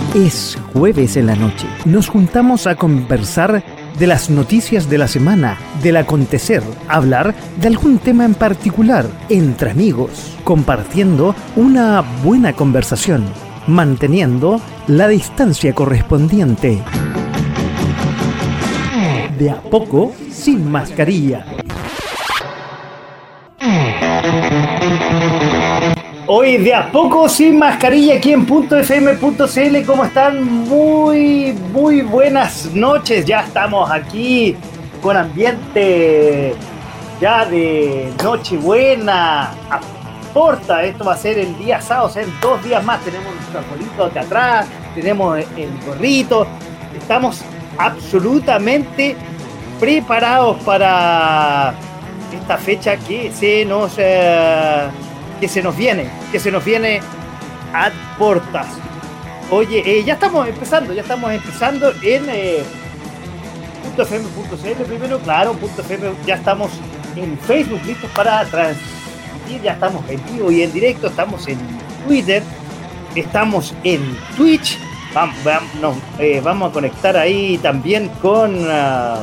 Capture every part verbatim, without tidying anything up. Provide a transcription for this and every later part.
Es jueves en la noche. Nos juntamos a conversar de las noticias de la semana, del acontecer, hablar de algún tema en particular, entre amigos, compartiendo una buena conversación, manteniendo la distancia correspondiente. De a poco, sin mascarilla. Hoy de a poco sin mascarilla aquí en punto f m punto c l. ¿Cómo están? Muy, muy buenas noches. Ya estamos aquí con ambiente ya de Nochebuena. Aporta, esto va a ser el día sábado, o sea, en dos días más. Tenemos nuestro arbolito de atrás, tenemos el gorrito. Estamos absolutamente preparados para esta fecha que se nos... Eh, que se nos viene, que se nos viene a portas. Oye, eh, ya estamos empezando, ya estamos empezando en eh, punto f m punto c l primero, claro, punto f m, ya estamos en Facebook listos para transmitir, ya estamos en vivo y en directo, estamos en Twitter, estamos en Twitch, vamos, vamos, nos, eh, vamos a conectar ahí también con... Uh,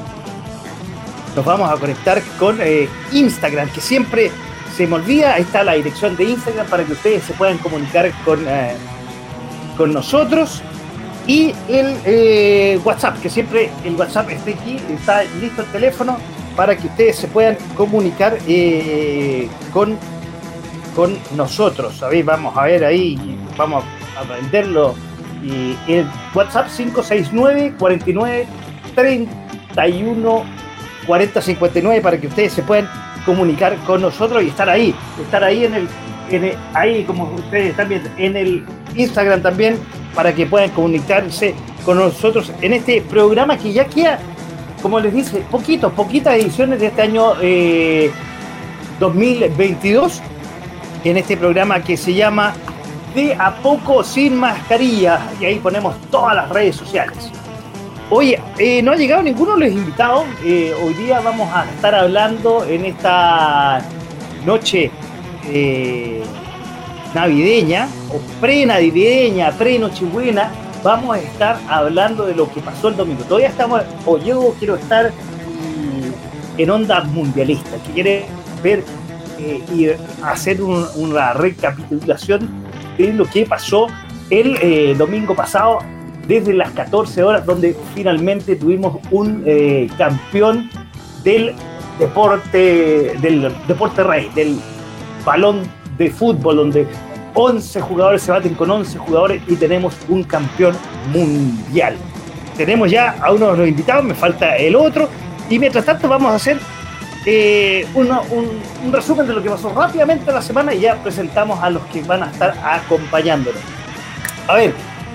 nos vamos a conectar con eh, Instagram, que siempre... se me olvida, ahí está la dirección de Instagram para que ustedes se puedan comunicar con, eh, con nosotros. Y el eh, WhatsApp, que siempre el WhatsApp está aquí, está listo el teléfono para que ustedes se puedan comunicar eh, con, con nosotros. ¿Sabéis? Vamos a ver ahí, vamos a aprenderlo. Y el WhatsApp cinco seis nueve, cuatro nueve, tres uno, cuatro cero cinco nueve para que ustedes se puedan comunicar con nosotros y estar ahí, estar ahí en el, en el, ahí como ustedes están viendo, en el Instagram también, para que puedan comunicarse con nosotros en este programa que ya queda, como les dice, poquitos, poquitas ediciones de este año eh, dos mil veintidós, en este programa que se llama De a poco sin mascarilla, y ahí ponemos todas las redes sociales. Oye, eh, no ha llegado ninguno de los invitados. Eh, hoy día vamos a estar hablando en esta noche eh, navideña, o pre-navideña, pre-nochebuena. Vamos a estar hablando de lo que pasó el domingo. Todavía estamos, o yo quiero estar mm, en onda mundialista, que quiere ver eh, y hacer un, una recapitulación de lo que pasó el eh, domingo pasado, desde las catorce horas, donde finalmente tuvimos un eh, campeón del deporte, del deporte rey, del balón de fútbol, donde once jugadores se baten con once jugadores y tenemos un campeón mundial. Tenemos ya a uno de los invitados, me falta el otro, y mientras tanto vamos a hacer eh, uno, un, un resumen de lo que pasó rápidamente en la semana y ya presentamos a los que van a estar acompañándonos. A ver,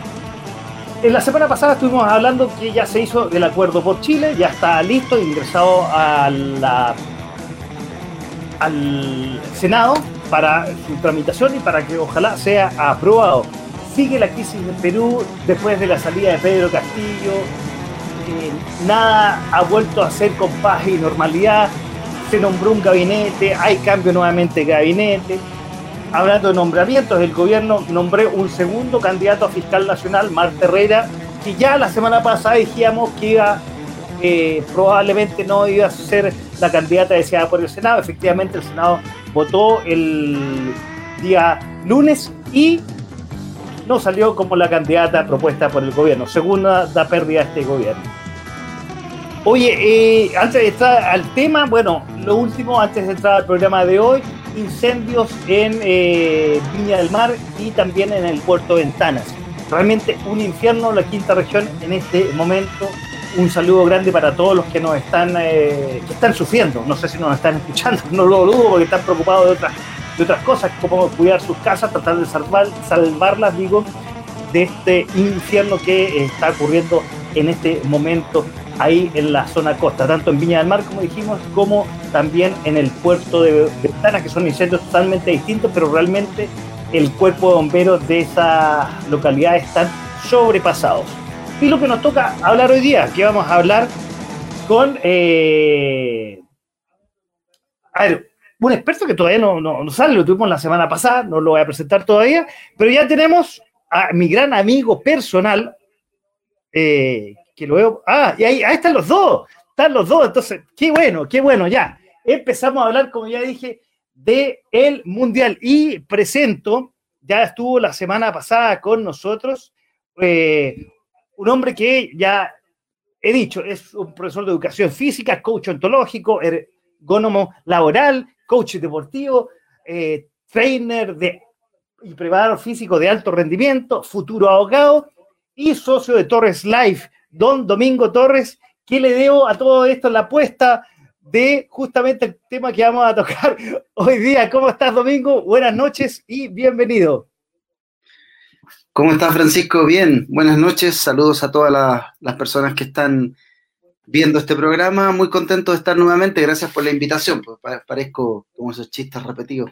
en la semana pasada estuvimos hablando que ya se hizo el acuerdo por Chile, ya está listo, ingresado a la, al Senado para su tramitación y para que ojalá sea aprobado. Sigue la crisis en Perú después de la salida de Pedro Castillo, eh, nada ha vuelto a ser con paz y normalidad, se nombró un gabinete, hay cambio nuevamente de gabinete. Hablando de nombramientos, el gobierno nombró un segundo candidato a fiscal nacional, Marta Herrera, que ya la semana pasada dijimos que iba, eh, probablemente no iba a ser la candidata deseada por el Senado. Efectivamente, el Senado votó el día lunes y no salió como la candidata propuesta por el gobierno. Segunda da pérdida a este gobierno. Oye, eh, antes de entrar al tema, bueno, lo último, antes de entrar al programa de hoy, incendios en eh, Viña del Mar y también en el puerto Ventanas. Realmente un infierno la quinta región en este momento. Un saludo grande para todos los que nos están eh, que están sufriendo. No sé si nos están escuchando, no lo dudo, porque están preocupados de otras de otras cosas, como cuidar sus casas, tratar de salvar, salvarlas, digo, de este infierno que está ocurriendo en este momento ahí en la zona costa, tanto en Viña del Mar, como dijimos, como también en el puerto de Ventanas, que son incendios totalmente distintos, pero realmente el cuerpo de bomberos de esa localidad están sobrepasados. Y lo que nos toca hablar hoy día, que vamos a hablar con eh, a ver, un experto que todavía no, no, no sale, lo tuvimos la semana pasada, no lo voy a presentar todavía, pero ya tenemos a mi gran amigo personal, eh, que lo veo, ah, y ahí, ahí están los dos, están los dos, entonces, qué bueno, qué bueno, ya. Empezamos a hablar, como ya dije, de el Mundial y presento, ya estuvo la semana pasada con nosotros, eh, un hombre que ya he dicho, es un profesor de educación física, coach ontológico, ergónomo laboral, coach deportivo, eh, trainer de, y preparador físico de alto rendimiento, futuro abogado y socio de Torres Life, don Domingo Torres, que le debo a todo esto la apuesta de justamente el tema que vamos a tocar hoy día. ¿Cómo estás, Domingo? Buenas noches y bienvenido. ¿Cómo estás, Francisco? Bien, buenas noches, saludos a todas la, las personas que están viendo este programa, muy contento de estar nuevamente, gracias por la invitación, pues parezco como esos chistes repetidos.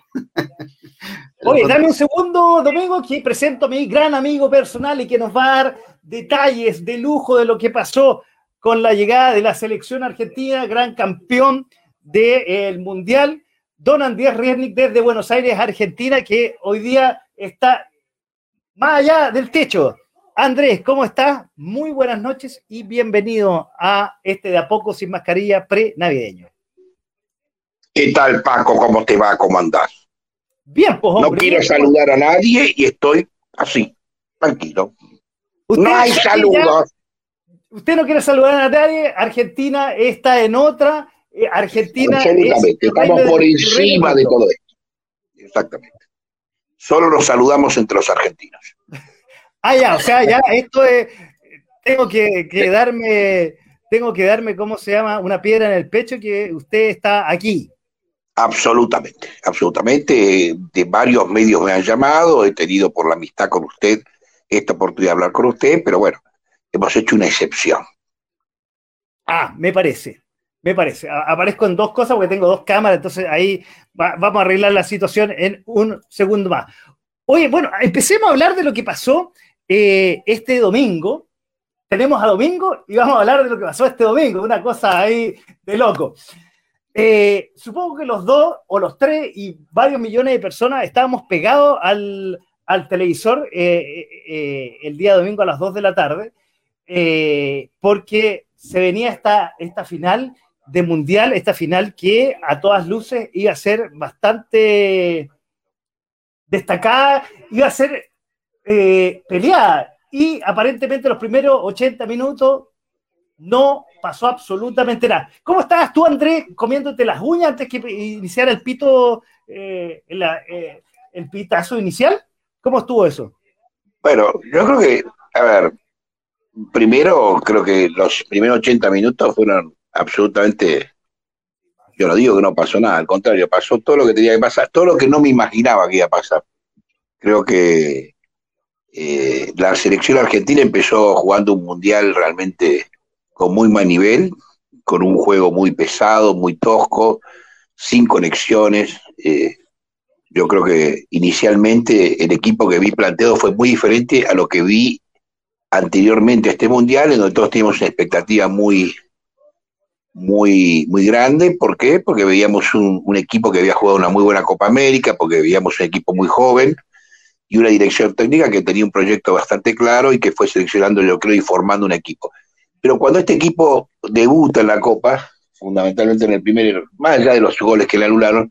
Oye, dame un segundo, Domingo, que presento a mi gran amigo personal y que nos va a dar detalles de lujo de lo que pasó con la llegada de la selección argentina, gran campeón del Mundial, don Andrés Riesnik desde Buenos Aires, Argentina, que hoy día está más allá del techo. Andrés, ¿cómo estás? Muy buenas noches y bienvenido a este De a poco sin mascarilla pre-navideño. ¿Qué tal, Paco? ¿Cómo te va? ¿Cómo andás? Bien, pues, hombre. No quiero bien, saludar a nadie y estoy así, tranquilo. No hay saludos. Ya, usted no quiere saludar a nadie, Argentina está en otra. Eh, Argentina Absolutamente, es estamos por de, encima de todo esto. Exactamente. Solo nos saludamos entre los argentinos. Ah, ya, o sea, ya esto es, tengo que, que darme, tengo que darme, ¿cómo se llama? Una piedra en el pecho que usted está aquí. Absolutamente, absolutamente. De varios medios me han llamado, he tenido por la amistad con usted esta oportunidad de hablar con usted, pero bueno, hemos hecho una excepción. Ah, me parece, me parece. A- aparezco en dos cosas porque tengo dos cámaras, entonces ahí va- vamos a arreglar la situación en un segundo más. Oye, bueno, empecemos a hablar de lo que pasó eh, este domingo. Tenemos a Domingo y vamos a hablar de lo que pasó este domingo, una cosa ahí de loco. Eh, supongo que los dos o los tres y varios millones de personas estábamos pegados al, al televisor eh, eh, el día domingo a las dos de la tarde, eh, porque se venía esta, esta final de Mundial, esta final que a todas luces iba a ser bastante destacada, iba a ser eh, peleada, y aparentemente los primeros ochenta minutos no pasó absolutamente nada. ¿Cómo estabas tú, Andrés, comiéndote las uñas antes que iniciara el pito, eh, la, eh, el pitazo inicial? ¿Cómo estuvo eso? Bueno, yo creo que, a ver, primero creo que los primeros ochenta minutos fueron absolutamente, yo no digo que no pasó nada, al contrario, pasó todo lo que tenía que pasar, todo lo que no me imaginaba que iba a pasar. Creo que eh, la selección argentina empezó jugando un mundial realmente con muy mal nivel, con un juego muy pesado, muy tosco, sin conexiones. Eh, yo creo que inicialmente el equipo que vi planteado fue muy diferente a lo que vi anteriormente a este mundial, en donde todos teníamos una expectativa muy, muy, muy grande. ¿Por qué? Porque veíamos un, un equipo que había jugado una muy buena Copa América, porque veíamos un equipo muy joven y una dirección técnica que tenía un proyecto bastante claro y que fue seleccionando, yo creo, y formando un equipo. Pero cuando este equipo debuta en la Copa, fundamentalmente en el primer, más allá de los goles que le anularon,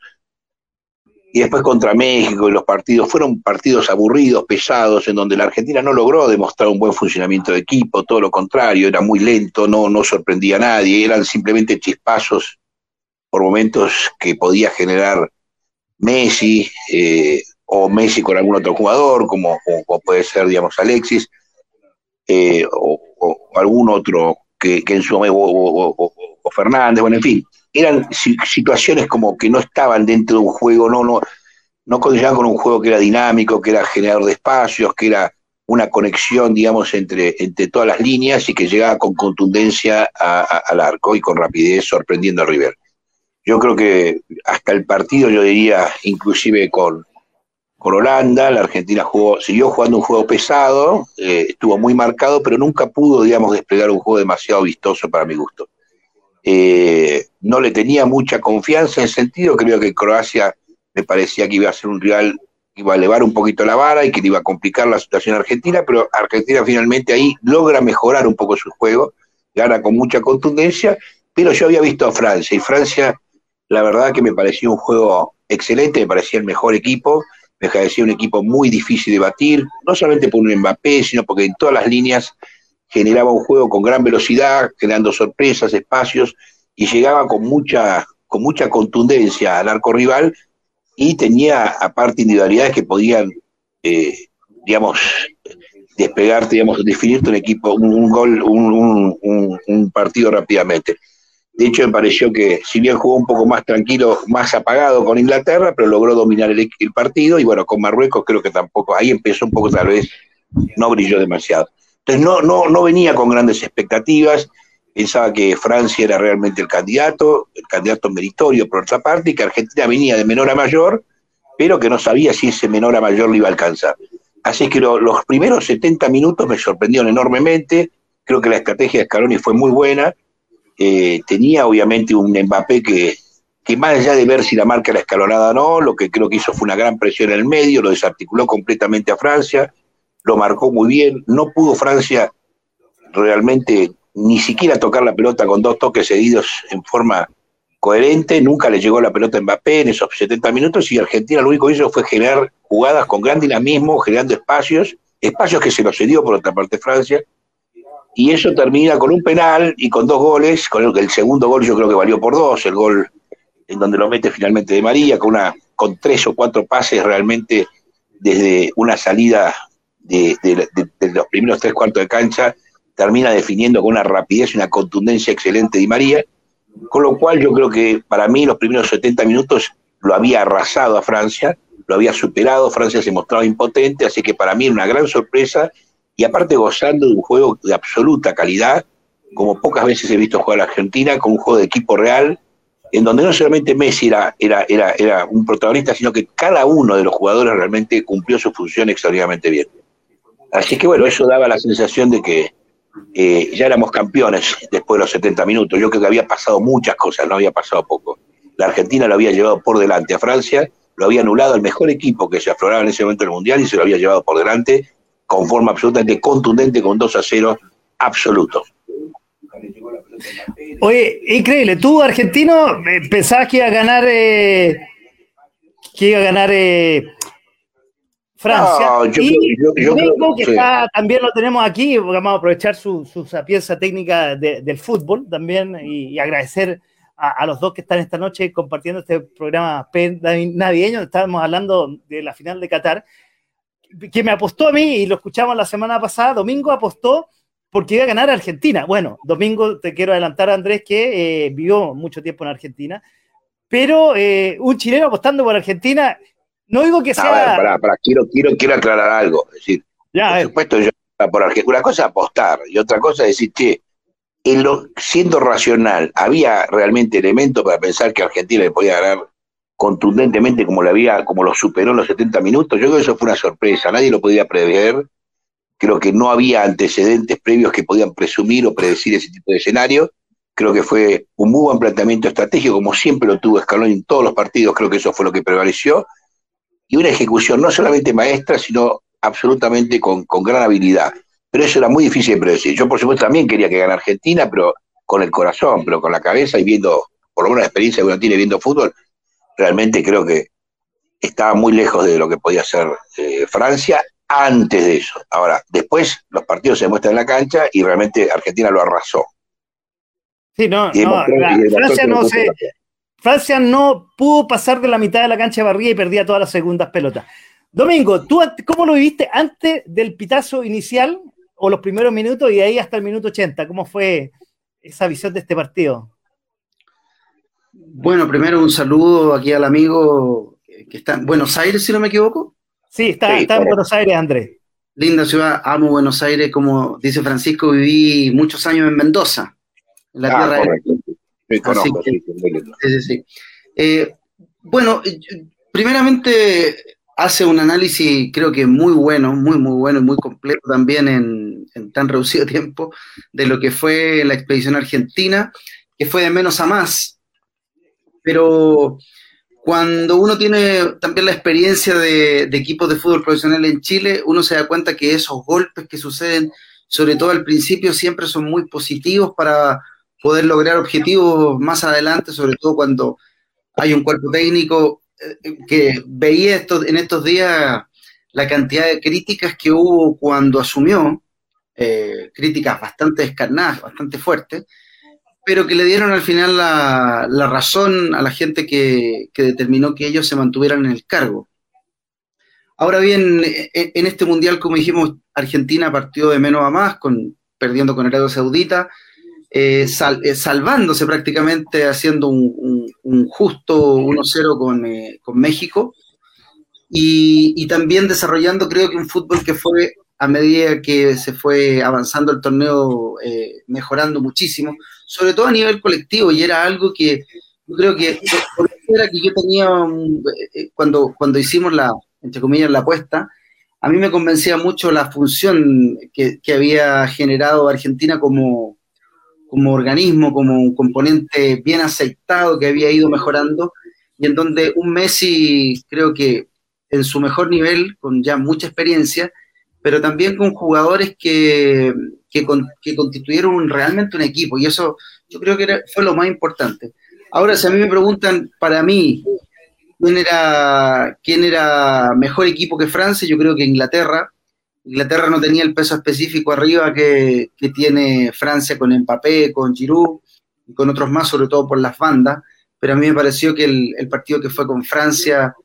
y después contra México, y los partidos fueron partidos aburridos, pesados, en donde la Argentina no logró demostrar un buen funcionamiento de equipo, todo lo contrario, era muy lento, no, no sorprendía a nadie, eran simplemente chispazos por momentos que podía generar Messi, eh, o Messi con algún otro jugador, como, como, como puede ser, digamos, Alexis, eh, o, o algún otro que, que en su momento, o, o, o, o Fernández, bueno, en fin, eran situaciones como que no estaban dentro de un juego, no, no, no condicionaban con un juego que era dinámico, que era generador de espacios, que era una conexión, digamos, entre, entre todas las líneas y que llegaba con contundencia a, a, al arco y con rapidez, sorprendiendo a River. Yo creo que hasta el partido, yo diría, inclusive con, con Holanda, la Argentina jugó, siguió jugando un juego pesado, eh, estuvo muy marcado, pero nunca pudo, digamos, desplegar un juego demasiado vistoso para mi gusto. Eh, no le tenía mucha confianza en ese sentido, creo que Croacia me parecía que iba a ser un rival iba a elevar un poquito la vara y que le iba a complicar la situación a Argentina, pero Argentina finalmente ahí logra mejorar un poco su juego, gana con mucha contundencia, pero yo había visto a Francia, y Francia, la verdad que me parecía un juego excelente, me parecía el mejor equipo, me parecía un equipo muy difícil de batir, no solamente por un Mbappé, sino porque en todas las líneas generaba un juego con gran velocidad, generando sorpresas, espacios, y llegaba con mucha, con mucha contundencia al arco rival, y tenía aparte individualidades que podían, eh, digamos, despegar, digamos, definirte un equipo, un, un gol, un, un, un, un partido rápidamente. De hecho, me pareció que, si bien jugó un poco más tranquilo, más apagado con Inglaterra, pero logró dominar el, el partido, y bueno, con Marruecos creo que tampoco, ahí empezó un poco tal vez, no brilló demasiado. Entonces no, no, no venía con grandes expectativas, pensaba que Francia era realmente el candidato, el candidato meritorio por otra parte, y que Argentina venía de menor a mayor, pero que no sabía si ese menor a mayor le iba a alcanzar. Así que lo, los primeros setenta minutos me sorprendieron enormemente, creo que la estrategia de Scaloni fue muy buena, eh, tenía obviamente un Mbappé que, que más allá de ver si la marca era escalonada o no, lo que creo que hizo fue una gran presión en el medio, lo desarticuló completamente a Francia, lo marcó muy bien, no pudo Francia realmente ni siquiera tocar la pelota con dos toques seguidos en forma coherente, nunca le llegó la pelota a Mbappé en esos setenta minutos, y Argentina lo único que hizo fue generar jugadas con gran dinamismo, generando espacios, espacios que se los cedió por otra parte Francia, y eso termina con un penal y con dos goles, con el, el segundo gol yo creo que valió por dos, el gol en donde lo mete finalmente Di María, con, una, con tres o cuatro pases realmente desde una salida de, de, de, de los primeros tres cuartos de cancha, termina definiendo con una rapidez y una contundencia excelente Di María, con lo cual yo creo que para mí los primeros setenta minutos lo había arrasado a Francia, lo había superado, Francia se mostraba impotente, así que para mí era una gran sorpresa, y aparte gozando de un juego de absoluta calidad, como pocas veces he visto jugar a la Argentina, con un juego de equipo real, en donde no solamente Messi era, era, era, era un protagonista, sino que cada uno de los jugadores realmente cumplió su función extraordinariamente bien. Así que bueno, eso daba la sensación de que eh, ya éramos campeones después de los setenta minutos. Yo creo que había pasado muchas cosas, no había pasado poco. La Argentina lo había llevado por delante a Francia, lo había anulado el mejor equipo que se afloraba en ese momento del Mundial, y se lo había llevado por delante con forma absolutamente contundente, con dos a cero absoluto. Oye, increíble, tú argentino pensabas que iba a ganar eh, que iba a ganar eh, Francia, no, yo, y yo, yo, yo creo, que sí. Está, también lo tenemos aquí, vamos a aprovechar su, su sapienza técnica de, del fútbol también, y, y agradecer a, a los dos que están esta noche compartiendo este programa navideño. Estábamos hablando de la final de Qatar, que me apostó a mí, y lo escuchamos la semana pasada. Domingo apostó porque iba a ganar Argentina. Bueno, Domingo, te quiero adelantar, Andrés, que eh, vivió mucho tiempo en Argentina, pero eh, un chileno apostando por Argentina, no digo que sea... A ver, pará, pará, quiero, quiero, quiero aclarar algo. Es decir, ya, por supuesto, yo por Argentina, una cosa es apostar, y otra cosa es decir, che, en lo, siendo racional, ¿había realmente elementos para pensar que Argentina le podía ganar contundentemente como, le había, como lo superó en los setenta minutos? Yo creo que eso fue una sorpresa, nadie lo podía prever. Creo que no había antecedentes previos que podían presumir o predecir ese tipo de escenario. Creo que fue un muy buen planteamiento estratégico, como siempre lo tuvo Scaloni en todos los partidos. Creo que eso fue lo que prevaleció, y una ejecución no solamente maestra, sino absolutamente con, con gran habilidad. Pero eso era muy difícil de predecir. Yo, por supuesto, también quería que gane Argentina, pero con el corazón, pero con la cabeza, y viendo, por lo menos la experiencia que uno tiene viendo fútbol, realmente creo que estaba muy lejos de lo que podía ser eh, Francia antes de eso. Ahora, después los partidos se demuestran en la cancha, y realmente Argentina lo arrasó. Sí, no, no la, Francia no se... Francia no pudo pasar de la mitad de la cancha de barrida y perdía todas las segundas pelotas. Domingo, ¿tú cómo lo viviste antes del pitazo inicial o los primeros minutos y de ahí hasta el minuto ochenta? ¿Cómo fue esa visión de este partido? Bueno, primero un saludo aquí al amigo que está en Buenos Aires, si no me equivoco. Sí, está, sí, está en Buenos Aires, Andrés. Linda ciudad, amo Buenos Aires. Como dice Francisco, viví muchos años en Mendoza, en la ah, tierra correcto. de... Me conozco, que, sí, sí, sí, sí. Eh, bueno, primeramente hace un análisis creo que muy bueno, muy muy bueno y muy completo también en, en tan reducido tiempo de lo que fue la expedición argentina, que fue de menos a más. Pero cuando uno tiene también la experiencia de, de equipos de fútbol profesional en Chile, uno se da cuenta que esos golpes que suceden, sobre todo al principio, siempre son muy positivos para poder lograr objetivos más adelante, sobre todo cuando hay un cuerpo técnico eh, que veía esto, en estos días la cantidad de críticas que hubo cuando asumió, eh, críticas bastante descarnadas, bastante fuertes, pero que le dieron al final la, la razón a la gente que, que determinó que ellos se mantuvieran en el cargo. Ahora bien, en este mundial, como dijimos, Argentina partió de menos a más, con, perdiendo con Arabia Saudita, eh, sal, eh, salvándose prácticamente, haciendo un, un, un justo uno cero con, eh, con México, y, y también desarrollando, creo que un fútbol que fue, a medida que se fue avanzando el torneo, eh, mejorando muchísimo, sobre todo a nivel colectivo, y era algo que yo creo que, por era que yo tenía, un, eh, cuando, cuando hicimos la, entre comillas, la apuesta, a mí me convencía mucho la función que, que había generado Argentina como, como organismo, como un componente bien aceitado que había ido mejorando, y en donde un Messi, creo que en su mejor nivel, con ya mucha experiencia, pero también con jugadores que, que, con, que constituyeron realmente un equipo, y eso yo creo que era, fue lo más importante. Ahora, si a mí me preguntan, para mí, quién era, quién era mejor equipo que Francia, yo creo que Inglaterra. Inglaterra no tenía el peso específico arriba que, que tiene Francia con Mbappé, con Giroud, y con otros más, sobre todo por las bandas, pero a mí me pareció que el, el partido que fue con Francia,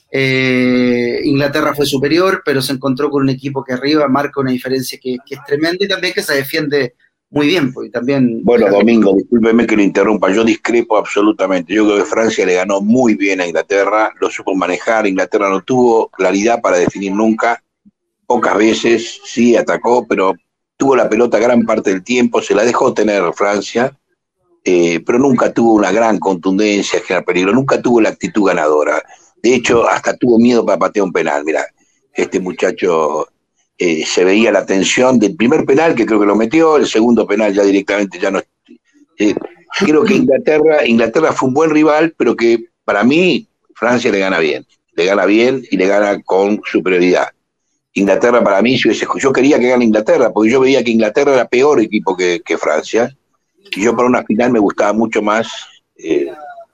eh, Inglaterra fue superior, pero se encontró con un equipo que arriba marca una diferencia que, que es tremenda, y también que se defiende muy bien, pues, y también... Bueno, Domingo, discúlpeme que lo interrumpa, yo discrepo absolutamente. Yo creo que Francia le ganó muy bien a Inglaterra, lo supo manejar. Inglaterra no tuvo claridad para definir nunca, pocas veces sí atacó, pero tuvo la pelota gran parte del tiempo, se la dejó tener Francia, eh, pero nunca tuvo una gran contundencia, generar peligro, nunca tuvo la actitud ganadora. De hecho, hasta tuvo miedo para patear un penal. Mira, este muchacho... Eh, se veía la tensión del primer penal, que creo que lo metió, el segundo penal ya directamente ya no... Eh, creo que Inglaterra, Inglaterra fue un buen rival, pero que para mí Francia le gana bien, le gana bien y le gana con superioridad. Inglaterra para mí, si hubiese, yo quería que gane Inglaterra, porque yo veía que Inglaterra era peor equipo que, que Francia, y yo para una final me gustaba mucho más... Eh,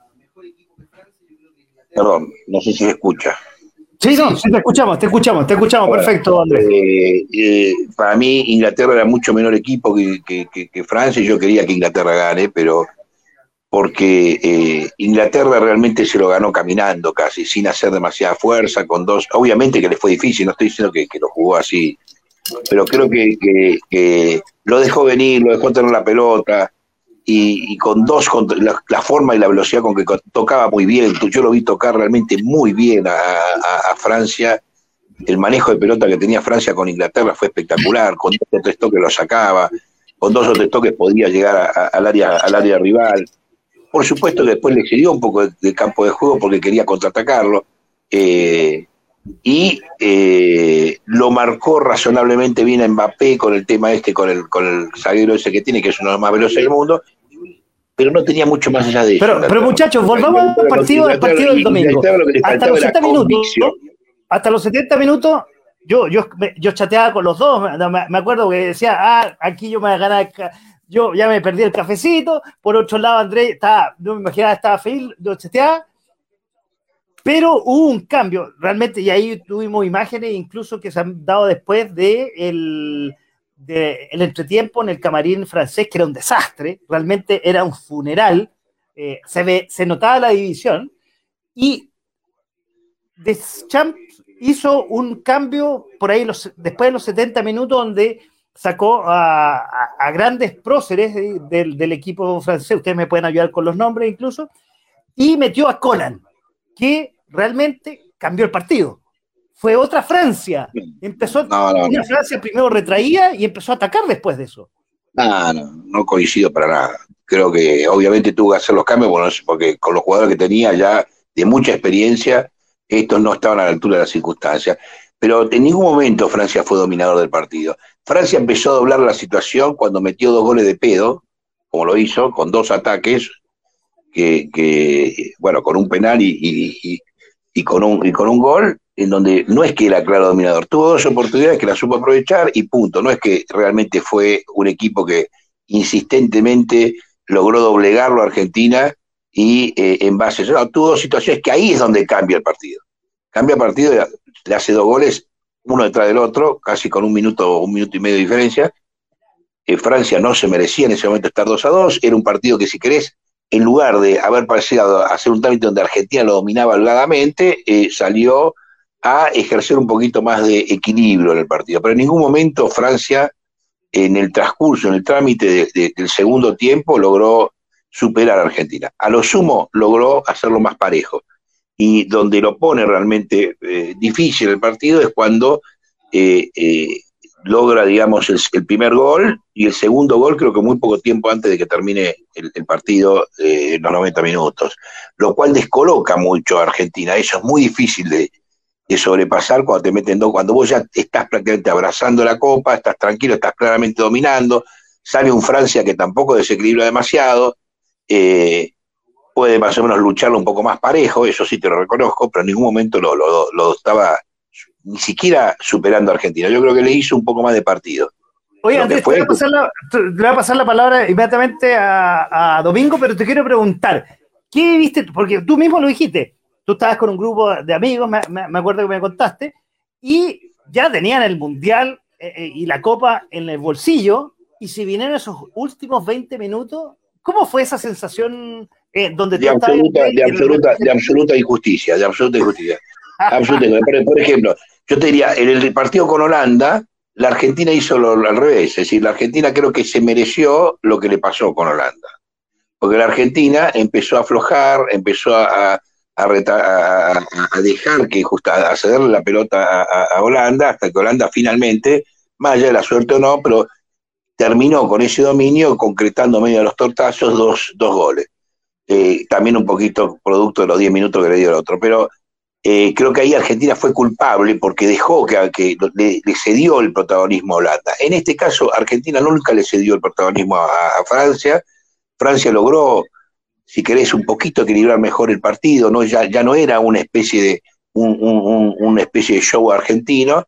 perdón, no sé si se escucha. Sí, no, sí, te escuchamos, te escuchamos, te escuchamos, bueno, perfecto, Andrés. Eh, eh, para mí Inglaterra era mucho menor equipo que, que, que, que Francia, y yo quería que Inglaterra gane, pero porque eh, Inglaterra realmente se lo ganó caminando casi, sin hacer demasiada fuerza, con dos, obviamente que le fue difícil, no estoy diciendo que, que lo jugó así, pero creo que, que, que lo dejó venir, lo dejó tener la pelota, y, y con dos, con la, la forma y la velocidad con que tocaba muy bien, yo lo vi tocar realmente muy bien a, a, a Francia. El manejo de pelota que tenía Francia con Inglaterra fue espectacular, con dos o tres toques lo sacaba, con dos o tres toques podía llegar a, a, al, área, al área rival. Por supuesto que después le excedió un poco del campo de juego porque quería contraatacarlo, eh, y eh, lo marcó razonablemente bien a Mbappé con el tema este, con el, con el zaguero ese que tiene, que es uno de los más veloces del mundo, pero no tenía mucho más allá de eso. Pero, pero muchos, volvamos al partido, al partido del domingo. Hasta los setenta minutos, hasta los setenta minutos, yo, yo, yo chateaba con los dos, me acuerdo que decía, ah, aquí yo me voy a ganar, yo ya me perdí el cafecito, por otro lado Andrés estaba, no me imaginaba, estaba feliz, yo chateaba, pero hubo un cambio, realmente, y ahí tuvimos imágenes incluso que se han dado después de el... De el entretiempo en el camarín francés, que era un desastre, realmente era un funeral, eh, se, ve, se notaba la división, y Deschamps hizo un cambio por ahí los, después de los setenta minutos, donde sacó a, a, a grandes próceres de, de, del equipo francés, ustedes me pueden ayudar con los nombres incluso, y metió a Conan, que realmente cambió el partido. Fue otra Francia. Empezó, no, no, una no. Francia primero retraía y empezó a atacar después de eso. No, no, no coincido para nada. Creo que obviamente tuvo que hacer los cambios, bueno, porque con los jugadores que tenía ya de mucha experiencia, estos no estaban a la altura de las circunstancias. Pero en ningún momento Francia fue dominador del partido. Francia empezó a doblar la situación cuando metió dos goles de pedo, como lo hizo, con dos ataques, que, que bueno, con un penal y, y, y, y, con un, y con un gol, en donde no es que era claro dominador, tuvo dos oportunidades que la supo aprovechar y punto. No es que realmente fue un equipo que insistentemente logró doblegarlo a Argentina y eh, en base a eso, no, tuvo dos situaciones que ahí es donde cambia el partido. Cambia el partido, le hace dos goles, uno detrás del otro, casi con un minuto, un minuto y medio de diferencia. Eh, Francia no se merecía en ese momento estar dos a dos, era un partido que, si querés, en lugar de haber parecido hacer un trámite donde Argentina lo dominaba holgadamente, eh, salió a ejercer un poquito más de equilibrio en el partido. Pero en ningún momento Francia, en el transcurso, en el trámite de, de, del segundo tiempo, logró superar a Argentina. A lo sumo logró hacerlo más parejo. Y donde lo pone realmente eh, difícil el partido es cuando eh, eh, logra, digamos, el, el primer gol y el segundo gol creo que muy poco tiempo antes de que termine el, el partido, eh, en los noventa minutos, lo cual descoloca mucho a Argentina. Eso es muy difícil de, de sobrepasar cuando te meten dos, cuando vos ya estás prácticamente abrazando la copa, estás tranquilo, estás claramente dominando, sale un Francia que tampoco desequilibra demasiado, eh, puede más o menos lucharlo un poco más parejo, eso sí te lo reconozco, pero en ningún momento lo, lo, lo estaba ni siquiera superando a Argentina. Yo creo que le hizo un poco más de partido. Oye, Andrés, te voy, a pasar la, le voy a pasar la palabra inmediatamente a, a Domingo, pero te quiero preguntar, ¿qué viste? Porque tú mismo lo dijiste, tú estabas con un grupo de amigos, me, me, me acuerdo que me contaste, y ya tenían el Mundial eh, y la Copa en el bolsillo, y si vinieron esos últimos veinte minutos, ¿cómo fue esa sensación eh, donde de, tú absoluta, de, absoluta, de absoluta injusticia, de absoluta injusticia. absoluta injusticia. Por, por ejemplo, yo te diría, en el partido con Holanda, la Argentina hizo lo, al revés, es decir, la Argentina creo que se mereció lo que le pasó con Holanda, porque la Argentina empezó a aflojar, empezó a, a, a, a, a dejar que justo a cederle la pelota a, a Holanda, hasta que Holanda finalmente, más allá de la suerte o no, pero terminó con ese dominio, concretando medio de los tortazos dos, dos goles. Eh, también un poquito producto de los diez minutos que le dio el otro, pero eh, creo que ahí Argentina fue culpable porque dejó que, que le, le cedió el protagonismo a Holanda. En este caso, Argentina nunca le cedió el protagonismo a, a Francia. Francia logró, si querés, un poquito equilibrar mejor el partido, ¿no? Ya, ya no era una especie de un, un, un, una especie de show argentino,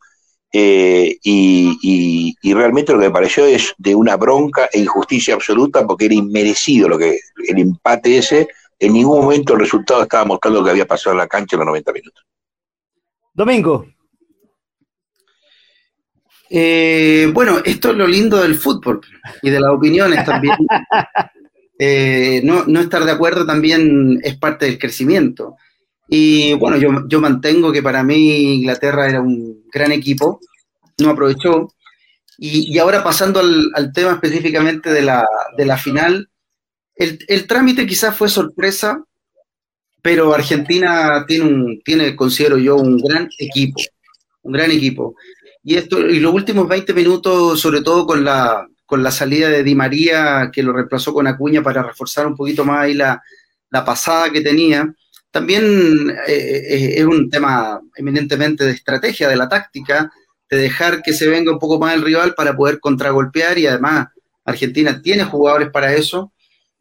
eh, y, y, y realmente lo que me pareció es de una bronca e injusticia absoluta, porque era inmerecido lo que el empate ese. En ningún momento el resultado estaba mostrando lo que había pasado en la cancha en los noventa minutos. Domingo. Eh, bueno, esto es lo lindo del fútbol y de las opiniones también. eh, no, no estar de acuerdo también es parte del crecimiento. Y bueno, yo, yo mantengo que para mí Inglaterra era un gran equipo, no aprovechó. Y, y ahora pasando al, al tema específicamente de la, de la final, el, el trámite quizás fue sorpresa, pero Argentina tiene, un, tiene, considero yo, un gran equipo, un gran equipo. Y, esto, y los últimos veinte minutos, sobre todo con la, con la salida de Di María, que lo reemplazó con Acuña para reforzar un poquito más ahí la, la pasada que tenía, también eh, es un tema eminentemente de estrategia, de la táctica, de dejar que se venga un poco más el rival para poder contragolpear, y además Argentina tiene jugadores para eso,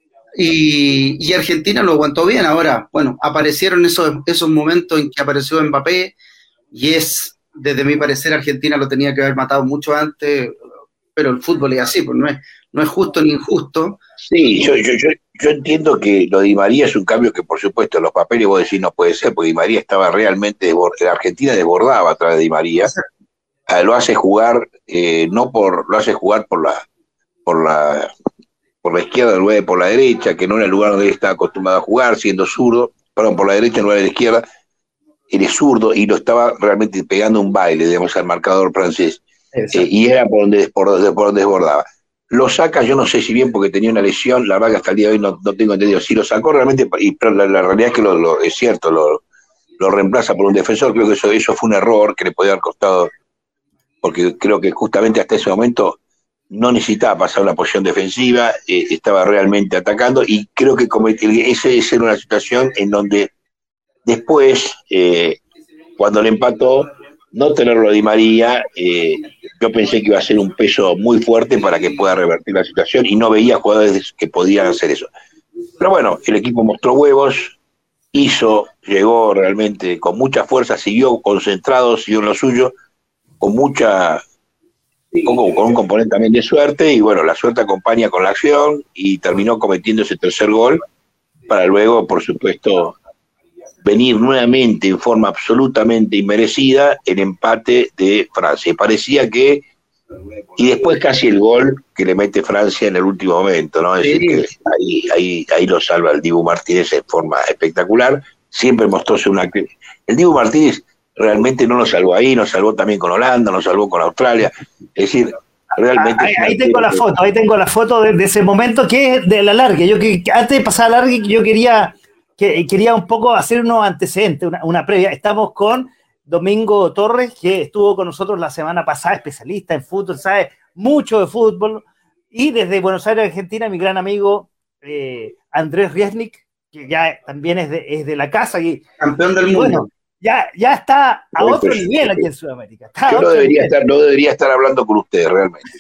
y, y Argentina lo aguantó bien. Ahora, bueno, aparecieron esos, esos momentos en que apareció Mbappé, y es, desde mi parecer, Argentina lo tenía que haber matado mucho antes, pero el fútbol es así, pues no es, no es justo ni injusto. Sí, yo, yo, yo, yo entiendo que lo de Di María es un cambio que, por supuesto, en los papeles vos decís no puede ser, porque Di María estaba realmente, la Argentina desbordaba a través de Di María, eh, lo hace jugar, eh, no por, lo hace jugar por la, por la, por la izquierda en lugar de por la derecha, que no era el lugar donde él estaba acostumbrado a jugar, siendo zurdo, perdón, por la derecha en lugar de la izquierda, él es zurdo y lo estaba realmente pegando un baile, digamos, al marcador francés, eh, y era por donde, por, por donde desbordaba. Lo saca, yo no sé si bien porque tenía una lesión, la verdad que hasta el día de hoy no, no tengo entendido si lo sacó realmente, y, pero la, la realidad es que lo, lo, es cierto, lo, lo reemplaza por un defensor. Creo que eso, eso fue un error que le podía haber costado, porque creo que justamente hasta ese momento no necesitaba pasar una posición defensiva, eh, estaba realmente atacando, y creo que esa es una situación en donde después, eh, cuando le empató, no tenerlo a Di María, eh, yo pensé que iba a ser un peso muy fuerte para que pueda revertir la situación, y no veía jugadores que podían hacer eso. Pero bueno, el equipo mostró huevos, hizo, llegó realmente con mucha fuerza, siguió concentrado, siguió en lo suyo, con mucha, con, con un componente también de suerte, y bueno, la suerte acompaña con la acción, y terminó cometiendo ese tercer gol, para luego, por supuesto, venir nuevamente en forma absolutamente inmerecida el empate de Francia. Y parecía que, y después casi el gol que le mete Francia en el último momento, ¿no? Es decir, que ahí, ahí, ahí lo salva el Dibu Martínez en forma espectacular. Siempre mostróse una... El Dibu Martínez realmente no nos salvó ahí, nos salvó también con Holanda, nos salvó con Australia. Es decir, realmente... Ahí, ahí tengo la foto, ahí tengo la foto de, de ese momento que es de la larga. Yo que antes de pasar a la larga, yo quería, que, quería un poco hacer unos antecedentes, una, una previa. Estamos con Domingo Torres, que estuvo con nosotros la semana pasada, especialista en fútbol, sabe mucho de fútbol, y desde Buenos Aires, Argentina, mi gran amigo eh, Andrés Riesnik, que ya también es de, es de la casa. Y, campeón del y mundo. Bueno, ya, ya está a Oye, otro pues, nivel aquí en Sudamérica. Está yo no debería, estar, no debería estar hablando con ustedes, realmente,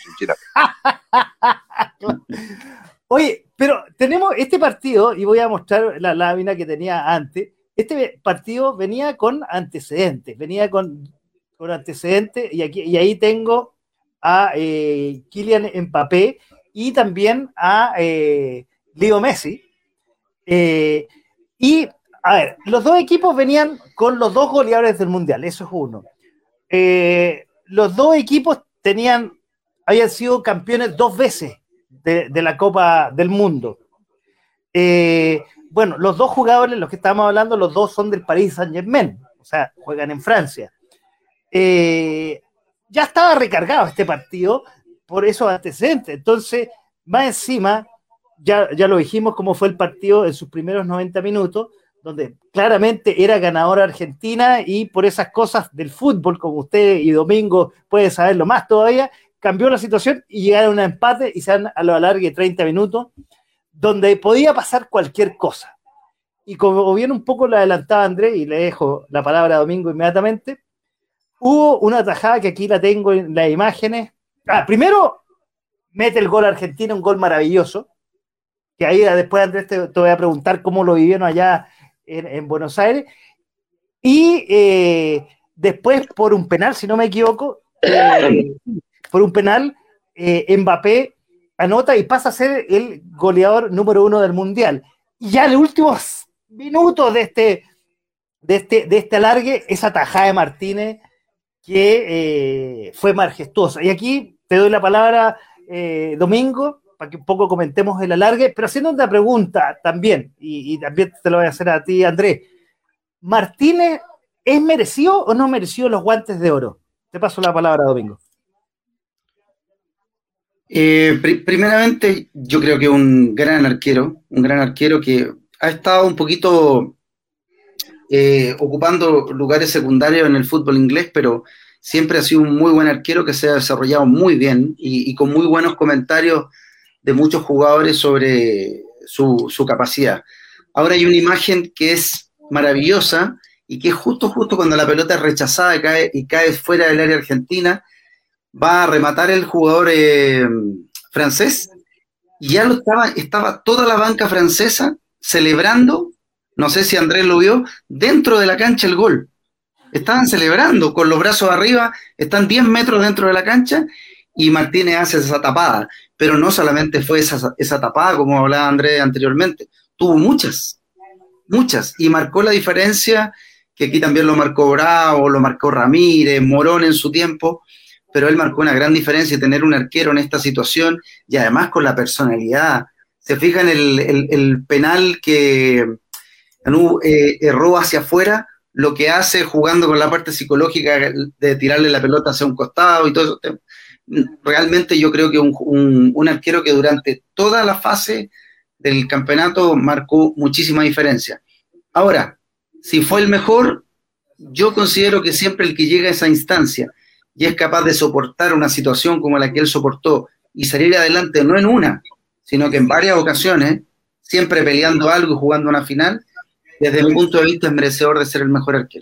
sinceramente. Oye, pero tenemos este partido, y voy a mostrar la lámina que tenía antes. Este partido venía con antecedentes, venía con, con antecedentes, y, aquí, y ahí tengo a eh, Kylian Mbappé y también a eh, Leo Messi. Eh, y, a ver, los dos equipos venían con los dos goleadores del Mundial, eso es uno. Eh, los dos equipos tenían, habían sido campeones dos veces de, de la Copa del Mundo. Eh, bueno, los dos jugadores, los que estamos hablando, los dos son del Paris Saint-Germain, o sea, juegan en Francia. Eh, ya estaba recargado este partido por esos antecedentes, entonces, más encima, ya, ya lo dijimos cómo fue el partido en sus primeros noventa minutos, donde claramente era ganadora Argentina, y por esas cosas del fútbol, como usted y Domingo puede saberlo más todavía, cambió la situación y llegaron a un empate y se dan a lo alargue treinta minutos, donde podía pasar cualquier cosa. Y como bien un poco lo adelantaba Andrés, y le dejo la palabra a Domingo inmediatamente, hubo una tajada que aquí la tengo en las imágenes. Ah, primero mete el gol Argentina, un gol maravilloso, que ahí después, Andrés, te, te voy a preguntar cómo lo vivieron allá en, en Buenos Aires. Y eh, después, por un penal, si no me equivoco, eh, por un penal, eh, Mbappé anota y pasa a ser el goleador número uno del Mundial. Y ya en los últimos minutos de este, de este, de este alargue, esa tajada de Martínez que eh, fue majestuosa. Y aquí te doy la palabra, eh, Domingo, para que un poco comentemos el alargue, pero haciendo una pregunta también, y, y también te lo voy a hacer a ti, Andrés. ¿Martínez es merecido o no merecido los guantes de oro? Te paso la palabra, Domingo. Eh, pr- primeramente, yo creo que un gran arquero, un gran arquero que ha estado un poquito eh, ocupando lugares secundarios en el fútbol inglés, pero siempre ha sido un muy buen arquero que se ha desarrollado muy bien y, y con muy buenos comentarios de muchos jugadores sobre su, su capacidad. Ahora hay una imagen que es maravillosa y que es justo, justo cuando la pelota es rechazada y cae, y cae fuera del área argentina, va a rematar el jugador eh, francés, y ya lo estaba, estaba toda la banca francesa celebrando, no sé si Andrés lo vio, dentro de la cancha el gol. Estaban celebrando con los brazos arriba, están diez metros dentro de la cancha, y Martínez hace esa tapada. Pero no solamente fue esa, esa tapada, como hablaba Andrés anteriormente, tuvo muchas, muchas, y marcó la diferencia, que aquí también lo marcó Bravo, lo marcó Ramírez, Morón en su tiempo, pero él marcó una gran diferencia, y tener un arquero en esta situación, y además con la personalidad. Se fijan el, el, el penal que eh, erró hacia afuera, lo que hace jugando con la parte psicológica de tirarle la pelota hacia un costado y todo eso. Realmente yo creo que un, un, un arquero que durante toda la fase del campeonato marcó muchísima diferencia. Ahora, si fue el mejor, yo considero que siempre el que llega a esa instancia y es capaz de soportar una situación como la que él soportó y salir adelante, no en una, sino que en varias ocasiones, siempre peleando algo y jugando una final, desde mi punto de vista es merecedor de ser el mejor arquero.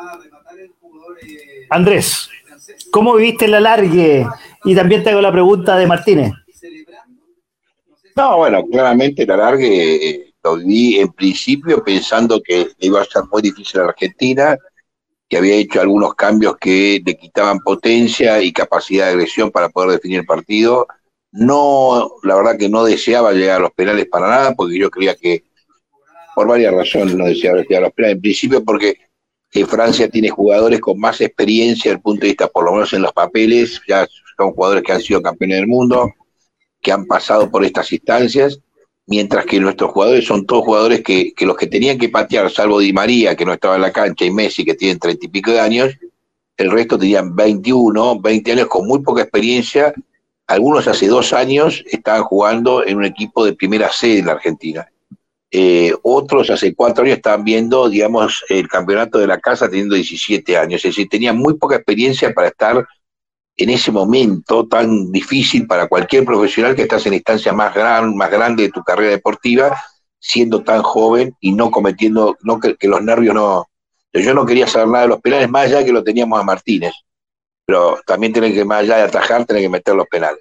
Andrés, ¿cómo viviste el alargue? Y también te hago la pregunta de Martínez. No, bueno, claramente el alargue, Lo viví en principio pensando que iba a ser muy difícil a la Argentina, que había hecho algunos cambios que le quitaban potencia y capacidad de agresión para poder definir el partido. No, la verdad que no deseaba llegar a los penales para nada, porque yo creía que, por varias razones, no deseaba llegar a los penales. En principio porque eh, Francia tiene jugadores con más experiencia desde el punto de vista, por lo menos en los papeles, ya son jugadores que han sido campeones del mundo, que han pasado por estas instancias, mientras que nuestros jugadores son todos jugadores que, que los que tenían que patear, salvo Di María, que no estaba en la cancha, y Messi, que tienen treinta y pico de años, el resto tenían veintiuno, veinte años con muy poca experiencia. Algunos hace dos años estaban jugando en un equipo de primera C en la Argentina. Eh, otros hace cuatro años estaban viendo, digamos, el campeonato de la casa teniendo diecisiete años. Es decir, tenían muy poca experiencia para estar en ese momento tan difícil para cualquier profesional, que estás en la instancia más, gran, más grande de tu carrera deportiva, siendo tan joven y no cometiendo, no que, que los nervios no... Yo no quería saber nada de los penales, más allá que lo teníamos a Martínez, pero también tenés que, más allá de atajar, tenés que meter los penales.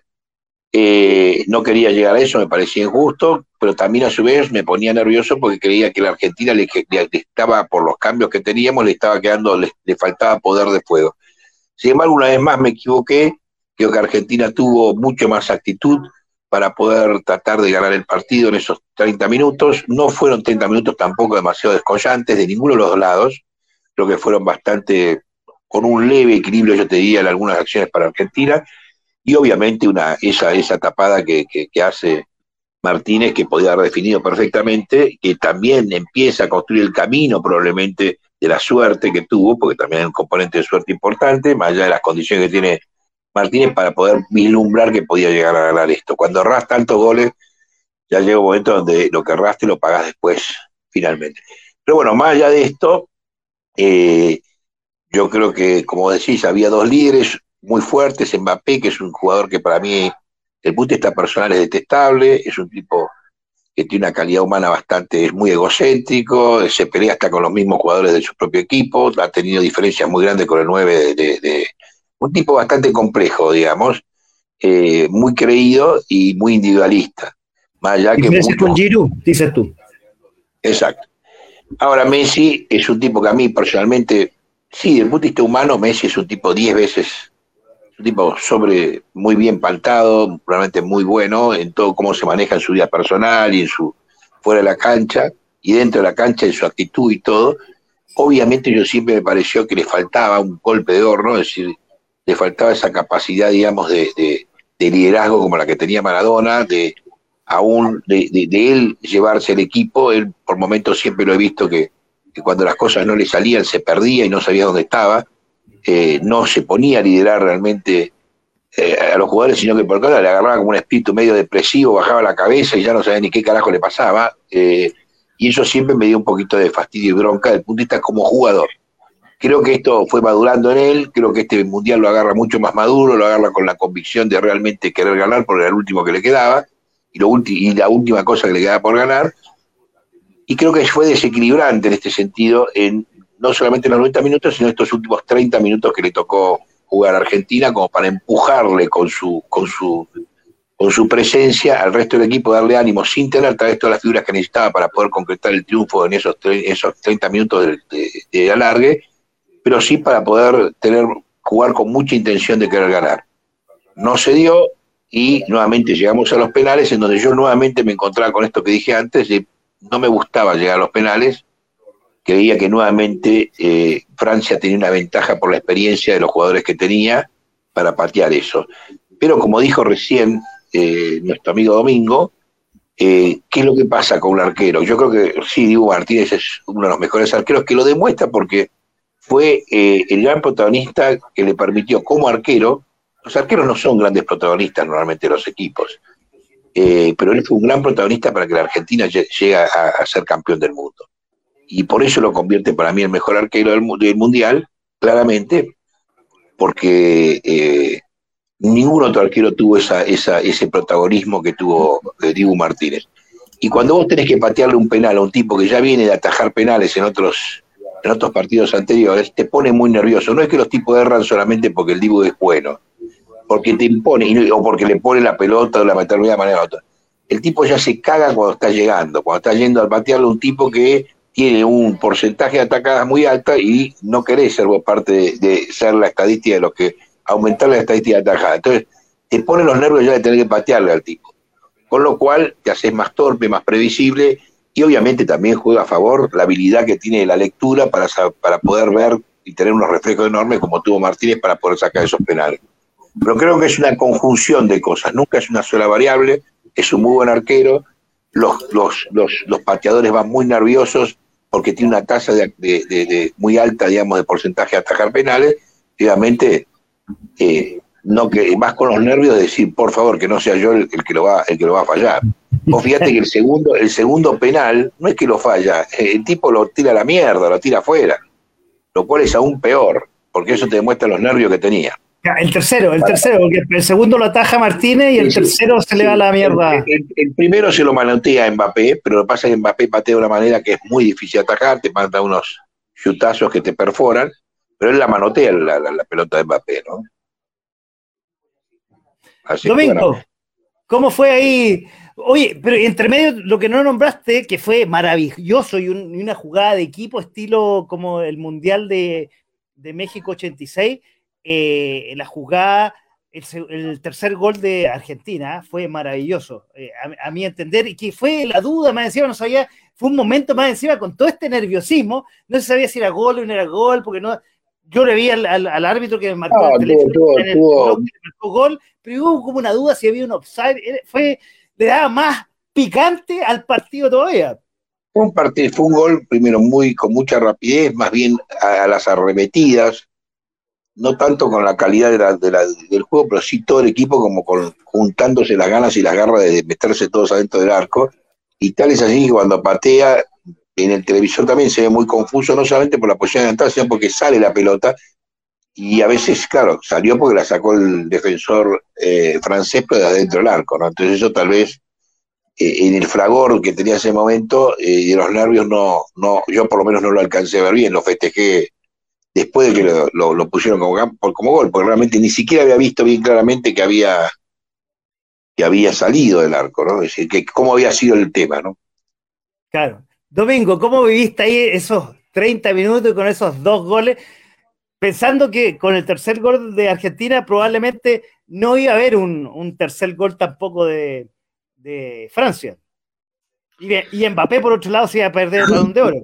Eh, no quería llegar a eso, me parecía injusto, pero también a su vez me ponía nervioso porque creía que la Argentina le, le estaba, por los cambios que teníamos, le estaba quedando, le, le faltaba poder de fuego. Sin embargo, una vez más me equivoqué. Creo que Argentina tuvo mucho más actitud para poder tratar de ganar el partido en esos treinta minutos. No fueron treinta minutos tampoco demasiado descollantes de ninguno de los dos lados. Creo que fueron bastante, con un leve equilibrio, yo te diría, en algunas acciones para Argentina. Y obviamente una esa, esa tapada que, que, que hace Martínez, que podía haber definido perfectamente, que también empieza a construir el camino probablemente de la suerte que tuvo, porque también hay un componente de suerte importante, más allá de las condiciones que tiene Martínez, para poder vislumbrar que podía llegar a ganar esto. Cuando errás tantos goles, ya llega un momento donde lo que erraste lo pagás después, finalmente. Pero bueno, más allá de esto, eh, yo creo que, como decís, había dos líderes muy fuertes. Mbappé, que es un jugador que para mí, desde el punto de vista personal, es detestable, es un tipo que tiene una calidad humana bastante, es muy egocéntrico, se pelea hasta con los mismos jugadores de su propio equipo, ha tenido diferencias muy grandes con el nueve, de, de, de un tipo bastante complejo, digamos, eh, muy creído y muy individualista. Más allá que mucho... con Giroud, dices tú. Exacto. Ahora, Messi es un tipo que a mí personalmente, sí, desde el punto de vista humano, Messi es un tipo diez veces, un tipo sobre muy bien plantado, probablemente muy bueno en todo cómo se maneja en su vida personal y en su fuera de la cancha y dentro de la cancha, en su actitud y todo. Obviamente yo siempre me pareció que le faltaba un golpe de horno, es decir, le faltaba esa capacidad, digamos, de, de, de liderazgo como la que tenía Maradona, de aún de, de, de él llevarse el equipo. Él por momentos siempre lo he visto que, que cuando las cosas no le salían se perdía y no sabía dónde estaba. Eh, no se ponía a liderar realmente eh, a los jugadores, sino que por cada le agarraba como un espíritu medio depresivo, bajaba la cabeza y ya no sabía ni qué carajo le pasaba, eh, y eso siempre me dio un poquito de fastidio y bronca desde el punto de vista como jugador. Creo que esto fue madurando en él, creo que este mundial lo agarra mucho más maduro, lo agarra con la convicción de realmente querer ganar, porque era el último que le quedaba, y, lo ulti- y la última cosa que le quedaba por ganar, y creo que fue desequilibrante en este sentido, en no solamente en los noventa minutos, sino estos últimos treinta minutos que le tocó jugar a Argentina, como para empujarle con su, con su, con su presencia al resto del equipo, darle ánimo, sin tener tal vez todas las figuras que necesitaba para poder concretar el triunfo en esos, esos treinta minutos de, de, de alargue, pero sí para poder tener, jugar con mucha intención de querer ganar. No se dio, y nuevamente llegamos a los penales, en donde yo nuevamente me encontraba con esto que dije antes, de no me gustaba llegar a los penales. Creía que nuevamente eh, Francia tenía una ventaja por la experiencia de los jugadores que tenía para patear eso. Pero como dijo recién eh, nuestro amigo Domingo, eh, ¿qué es lo que pasa con un arquero? Yo creo que sí, Dibu Martínez es uno de los mejores arqueros, que lo demuestra porque fue eh, el gran protagonista que le permitió como arquero. Los arqueros no son grandes protagonistas normalmente de los equipos, eh, pero él fue un gran protagonista para que la Argentina llegue a, a ser campeón del mundo. Y por eso lo convierte para mí el mejor arquero del, del Mundial, claramente, porque eh, ningún otro arquero tuvo esa, esa, ese protagonismo que tuvo eh, Dibu Martínez. Y cuando vos tenés que patearle un penal a un tipo que ya viene de atajar penales en otros, en otros partidos anteriores, te pone muy nervioso. No es que los tipos erran solamente porque el Dibu es bueno, porque te impone, o porque le pone la pelota o la mete de una manera u otra. el tipo ya se caga cuando está llegando, cuando está yendo al patearlo un tipo que tiene un porcentaje de atacadas muy alta y no querés ser vos parte de, de ser la estadística de los que aumentar la estadística de atajadas. Entonces, te pone los nervios ya de tener que patearle al tipo. Con lo cual, te haces más torpe, más previsible, y obviamente también juega a favor la habilidad que tiene la lectura para, para poder ver y tener unos reflejos enormes como tuvo Martínez para poder sacar esos penales. Pero creo que es una conjunción de cosas, nunca es una sola variable, es un muy buen arquero, los, los, los, los pateadores van muy nerviosos porque tiene una tasa de, de, de, de muy alta, digamos, de porcentaje de atajar penales, y obviamente eh, no que más con los nervios de decir, por favor, que no sea yo el, el que lo va el que lo va a fallar. Vos fíjate que el segundo, el segundo penal no es que lo falla, el tipo lo tira a la mierda, lo tira afuera, lo cual es aún peor, porque eso te demuestra los nervios que tenía. El tercero, el tercero, porque el segundo lo ataja Martínez y el sí, tercero sí, se le va a la mierda. El, el, el primero se lo manotea a Mbappé, pero lo que pasa es que Mbappé patea de una manera que es muy difícil de atajar, te manda unos chutazos que te perforan, pero él la manotea la, la, la pelota de Mbappé, ¿no? Así Domingo, que, bueno. ¿Cómo fue ahí? Oye, pero entre medio lo que no nombraste, que fue maravilloso y, un, y una jugada de equipo estilo como el Mundial de, de México ochenta y seis, eh, la jugada, el, el tercer gol de Argentina fue maravilloso, eh, a, a mi entender, y que fue la duda, más encima no sabía, fue un momento más encima con todo este nerviosismo, no se sabía si era gol o no era gol, porque no, yo le vi al, al, al árbitro que me marcó no, el teléfono tuvo, en el tuvo, que marcó gol, pero hubo como una duda si había un offside, fue, le daba más picante al partido todavía. Fue un partido, fue un gol primero muy con mucha rapidez, más bien a, a las arremetidas, no tanto con la calidad de la, de la, del juego, pero sí todo el equipo como con, juntándose las ganas y las garras de meterse todos adentro del arco, y tal es así que cuando patea, en el televisor también se ve muy confuso, no solamente por la posición de entrar, sino porque sale la pelota, y a veces, claro, salió porque la sacó el defensor eh, francés, pero de adentro del arco, ¿no? Entonces eso tal vez, eh, en el fragor que tenía ese momento, eh, y de los nervios, no, no, yo por lo menos no lo alcancé a ver bien, lo festejé después de que lo, lo, lo pusieron como, como gol, porque realmente ni siquiera había visto bien claramente que había que había salido del arco, ¿no? Es decir, que cómo había sido el tema, ¿no? Claro. Domingo, ¿cómo viviste ahí esos treinta minutos con esos dos goles? Pensando que con el tercer gol de Argentina probablemente no iba a haber un, un tercer gol tampoco de, de Francia. Y, y Mbappé, por otro lado, se iba a perder el Balón de Oro.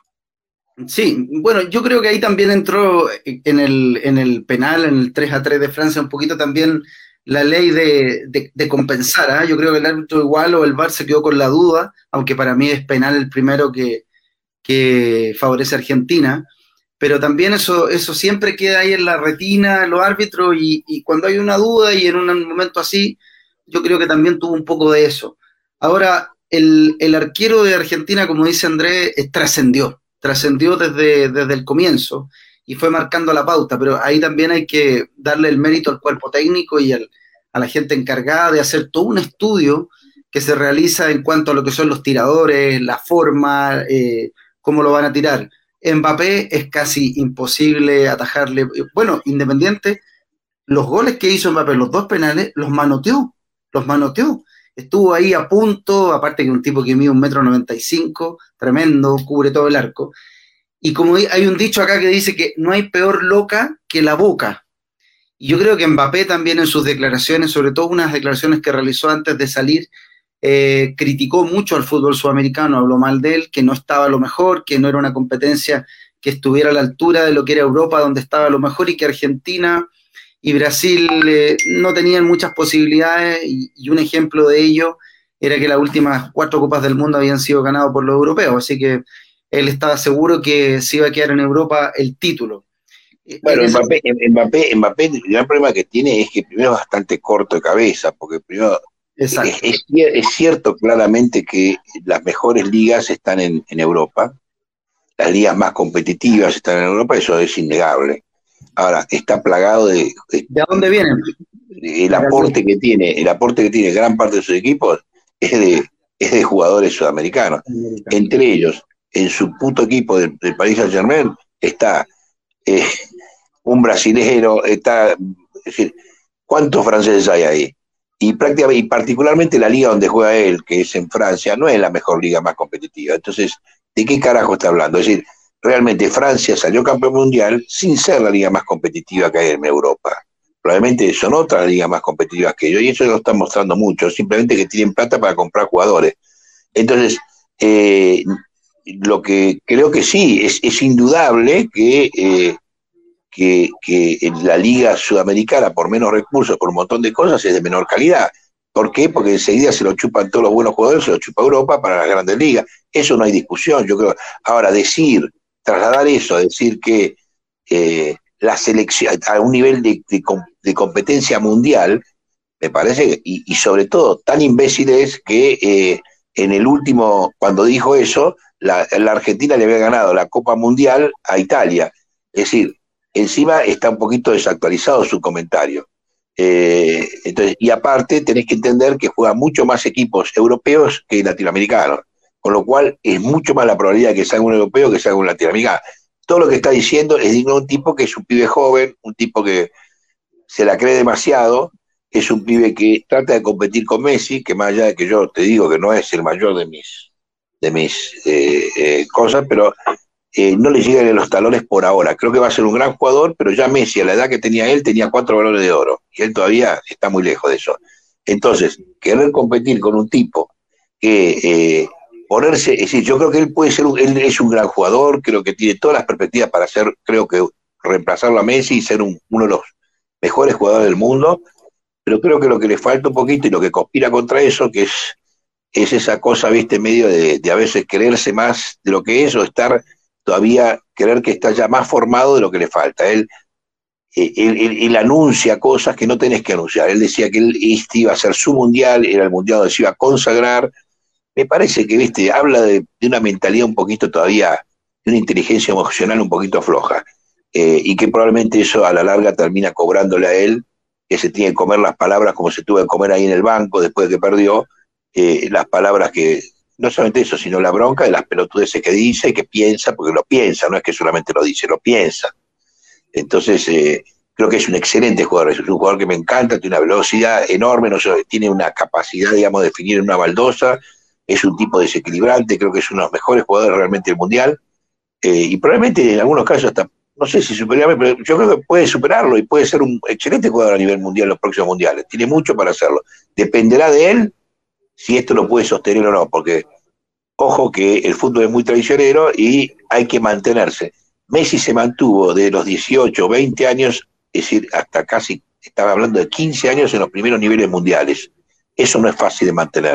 Sí, bueno, yo creo que ahí también entró en el, en el penal, en el tres a tres de Francia, un poquito también la ley de, de, de compensar, ¿eh? Yo creo que el árbitro igual o el V A R se quedó con la duda, aunque para mí es penal el primero que, que favorece a Argentina, pero también eso, eso siempre queda ahí en la retina de los árbitros y, y cuando hay una duda y en un momento así, yo creo que también tuvo un poco de eso. Ahora, el, el arquero de Argentina, como dice Andrés, trascendió. trascendió desde, desde el comienzo y fue marcando la pauta, pero ahí también hay que darle el mérito al cuerpo técnico y al, a la gente encargada de hacer todo un estudio que se realiza en cuanto a lo que son los tiradores, la forma, eh, cómo lo van a tirar. Mbappé es casi imposible atajarle, bueno, Independiente, los goles que hizo Mbappé, los dos penales, los manoteó, los manoteó. Estuvo ahí a punto, aparte que un tipo que mide un metro noventa y cinco, tremendo, cubre todo el arco. Y como hay un dicho acá que dice que no hay peor loca que la boca. Y yo creo que Mbappé también en sus declaraciones, sobre todo unas declaraciones que realizó antes de salir, eh, criticó mucho al fútbol sudamericano, habló mal de él, que no estaba a lo mejor, que no era una competencia que estuviera a la altura de lo que era Europa, donde estaba a lo mejor, y que Argentina y Brasil eh, no tenían muchas posibilidades, y, y un ejemplo de ello era que las últimas cuatro Copas del Mundo habían sido ganadas por los europeos, así que él estaba seguro que se iba a quedar en Europa el título. Bueno, Mbappé, Mbappé, Mbappé, el gran problema que tiene es que primero es bastante corto de cabeza, porque primero es, es, es cierto claramente que las mejores ligas están en, en Europa, las ligas más competitivas están en Europa, eso es innegable. Ahora, está plagado de... ¿De, ¿De dónde vienen? El aporte que tiene, el aporte que tiene gran parte de sus equipos es de, es de jugadores sudamericanos. Americano. Entre ellos, en su puto equipo del, del Paris Saint-Germain, está eh, un brasilero, está... Es decir, ¿cuántos franceses hay ahí? y prácticamente, y particularmente la liga donde juega él, que es en Francia, no es la mejor liga más competitiva. Entonces, ¿de qué carajo está hablando? Es decir, realmente Francia salió campeón mundial sin ser la liga más competitiva que hay en Europa. Probablemente son otras ligas más competitivas que ellos, y eso lo están mostrando mucho, simplemente que tienen plata para comprar jugadores. Entonces, eh, lo que creo que sí, es, es indudable que, eh, que, que en la liga sudamericana, por menos recursos, por un montón de cosas, es de menor calidad. ¿Por qué? Porque enseguida se lo chupan todos los buenos jugadores, se lo chupa Europa para las grandes ligas. Eso no hay discusión, yo creo. Ahora, decir, trasladar eso, decir que eh, la selección a un nivel de, de, de competencia mundial, me parece, que, y, y sobre todo tan imbécil es que eh, en el último, cuando dijo eso, la, la Argentina le había ganado la Copa Mundial a Italia. Es decir, encima está un poquito desactualizado su comentario. Eh, entonces, y aparte tenés que entender que juegan mucho más equipos europeos que latinoamericanos, con lo cual es mucho más la probabilidad de que salga un europeo que salga un latinoamericano. Todo lo que está diciendo es digno de un tipo que es un pibe joven, un tipo que se la cree demasiado, es un pibe que trata de competir con Messi, que más allá de que yo te digo que no es el mayor de mis, de mis eh, eh, cosas, pero eh, no le llegan los talones por ahora. Creo que va a ser un gran jugador, pero ya Messi, a la edad que tenía él, tenía cuatro balones de oro, y él todavía está muy lejos de eso. Entonces, querer competir con un tipo que eh, ponerse, es decir, yo creo que él puede ser, un, él es un gran jugador, creo que tiene todas las perspectivas para ser, creo que reemplazarlo a Messi y ser un, uno de los mejores jugadores del mundo, pero creo que lo que le falta un poquito y lo que conspira contra eso, que es, es esa cosa, viste, medio de, de a veces creerse más de lo que es o estar todavía, creer que está ya más formado de lo que le falta. Él, él, él, él anuncia cosas que no tenés que anunciar. Él decía que él este iba a ser su mundial, era el mundial donde se iba a consagrar. Me parece que, viste, habla de, de una mentalidad un poquito todavía, de una inteligencia emocional un poquito floja. Eh, y que probablemente eso a la larga termina cobrándole a él, que se tiene que comer las palabras como se tuvo que comer ahí en el banco después de que perdió, eh, las palabras que, no solamente eso, sino la bronca de las pelotudeces que dice y que piensa, porque lo piensa, no es que solamente lo dice, lo piensa. Entonces, eh, creo que es un excelente jugador, es un jugador que me encanta, tiene una velocidad enorme, no sé, tiene una capacidad, digamos, de definir en una baldosa, es un tipo desequilibrante, creo que es uno de los mejores jugadores realmente del Mundial, eh, y probablemente en algunos casos hasta, no sé si superiormente, pero yo creo que puede superarlo y puede ser un excelente jugador a nivel mundial en los próximos mundiales, tiene mucho para hacerlo. Dependerá de él si esto lo puede sostener o no, porque ojo que el fútbol es muy traicionero y hay que mantenerse. Messi se mantuvo de los dieciocho, veinte años, es decir, hasta casi, estaba hablando de quince años en los primeros niveles mundiales. Eso no es fácil de mantener.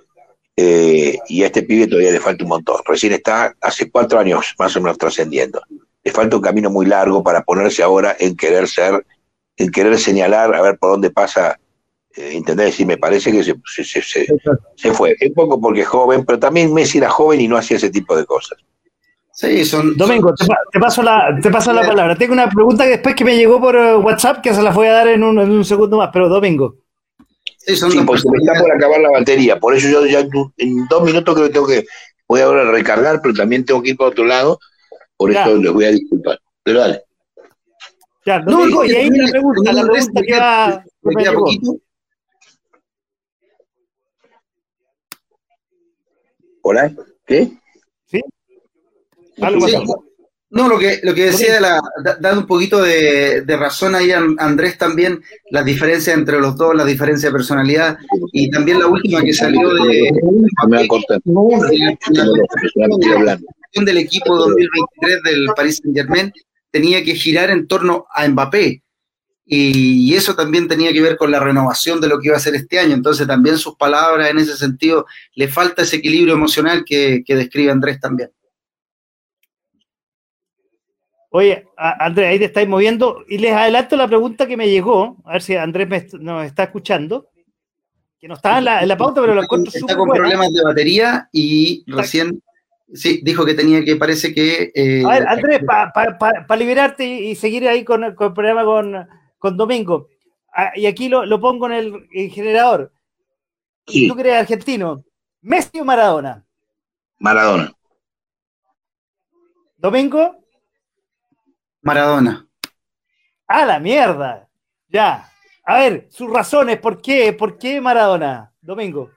Eh, y a este pibe todavía le falta un montón. Recién está hace cuatro años más o menos trascendiendo. Le falta un camino muy largo para ponerse ahora en querer ser, en querer señalar, a ver por dónde pasa. Eh, ¿Entendés? Y me parece que se, se, se, se, se fue. Un poco porque es joven, pero también Messi era joven y no hacía ese tipo de cosas. Sí, son. Domingo, son, te, te, paso la, te paso la palabra. Tengo una pregunta que después que me llegó por WhatsApp, que se la voy a dar en un, en un segundo más, pero Domingo. Sí, son sí pues se me está por acabar la batería, por eso yo ya en dos minutos creo que tengo que, voy ahora a recargar, pero también tengo que ir para otro lado, por ya. Eso les voy a disculpar. Pero dale. Ya, Domingo, no, y ahí la pregunta, la pregunta que va. Me queda poquito. ¿Hola? ¿Qué? ¿Sí? ¿Algo sí. No, lo que, lo que decía, la, da, da un poquito de, de razón ahí a Andrés también, las diferencias entre los dos, las diferencias de personalidad, y también la última que salió de, me va a cortar. La, la, la del equipo dos mil veintitrés del Paris Saint-Germain tenía que girar en torno a Mbappé, y, y eso también tenía que ver con la renovación de lo que iba a ser este año. Entonces también sus palabras en ese sentido, le falta ese equilibrio emocional que, que describe Andrés también. Oye, Andrés, ahí te estáis moviendo y les adelanto la pregunta que me llegó, a ver si Andrés me, nos está escuchando, que no estaba en la, en la pauta, pero lo encuentro súper Está con buena. Problemas de batería y está. Recién sí, dijo que tenía que, parece que... Eh, a ver, Andrés, para pa, pa, pa liberarte y, y seguir ahí con, con el programa con, con Domingo, ah, y aquí lo, lo pongo en el, el generador, sí. Tú que eres argentino, ¿Messi o Maradona? Maradona. ¿Domingo? Maradona. ¡Ah, la mierda! Ya. A ver, sus razones, ¿por qué? ¿Por qué Maradona? Domingo.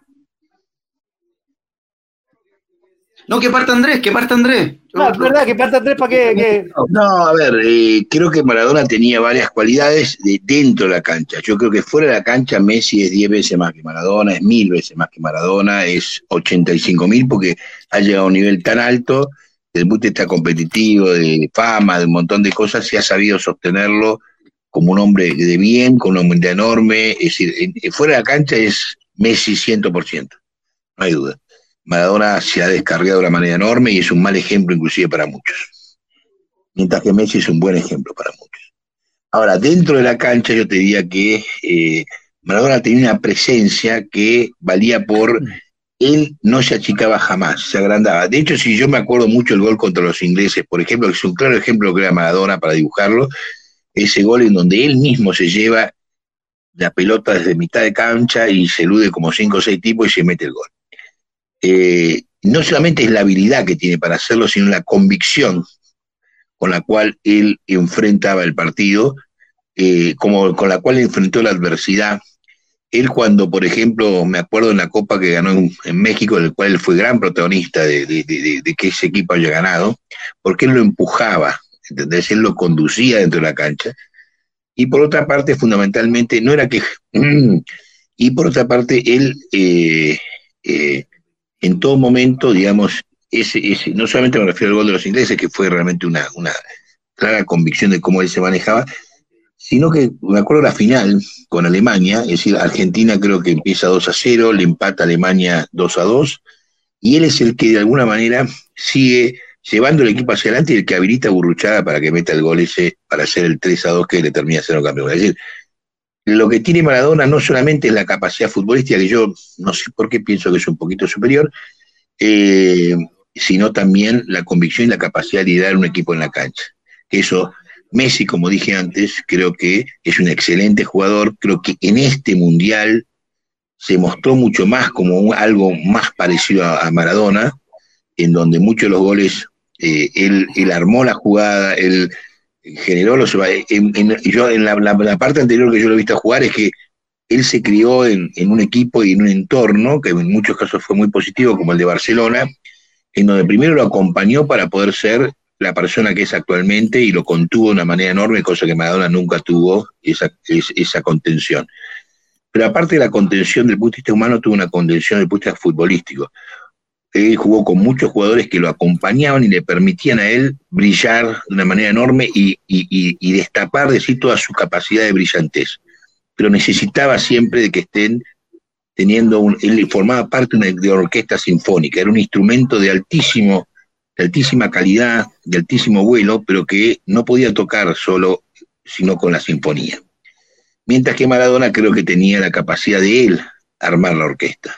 No, que parta Andrés, que parta Andrés. No, es verdad, que parta Andrés para que, que... No, a ver, eh, creo que Maradona tenía varias cualidades de dentro de la cancha. Yo creo que fuera de la cancha Messi es diez veces más que Maradona, es mil veces más que Maradona, es ochenta y cinco mil porque ha llegado a un nivel tan alto, desde el punto de vista competitivo, de fama, de un montón de cosas, y ha sabido sostenerlo como un hombre de bien, con una humildad enorme. Es decir, en, fuera de la cancha es Messi cien por ciento, no hay duda. Maradona se ha descargado de una manera enorme y es un mal ejemplo inclusive para muchos. Mientras que Messi es un buen ejemplo para muchos. Ahora, dentro de la cancha yo te diría que eh, Maradona tenía una presencia que valía por... Él no se achicaba jamás, se agrandaba. De hecho, si yo me acuerdo mucho el gol contra los ingleses, por ejemplo, que es un claro ejemplo de lo que era Maradona para dibujarlo, ese gol en donde él mismo se lleva la pelota desde mitad de cancha y se elude como cinco o seis tipos y se mete el gol. Eh, no solamente es la habilidad que tiene para hacerlo, sino la convicción con la cual él enfrentaba el partido, eh, como con la cual enfrentó la adversidad. Él cuando, por ejemplo, me acuerdo en la Copa que ganó en, en México, en el cual él fue gran protagonista de, de, de, de que ese equipo haya ganado, porque él lo empujaba, ¿entendés? Él lo conducía dentro de la cancha. Y por otra parte, fundamentalmente, no era que... Y por otra parte, él... Eh, eh, en todo momento, digamos, ese, ese, no solamente me refiero al gol de los ingleses, que fue realmente una, una clara convicción de cómo él se manejaba, sino que me acuerdo la final con Alemania, es decir, Argentina creo que empieza dos a cero, le empata a Alemania dos a dos, y él es el que de alguna manera sigue llevando el equipo hacia adelante y el que habilita a Burruchaga para que meta el gol ese, para hacer el tres a dos que le termina siendo campeón. Es decir, lo que tiene Maradona no solamente es la capacidad futbolística, que yo no sé por qué pienso que es un poquito superior, eh, sino también la convicción y la capacidad de liderar un equipo en la cancha. Eso, Messi, como dije antes, creo que es un excelente jugador, creo que en este Mundial se mostró mucho más como un, algo más parecido a, a Maradona, en donde muchos de los goles, eh, él, él armó la jugada, él generó los... En, en, yo en la, la, la parte anterior que yo lo he visto jugar es que él se crió en, en un equipo y en un entorno que en muchos casos fue muy positivo, como el de Barcelona, en donde primero lo acompañó para poder ser la persona que es actualmente y lo contuvo de una manera enorme, cosa que Maradona nunca tuvo, esa, esa contención. Pero aparte de la contención del punto de vista humano, tuvo una contención del punto de vista futbolístico. Él jugó con muchos jugadores que lo acompañaban y le permitían a él brillar de una manera enorme y, y, y, y destapar de sí toda su capacidad de brillantez. Pero necesitaba siempre de que estén teniendo un... Él formaba parte de una de orquesta sinfónica, era un instrumento de altísimo, de altísima calidad, de altísimo vuelo, pero que no podía tocar solo, sino con la sinfonía. Mientras que Maradona creo que tenía la capacidad de él armar la orquesta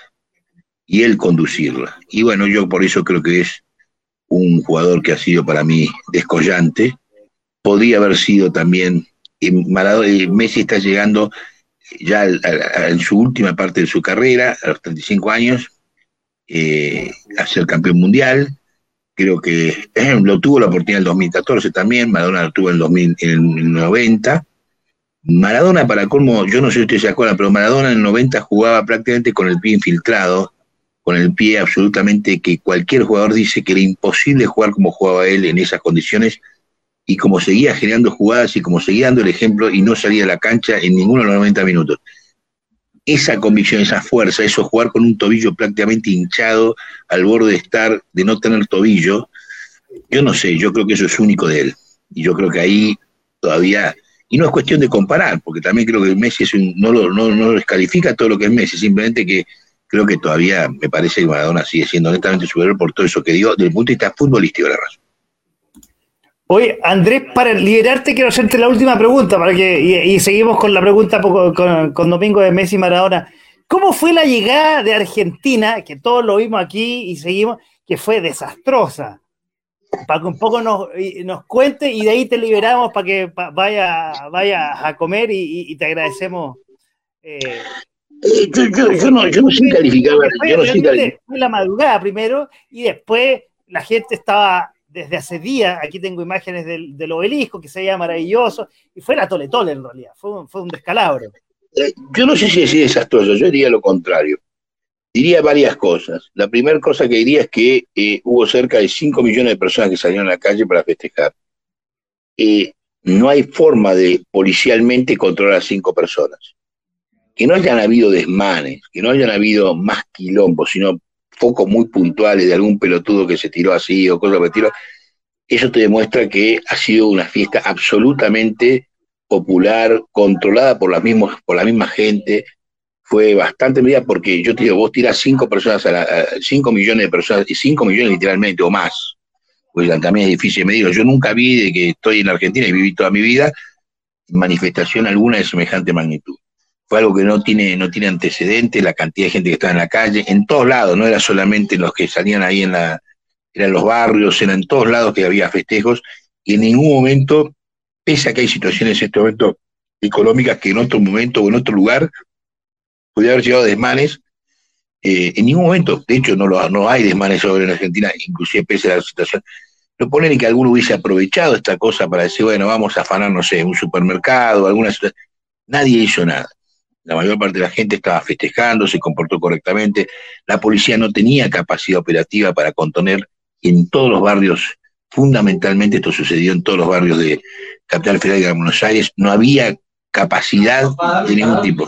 y él conducirla. Y bueno, yo por eso creo que es un jugador que ha sido para mí descollante. Podría haber sido también... Maradona, Messi está llegando ya en su última parte de su carrera, a los treinta y cinco años, eh, a ser campeón mundial. Creo que eh, lo tuvo la oportunidad en el dos mil catorce también, Maradona lo tuvo en el, dos mil, en el noventa. Maradona, para colmo, yo no sé si ustedes se acuerdan, pero Maradona en el noventa jugaba prácticamente con el pie infiltrado, con el pie absolutamente que cualquier jugador dice que era imposible jugar como jugaba él en esas condiciones, y como seguía generando jugadas y como seguía dando el ejemplo y no salía a la cancha en ninguno de los noventa minutos. Esa convicción, esa fuerza, eso jugar con un tobillo prácticamente hinchado al borde de estar, de no tener tobillo, yo no sé, yo creo que eso es único de él. Y yo creo que ahí todavía, y no es cuestión de comparar, porque también creo que Messi es un, no, lo, no, no lo descalifica todo lo que es Messi, simplemente que creo que todavía me parece que Maradona sigue siendo honestamente superior por todo eso que digo, desde el punto de vista futbolístico de la razón. Oye, Andrés, para liberarte quiero hacerte la última pregunta para que y, y seguimos con la pregunta con, con, con Domingo de Messi y Maradona. ¿Cómo fue la llegada de Argentina, que todos lo vimos aquí y seguimos, que fue desastrosa? Para que un poco nos, nos cuente y de ahí te liberamos para que pa, vaya, vaya a comer y, y te agradecemos. Eh, eh, yo, yo, yo, no, yo no sé calificar. Yo no sé calificar. Fue la madrugada primero y después la gente estaba... Desde hace días, aquí tengo imágenes del, del obelisco, que se veía maravilloso, y fue la tole tole en realidad, fue un, fue un descalabro. eh, yo no sé si es desastroso, yo diría lo contrario. Diría varias cosas. La primera cosa que diría es que eh, hubo cerca de cinco millones de personas que salieron a la calle para festejar. Eh, no hay forma de policialmente controlar a cinco personas. Que no hayan habido desmanes, que no hayan habido más quilombos, sino focos muy puntuales de algún pelotudo que se tiró así o cosas por el estilo, eso te demuestra que ha sido una fiesta absolutamente popular, controlada por la, mismos, por la misma gente. Fue bastante medida porque yo te digo, vos tirás cinco personas a la, a cinco millones de personas, y cinco millones literalmente, o más, pues también es difícil de medir. Yo nunca vi, de que estoy en Argentina y viví toda mi vida, manifestación alguna de semejante magnitud. Fue algo que no tiene, no tiene antecedentes, la cantidad de gente que estaba en la calle, en todos lados, no era solamente los que salían ahí en la, eran los barrios, eran en todos lados que había festejos, y en ningún momento, pese a que hay situaciones en este momento económicas que en otro momento o en otro lugar podría haber llegado desmanes, eh, en ningún momento, de hecho no, lo, no hay desmanes ahora en Argentina, inclusive pese a la situación. No ponen que alguno hubiese aprovechado esta cosa para decir, bueno, vamos a afanar, no sé, un supermercado, alguna situación. Nadie hizo nada. La mayor parte de la gente estaba festejando, se comportó correctamente. La policía no tenía capacidad operativa para contener en todos los barrios, fundamentalmente esto sucedió en todos los barrios de Capital Federal y de Buenos Aires, no había capacidad de ningún tipo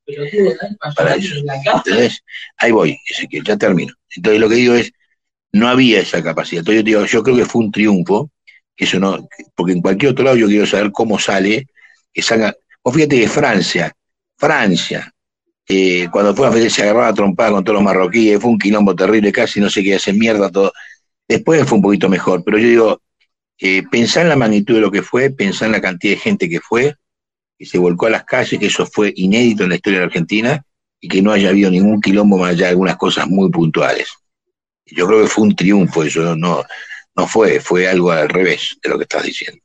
para eso. ¿Entendés? Ahí voy, Ezequiel, ya termino. Entonces lo que digo es, no había esa capacidad. Entonces yo digo, yo creo que fue un triunfo, eso no, porque en cualquier otro lado yo quiero saber cómo sale, que salga. Vos fíjate que Francia, Francia, eh, cuando fue a Fede se agarraba a trompada con todos los marroquíes, fue un quilombo terrible, casi no sé qué, hace mierda todo. Después fue un poquito mejor, pero yo digo, eh, pensá en la magnitud de lo que fue, pensá en la cantidad de gente que fue, que se volcó a las calles, que eso fue inédito en la historia de la Argentina, y que no haya habido ningún quilombo más allá de algunas cosas muy puntuales. Yo creo que fue un triunfo eso, no, no fue, fue algo al revés de lo que estás diciendo.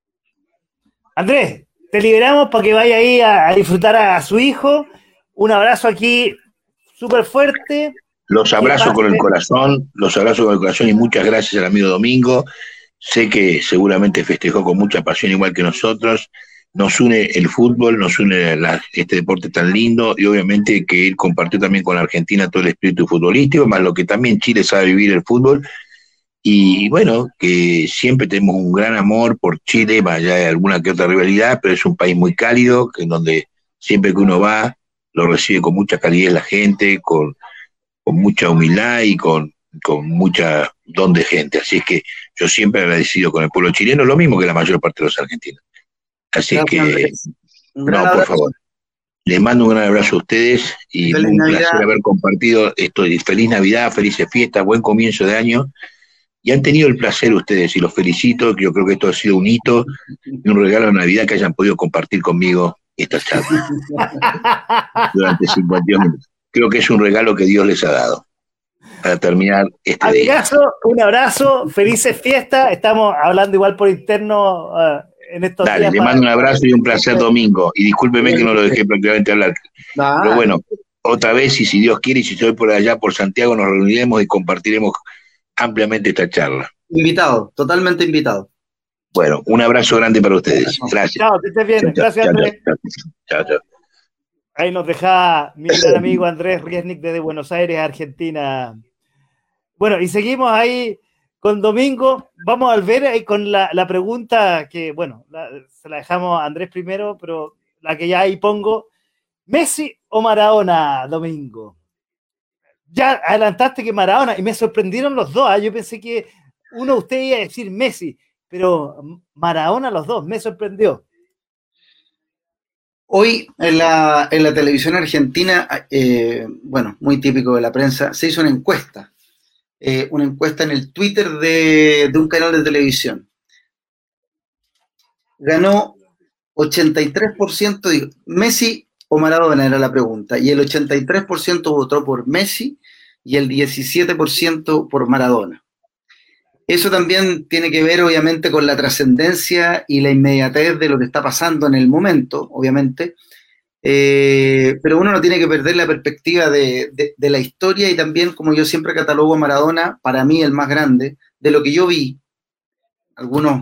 Andrés, te liberamos para que vaya ahí a, a disfrutar a, a su hijo. Un abrazo aquí súper fuerte. Los abrazo con el corazón, los abrazo con el corazón y muchas gracias al amigo Domingo. Sé que seguramente festejó con mucha pasión igual que nosotros. Nos une el fútbol, nos une la, este deporte tan lindo y obviamente que él compartió también con la Argentina todo el espíritu futbolístico, más lo que también Chile sabe vivir el fútbol. Y bueno, que siempre tenemos un gran amor por Chile, más allá de alguna que otra rivalidad, pero es un país muy cálido, que en donde siempre que uno va, lo recibe con mucha calidez la gente, con, con mucha humildad y con, con mucha don de gente. Así es que yo siempre agradecido con el pueblo chileno, lo mismo que la mayor parte de los argentinos. Así es que, no, por favor. Les mando un gran abrazo a ustedes y feliz un Navidad. Placer haber compartido esto. Feliz Navidad, felices fiestas, buen comienzo de año. Y han tenido el placer ustedes y los felicito, que yo creo que esto ha sido un hito y un regalo de Navidad que hayan podido compartir conmigo esta charla durante cincuenta y dos minutos. Creo que es un regalo que Dios les ha dado para terminar este Amigazo, día. Un abrazo, felices fiestas. Estamos hablando igual por interno uh, en estos Dale, días. le mando un abrazo y un placer, Domingo. Y discúlpeme que no lo dejé prácticamente hablar. Nah. Pero bueno, otra vez, y si Dios quiere, y si estoy por allá, por Santiago, nos reuniremos y compartiremos ampliamente esta charla. Invitado, totalmente invitado. Bueno, un abrazo grande para ustedes. Gracias. Chao, que estés bien. Chao, Gracias, chao, Andrés. Chao, chao, chao. Ahí nos deja mi gran amigo Andrés Riesnik desde Buenos Aires, Argentina. Bueno, y seguimos ahí con Domingo. Vamos a volver ahí con la, la pregunta que, bueno, la, se la dejamos a Andrés primero, pero la que ya ahí pongo. ¿Messi o Maradona, Domingo? Ya adelantaste que Maradona, y me sorprendieron los dos. ¿eh? Yo pensé que uno de ustedes iba a decir Messi, pero Maradona los dos, me sorprendió. Hoy en la, en la televisión argentina, eh, bueno, muy típico de la prensa, se hizo una encuesta, eh, una encuesta en el Twitter de, de un canal de televisión. Ganó ochenta y tres por ciento, digo, Messi o Maradona era la pregunta, y el ochenta y tres por ciento votó por Messi y el diecisiete por ciento por Maradona. Eso también tiene que ver, obviamente, con la trascendencia y la inmediatez de lo que está pasando en el momento, obviamente, eh, pero uno no tiene que perder la perspectiva de, de, de la historia y también, como yo siempre catalogo a Maradona, para mí el más grande, de lo que yo vi. Algunos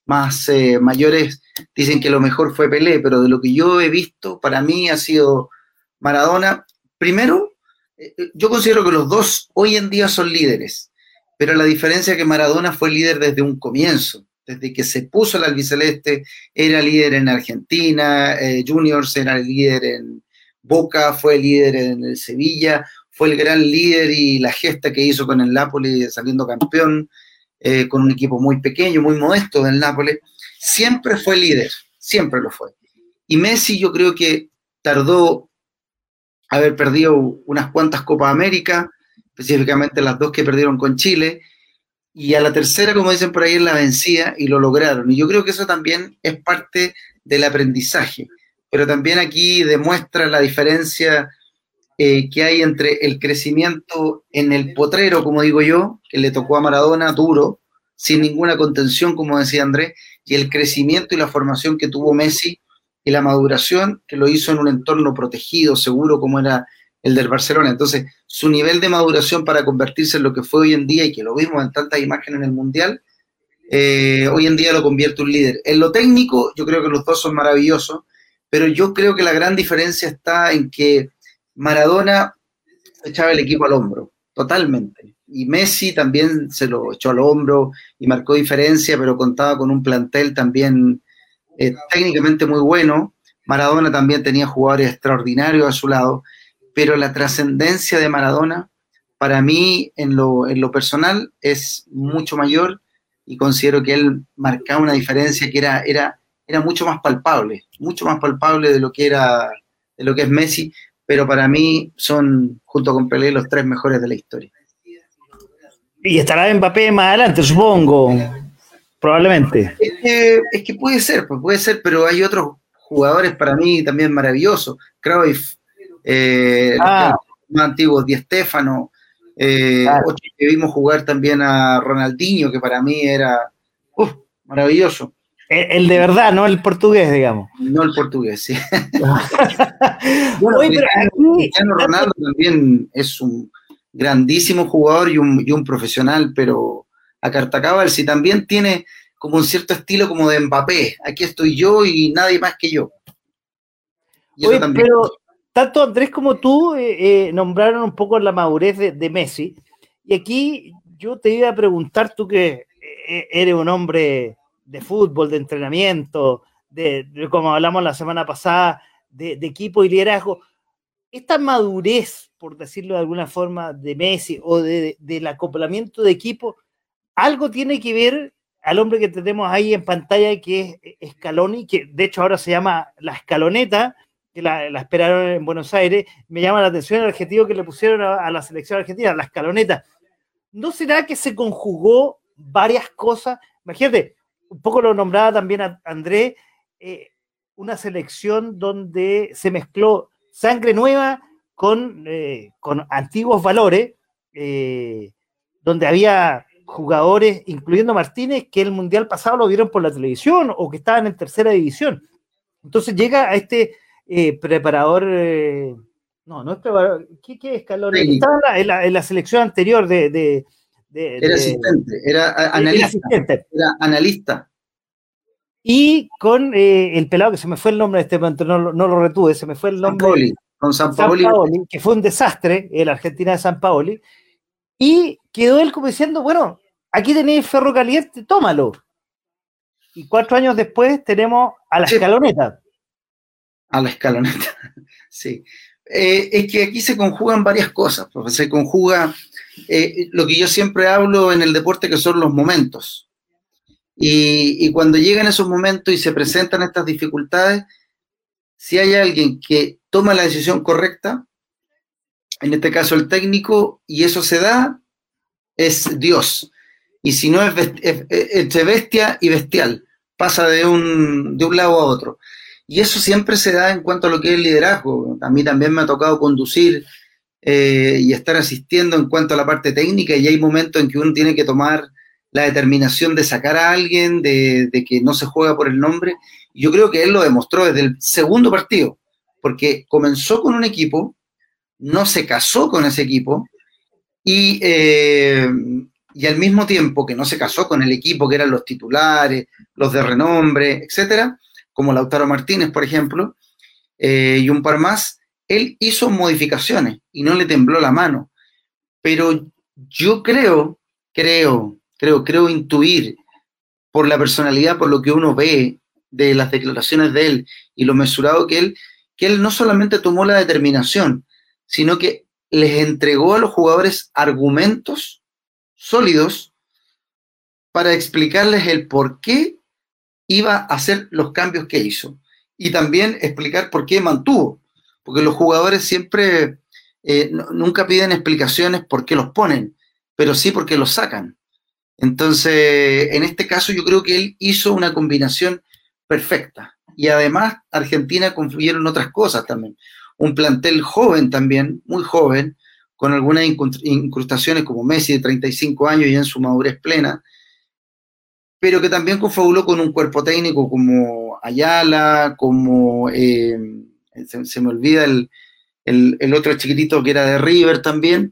más eh, mayores dicen que lo mejor fue Pelé, pero de lo que yo he visto, para mí ha sido Maradona. Primero, eh, yo considero que los dos hoy en día son líderes, pero la diferencia es que Maradona fue líder desde un comienzo, desde que se puso el albiceleste, era líder en Argentina, eh, Juniors era líder en Boca, fue líder en el Sevilla, fue el gran líder y la gesta que hizo con el Napoli saliendo campeón, eh, con un equipo muy pequeño, muy modesto del Napoli, siempre fue líder, siempre lo fue. Y Messi yo creo que tardó haber perdido unas cuantas Copas América, específicamente las dos que perdieron con Chile, y a la tercera, como dicen por ahí, en la vencida, y lo lograron. Y yo creo que eso también es parte del aprendizaje, pero también aquí demuestra la diferencia eh, que hay entre el crecimiento en el potrero, como digo yo, que le tocó a Maradona duro, sin ninguna contención, como decía Andrés, y el crecimiento y la formación que tuvo Messi, y la maduración que lo hizo en un entorno protegido, seguro, como era el del Barcelona. Entonces, su nivel de maduración para convertirse en lo que fue hoy en día, y que lo vimos en tantas imágenes en el Mundial, eh, hoy en día lo convierte en un líder. En lo técnico, yo creo que los dos son maravillosos, pero yo creo que la gran diferencia está en que Maradona echaba el equipo al hombro, totalmente. Y Messi también se lo echó al hombro y marcó diferencia, pero contaba con un plantel también Eh, técnicamente muy bueno. Maradona también tenía jugadores extraordinarios a su lado, pero la trascendencia de Maradona para mí en lo, en lo personal es mucho mayor, y considero que él marcaba una diferencia que era, era, era mucho más palpable, mucho más palpable de lo que era, de lo que es Messi, pero para mí son, junto con Pelé, los tres mejores de la historia. Y estará Mbappé más adelante, supongo. Probablemente. Es que, es que puede ser, pues puede ser, pero hay otros jugadores para mí también maravillosos. Cruyff, eh, ah. los más antiguos, Di Stéfano, eh, claro. otros que vimos jugar también a Ronaldinho, que para mí era uf, maravilloso. El, el de verdad, no el portugués, digamos. No el portugués, sí. Bueno, Oye, pero aquí, Cristiano Ronaldo también es un grandísimo jugador y un, y un profesional, pero a carta cabal, si también tiene como un cierto estilo como de Mbappé, aquí estoy yo y nadie más que yo. Y Oye, también... pero tanto Andrés como tú eh, eh, nombraron un poco la madurez de, de Messi, y aquí yo te iba a preguntar, tú que eh, eres un hombre de fútbol, de entrenamiento, de, de como hablamos la semana pasada, de, de equipo y liderazgo, esta madurez, por decirlo de alguna forma, de Messi o de, de, del acoplamiento de equipo, algo tiene que ver al hombre que tenemos ahí en pantalla, que es Scaloni, que de hecho ahora se llama La Escaloneta, que la, la esperaron en Buenos Aires. Me llama la atención el adjetivo que le pusieron a, a la selección argentina, La Escaloneta. ¿No será que se conjugó varias cosas? Imagínate, un poco lo nombraba también a Andrés, eh, una selección donde se mezcló sangre nueva con, eh, con antiguos valores, eh, donde había jugadores, incluyendo Martínez, que el Mundial pasado lo vieron por la televisión o que estaban en tercera división. Entonces llega a este eh, preparador, eh, no, no es preparador, ¿qué, qué es Scaloni? Sí. Estaba en la, en, la, en la selección anterior de... de, de era de, asistente, era analista. Asistente. Era analista. Y con eh, el pelado, que se me fue el nombre de este momento, no, no lo retuve, se me fue el nombre. Sampaoli, con Sampaoli. Sampaoli, que fue un desastre, la Argentina de Sampaoli. Y quedó él como diciendo, bueno, aquí tenéis ferro caliente, tómalo. Y cuatro años después tenemos a la sí. Escaloneta. A la Escaloneta, sí. Eh, es que aquí se conjugan varias cosas, porque se conjuga eh, lo que yo siempre hablo en el deporte, que son los momentos. Y, y cuando llegan esos momentos y se presentan estas dificultades, si hay alguien que toma la decisión correcta, en este caso el técnico, y eso se da, es Dios. Y si no, es, best- es, es entre bestia y bestial, pasa de un, de un lado a otro. Y eso siempre se da en cuanto a lo que es el liderazgo. A mí también me ha tocado conducir eh, y estar asistiendo en cuanto a la parte técnica, y hay momentos en que uno tiene que tomar la determinación de sacar a alguien, de, de que no se juega por el nombre. Y yo creo que él lo demostró desde el segundo partido, porque comenzó con un equipo, no se casó con ese equipo, y, eh, y al mismo tiempo que no se casó con el equipo que eran los titulares, los de renombre, etcétera, como Lautaro Martínez, por ejemplo, eh, y un par más, él hizo modificaciones y no le tembló la mano. Pero yo creo, creo, creo, creo intuir por la personalidad, por lo que uno ve de las declaraciones de él y lo mesurado que él, que él no solamente tomó la determinación, sino que les entregó a los jugadores argumentos sólidos para explicarles el por qué iba a hacer los cambios que hizo y también explicar por qué mantuvo, porque los jugadores siempre eh, no, nunca piden explicaciones por qué los ponen, pero sí por qué los sacan. Entonces, en este caso yo creo que él hizo una combinación perfecta y además Argentina confluyeron otras cosas también, un plantel joven también, muy joven, con algunas incrustaciones como Messi de treinta y cinco años y en su madurez plena, pero que también confabuló con un cuerpo técnico como Ayala, como, eh, se, se me olvida el, el, el otro chiquitito que era de River también,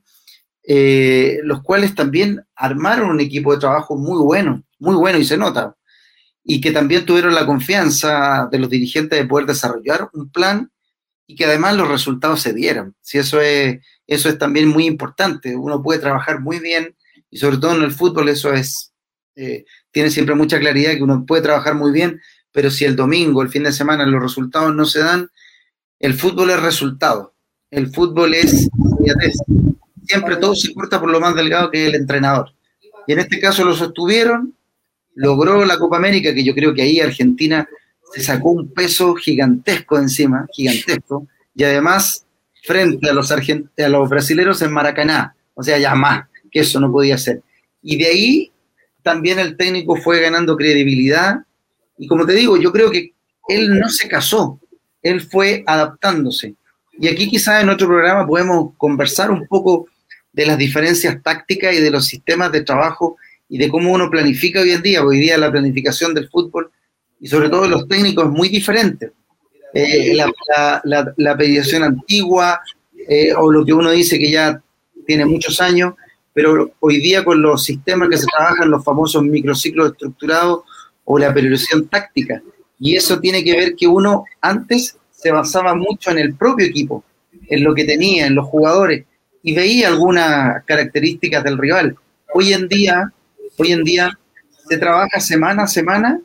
eh, los cuales también armaron un equipo de trabajo muy bueno, muy bueno y se nota, y que también tuvieron la confianza de los dirigentes de poder desarrollar un plan y que además los resultados se dieran. Si eso es, eso es también muy importante, uno puede trabajar muy bien y sobre todo en el fútbol eso es, eh, tiene siempre mucha claridad que uno puede trabajar muy bien, pero si el domingo, el fin de semana los resultados no se dan, el fútbol es resultado, el fútbol es inmediatez. Siempre todo se corta por lo más delgado que es el entrenador. Y en este caso lo sostuvieron, logró la Copa América, que yo creo que ahí Argentina se sacó un peso gigantesco encima, gigantesco, y además frente a los, argent- a los brasileros en Maracaná, o sea, ya más, que eso no podía ser. Y de ahí también el técnico fue ganando credibilidad, y como te digo, yo creo que él no se casó, él fue adaptándose. Y aquí quizás en otro programa podemos conversar un poco de las diferencias tácticas y de los sistemas de trabajo y de cómo uno planifica hoy en día. Hoy día la planificación del fútbol y sobre todo de los técnicos es muy diferente. Eh, la, la, la, la pedición antigua eh, o lo que uno dice que ya tiene muchos años, pero hoy día con los sistemas que se trabajan, los famosos microciclos estructurados o la periodización táctica. Y eso tiene que ver que uno antes se basaba mucho en el propio equipo, en lo que tenía, en los jugadores, y veía algunas características del rival. Hoy en día, hoy en día se trabaja semana a semana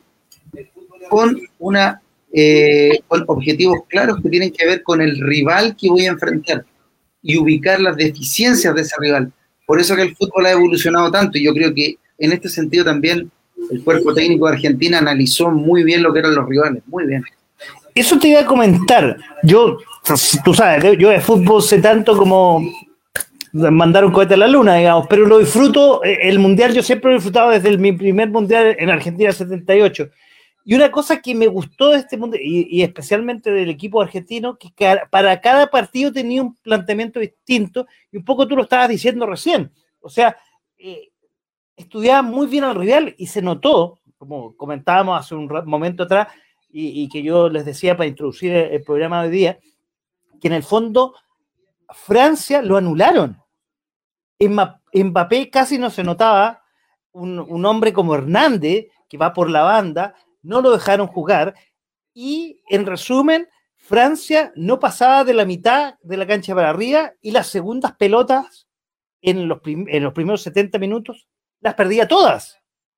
con una eh, con objetivos claros que tienen que ver con el rival que voy a enfrentar y ubicar las deficiencias de ese rival. Por eso que el fútbol ha evolucionado tanto, y yo creo que en este sentido también el cuerpo técnico de Argentina analizó muy bien lo que eran los rivales, muy bien. Eso te iba a comentar. Yo, tú sabes, yo de fútbol sé tanto como mandar un cohete a la luna, digamos, pero lo disfruto. El mundial yo siempre lo he disfrutado desde el, mi primer mundial en Argentina setenta y ocho. Y una cosa que me gustó de este mundial, y, y especialmente del equipo argentino, que para cada partido tenía un planteamiento distinto, y un poco tú lo estabas diciendo recién. O sea, eh, estudiaba muy bien al rival y se notó, como comentábamos hace un momento atrás, y, y que yo les decía para introducir el, el programa de hoy día, que en el fondo Francia lo anularon. Mbappé casi no se notaba, un, un hombre como Hernández, que va por la banda, no lo dejaron jugar, y en resumen, Francia no pasaba de la mitad de la cancha para arriba, y las segundas pelotas en los, prim- en los primeros setenta minutos las perdía todas.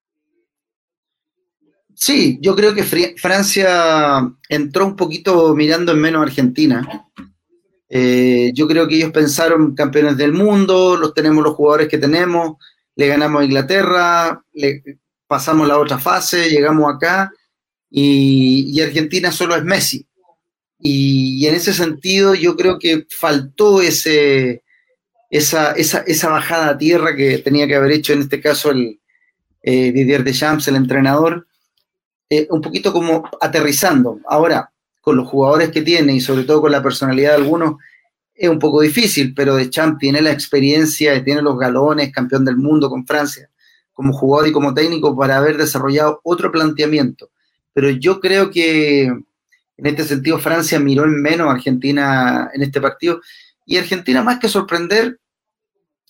Sí, yo creo que Fri- Francia entró un poquito mirando en menos a Argentina. Eh, yo creo que ellos pensaron campeones del mundo, los tenemos los jugadores que tenemos, le ganamos a Inglaterra, le pasamos la otra fase, llegamos acá y, y Argentina solo es Messi. Y, y en ese sentido yo creo que faltó ese, esa, esa, esa bajada a tierra que tenía que haber hecho en este caso el eh, Didier Deschamps, el entrenador, eh, un poquito como aterrizando. Ahora, con los jugadores que tiene y sobre todo con la personalidad de algunos, es un poco difícil, pero Deschamps tiene la experiencia, tiene los galones, campeón del mundo con Francia, como jugador y como técnico para haber desarrollado otro planteamiento. Pero yo creo que en este sentido Francia miró en menos a Argentina en este partido, y Argentina más que sorprender,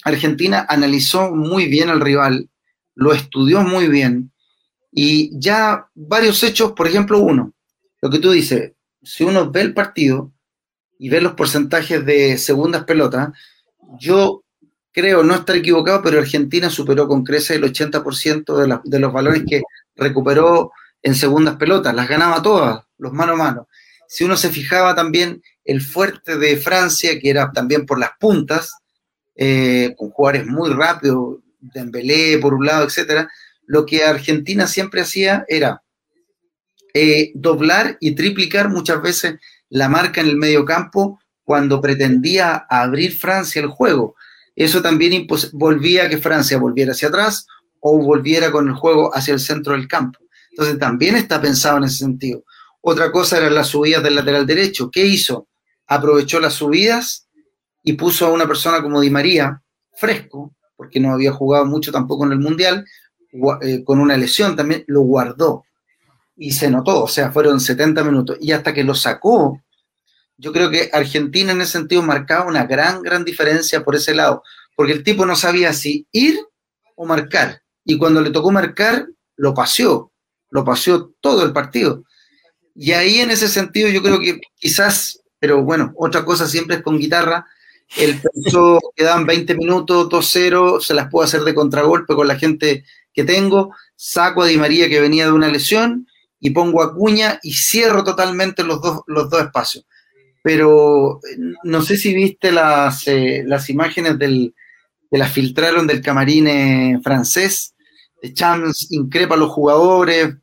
Argentina analizó muy bien al rival, lo estudió muy bien, y ya varios hechos, por ejemplo, uno, lo que tú dices, si uno ve el partido y ve los porcentajes de segundas pelotas, yo creo no estar equivocado, pero Argentina superó con creces el ochenta por ciento de, la, de los balones que recuperó en segundas pelotas, las ganaba todas, los mano a mano. Si uno se fijaba también el fuerte de Francia, que era también por las puntas, eh, con jugadores muy rápidos, Dembélé por un lado, etcétera, lo que Argentina siempre hacía era eh, doblar y triplicar muchas veces la marca en el medio campo cuando pretendía abrir Francia el juego. Eso también volvía a que Francia volviera hacia atrás o volviera con el juego hacia el centro del campo. Entonces también está pensado en ese sentido. Otra cosa eran las subidas del lateral derecho. ¿Qué hizo? Aprovechó las subidas y puso a una persona como Di María, fresco, porque no había jugado mucho tampoco en el Mundial, eh, con una lesión también, lo guardó. Y se notó, o sea, fueron setenta minutos. Y hasta que lo sacó, yo creo que Argentina en ese sentido marcaba una gran, gran diferencia por ese lado, porque el tipo no sabía si ir o marcar, y cuando le tocó marcar, lo paseó, lo paseó todo el partido. Y ahí en ese sentido yo creo que quizás, pero bueno, otra cosa siempre es con guitarra, él pensó que daban veinte minutos, dos cero, se las puedo hacer de contragolpe con la gente que tengo, saco a Di María que venía de una lesión, y pongo a Acuña y cierro totalmente los dos, los dos espacios. Pero no sé si viste las, eh, las imágenes del, que las filtraron del camarín eh, francés. Champs increpa a los jugadores,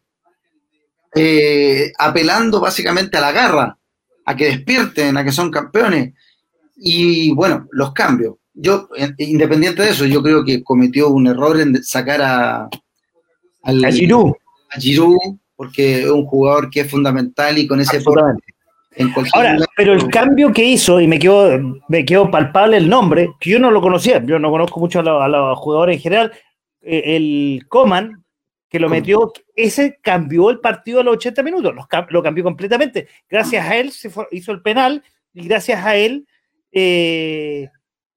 eh, apelando básicamente a la garra, a que despierten, a que son campeones. Y bueno, los cambios. Yo, independiente de eso, yo creo que cometió un error en sacar a, al, a Giroud. A Giroud, porque es un jugador que es fundamental y con ese porte. Ahora, momento, pero el cambio que hizo, y me quedó, me quedó palpable el nombre, que yo no lo conocía, yo no conozco mucho a los, a los jugadores en general, eh, el Coman, que lo metió, ese cambió el partido a los ochenta minutos, lo, lo cambió completamente. Gracias a él se fue, hizo el penal, y gracias a él, eh,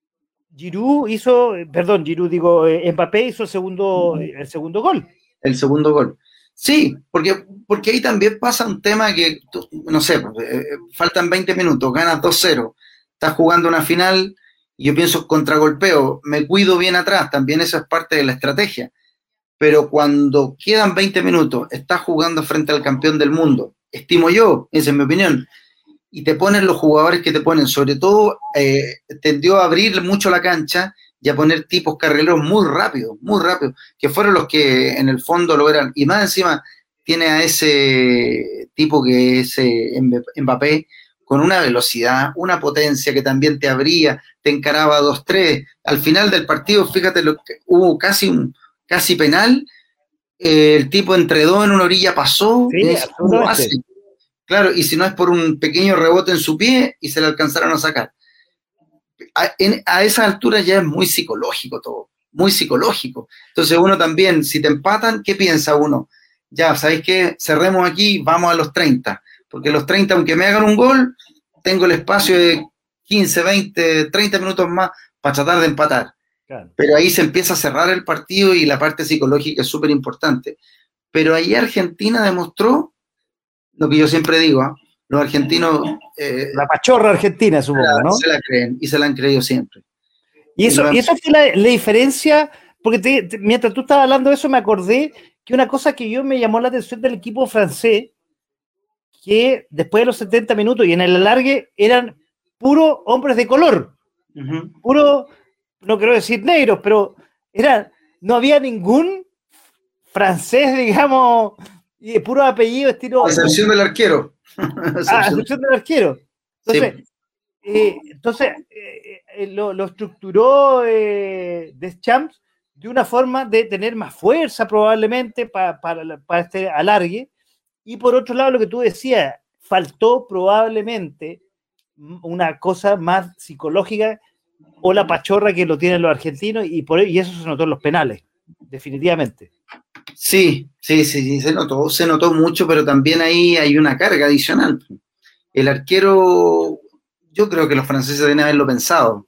Giroud hizo, perdón, Giroud digo, eh, Mbappé hizo el segundo, el segundo gol. El segundo gol. Sí, porque, porque ahí también pasa un tema que, no sé, eh, faltan veinte minutos, ganas dos cero, estás jugando una final, y yo pienso contragolpeo, me cuido bien atrás, también eso es parte de la estrategia. Pero cuando quedan veinte minutos, estás jugando frente al campeón del mundo, estimo yo, esa es mi opinión, y te ponen los jugadores que te ponen, sobre todo eh, tendió a abrir mucho la cancha y a poner tipos carrileros muy rápidos, muy rápidos, que fueron los que en el fondo lo eran. Y más encima tiene a ese tipo que es eh, Mbappé, con una velocidad, una potencia que también te abría, te encaraba dos tres. Al final del partido, fíjate, lo que, hubo casi un casi penal, eh, el tipo entredó en una orilla, pasó, sí, es, ¿cómo hace? Claro, y si no es por un pequeño rebote en su pie y se le alcanzaron a sacar. A, en, a esa altura ya es muy psicológico todo, muy psicológico. Entonces uno también, si te empatan, ¿qué piensa uno? Ya, ¿sabéis qué? Cerremos aquí, vamos a los treinta, porque los treinta, aunque me hagan un gol, tengo el espacio de quince, veinte, treinta minutos más para tratar de empatar. Claro. Pero ahí se empieza a cerrar el partido y la parte psicológica es súper importante. Pero ahí Argentina demostró lo que yo siempre digo, ¿eh? Los argentinos... Eh, la pachorra argentina, supongo, la, ¿no? Se la creen, y se la han creído siempre. Y eso, y, y eso fue la, la diferencia, porque te, te, mientras tú estabas hablando de eso, me acordé que una cosa que yo me llamó la atención del equipo francés, que después de los setenta minutos y en el alargue eran puros hombres de color, uh-huh. Puro, no quiero decir negros, pero era, no había ningún francés, digamos, y de puro apellido, estilo... A excepción del arquero. Ah, a excepción del arquero. Entonces, sí. eh, entonces eh, eh, lo, lo estructuró eh, Deschamps de una forma de tener más fuerza probablemente para pa, pa este alargue. Y por otro lado, lo que tú decías, faltó probablemente una cosa más psicológica o la pachorra que lo tienen los argentinos, y, por, y eso se notó en los penales, definitivamente. Sí, sí, sí, sí, se notó, se notó mucho, pero también ahí hay una carga adicional. El arquero, yo creo que los franceses deben haberlo pensado,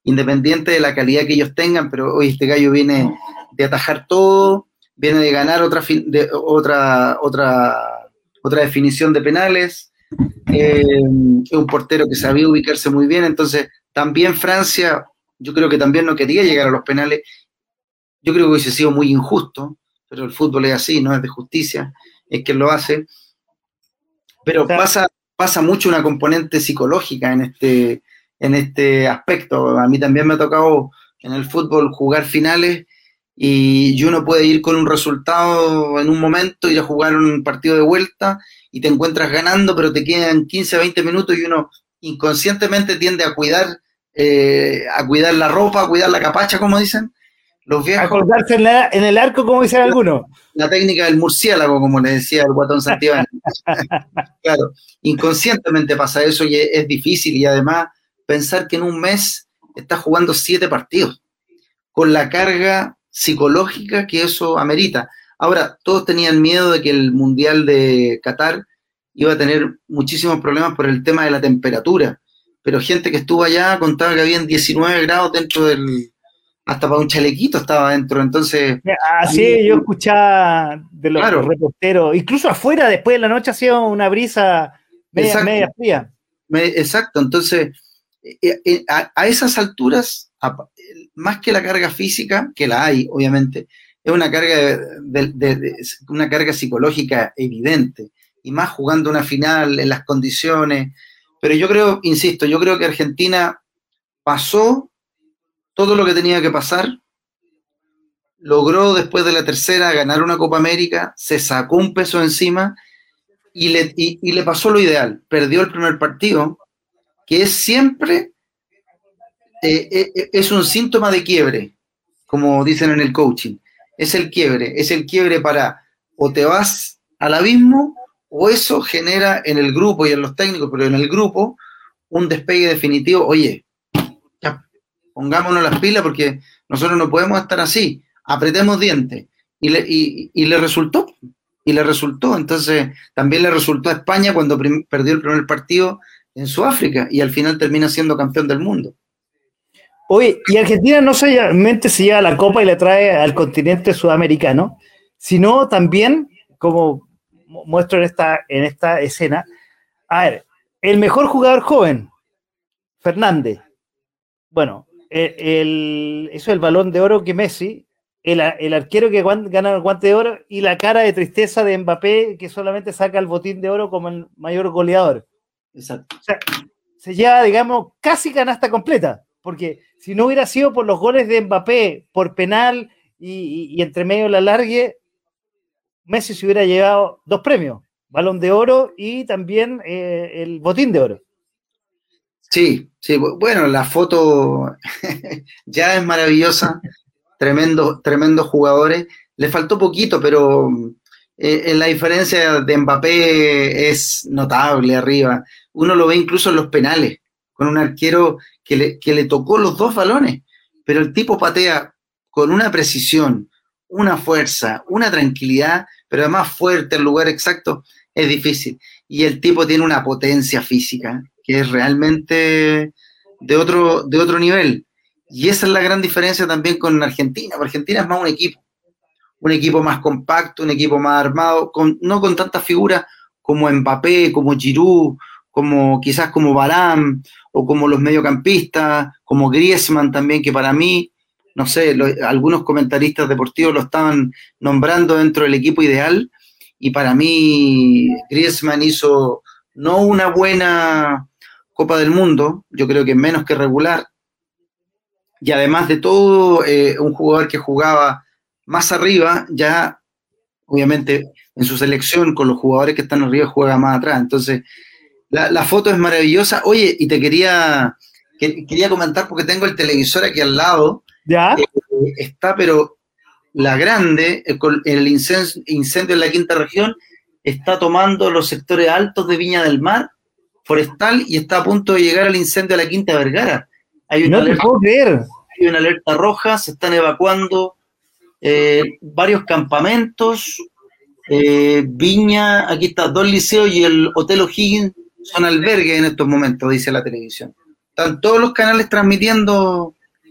independiente de la calidad que ellos tengan, pero hoy este gallo viene de atajar todo, viene de ganar otra de, otra otra otra definición de penales, eh, es un portero que sabía ubicarse muy bien, entonces también Francia, yo creo que también no quería llegar a los penales, yo creo que hubiese sido muy injusto, pero el fútbol es así, no es de justicia, es quien lo hace, pero o sea, pasa, pasa mucho una componente psicológica en este, en este aspecto. A mí también me ha tocado en el fútbol jugar finales y uno puede ir con un resultado en un momento, ir a jugar un partido de vuelta y te encuentras ganando, pero te quedan quince, veinte minutos y uno inconscientemente tiende a cuidar, eh, a cuidar la ropa, a cuidar la capacha, como dicen los viejos. A colgarse en, la, en el arco, como dicen algunos. La técnica del murciélago, como le decía el Guatón Santibáñez. Claro, inconscientemente pasa eso y es, es difícil, y además pensar que en un mes estás jugando siete partidos, con la carga psicológica que eso amerita. Ahora, todos tenían miedo de que el Mundial de Qatar iba a tener muchísimos problemas por el tema de la temperatura, pero gente que estuvo allá contaba que habían diecinueve grados dentro del... hasta para un chalequito estaba adentro, entonces... Así mí, yo escuchaba de los claro, reporteros, incluso afuera, después de la noche hacía una brisa media, exacto, media fría. Me, exacto, entonces, eh, eh, a, a esas alturas, a, más que la carga física, que la hay, obviamente, es una carga, de, de, de, de, una carga psicológica evidente, y más jugando una final en las condiciones, pero yo creo, insisto, yo creo que Argentina pasó todo lo que tenía que pasar, logró después de la tercera ganar una Copa América, se sacó un peso encima y le, y, y le pasó lo ideal, perdió el primer partido, que es siempre, eh, eh, es un síntoma de quiebre, como dicen en el coaching, es el quiebre, es el quiebre para o te vas al abismo o eso genera en el grupo y en los técnicos, pero en el grupo, un despegue definitivo, oye, pongámonos las pilas porque nosotros no podemos estar así, apretemos dientes, y le, y, y le resultó, y le resultó, entonces también le resultó a España cuando prim- perdió el primer partido en Sudáfrica, y al final termina siendo campeón del mundo. Oye, y Argentina no solamente se lleva la Copa y la trae al continente sudamericano, sino también, como muestro en esta, en esta escena, a ver, el mejor jugador joven, Fernández, bueno, El, el, eso es el Balón de Oro que Messi, el, el arquero que gana el Guante de Oro y la cara de tristeza de Mbappé que solamente saca el Botín de Oro como el mayor goleador. Exacto. O sea, se lleva, digamos, casi canasta completa, porque si no hubiera sido por los goles de Mbappé, por penal y, y, y entre medio la largue, Messi se hubiera llevado dos premios, Balón de Oro y también eh, el Botín de Oro. Sí, sí, bueno, la foto ya es maravillosa, tremendo, tremendos jugadores, le faltó poquito, pero eh, en la diferencia de Mbappé es notable arriba, uno lo ve incluso en los penales, con un arquero que le, que le tocó los dos balones, pero el tipo patea con una precisión, una fuerza, una tranquilidad, pero además fuerte, el lugar exacto, es difícil, y el tipo tiene una potencia física que es realmente de otro, de otro nivel. Y esa es la gran diferencia también con Argentina. Argentina es más un equipo, un equipo más compacto, un equipo más armado, con, no con tantas figuras como Mbappé, como Giroud, como quizás como Varane, o como los mediocampistas, como Griezmann también, que para mí, no sé, lo, algunos comentaristas deportivos lo estaban nombrando dentro del equipo ideal, y para mí Griezmann hizo no una buena Copa del Mundo, yo creo que menos que regular, y además de todo, eh, un jugador que jugaba más arriba, ya obviamente en su selección con los jugadores que están arriba juega más atrás, entonces la, la foto es maravillosa. Oye, y te quería, que, quería comentar porque tengo el televisor aquí al lado, ¿ya? Eh, está pero la grande, el, el incendio, incendio en la quinta región, está tomando los sectores altos de Viña del Mar, forestal, y está a punto de llegar al incendio de la Quinta Vergara. Hay una, no alerta, te puedo creer. Hay una alerta roja, se están evacuando eh, varios campamentos, eh, Viña, aquí está, dos liceos y el Hotel O'Higgins son albergues en estos momentos, dice la televisión. Están todos los canales transmitiendo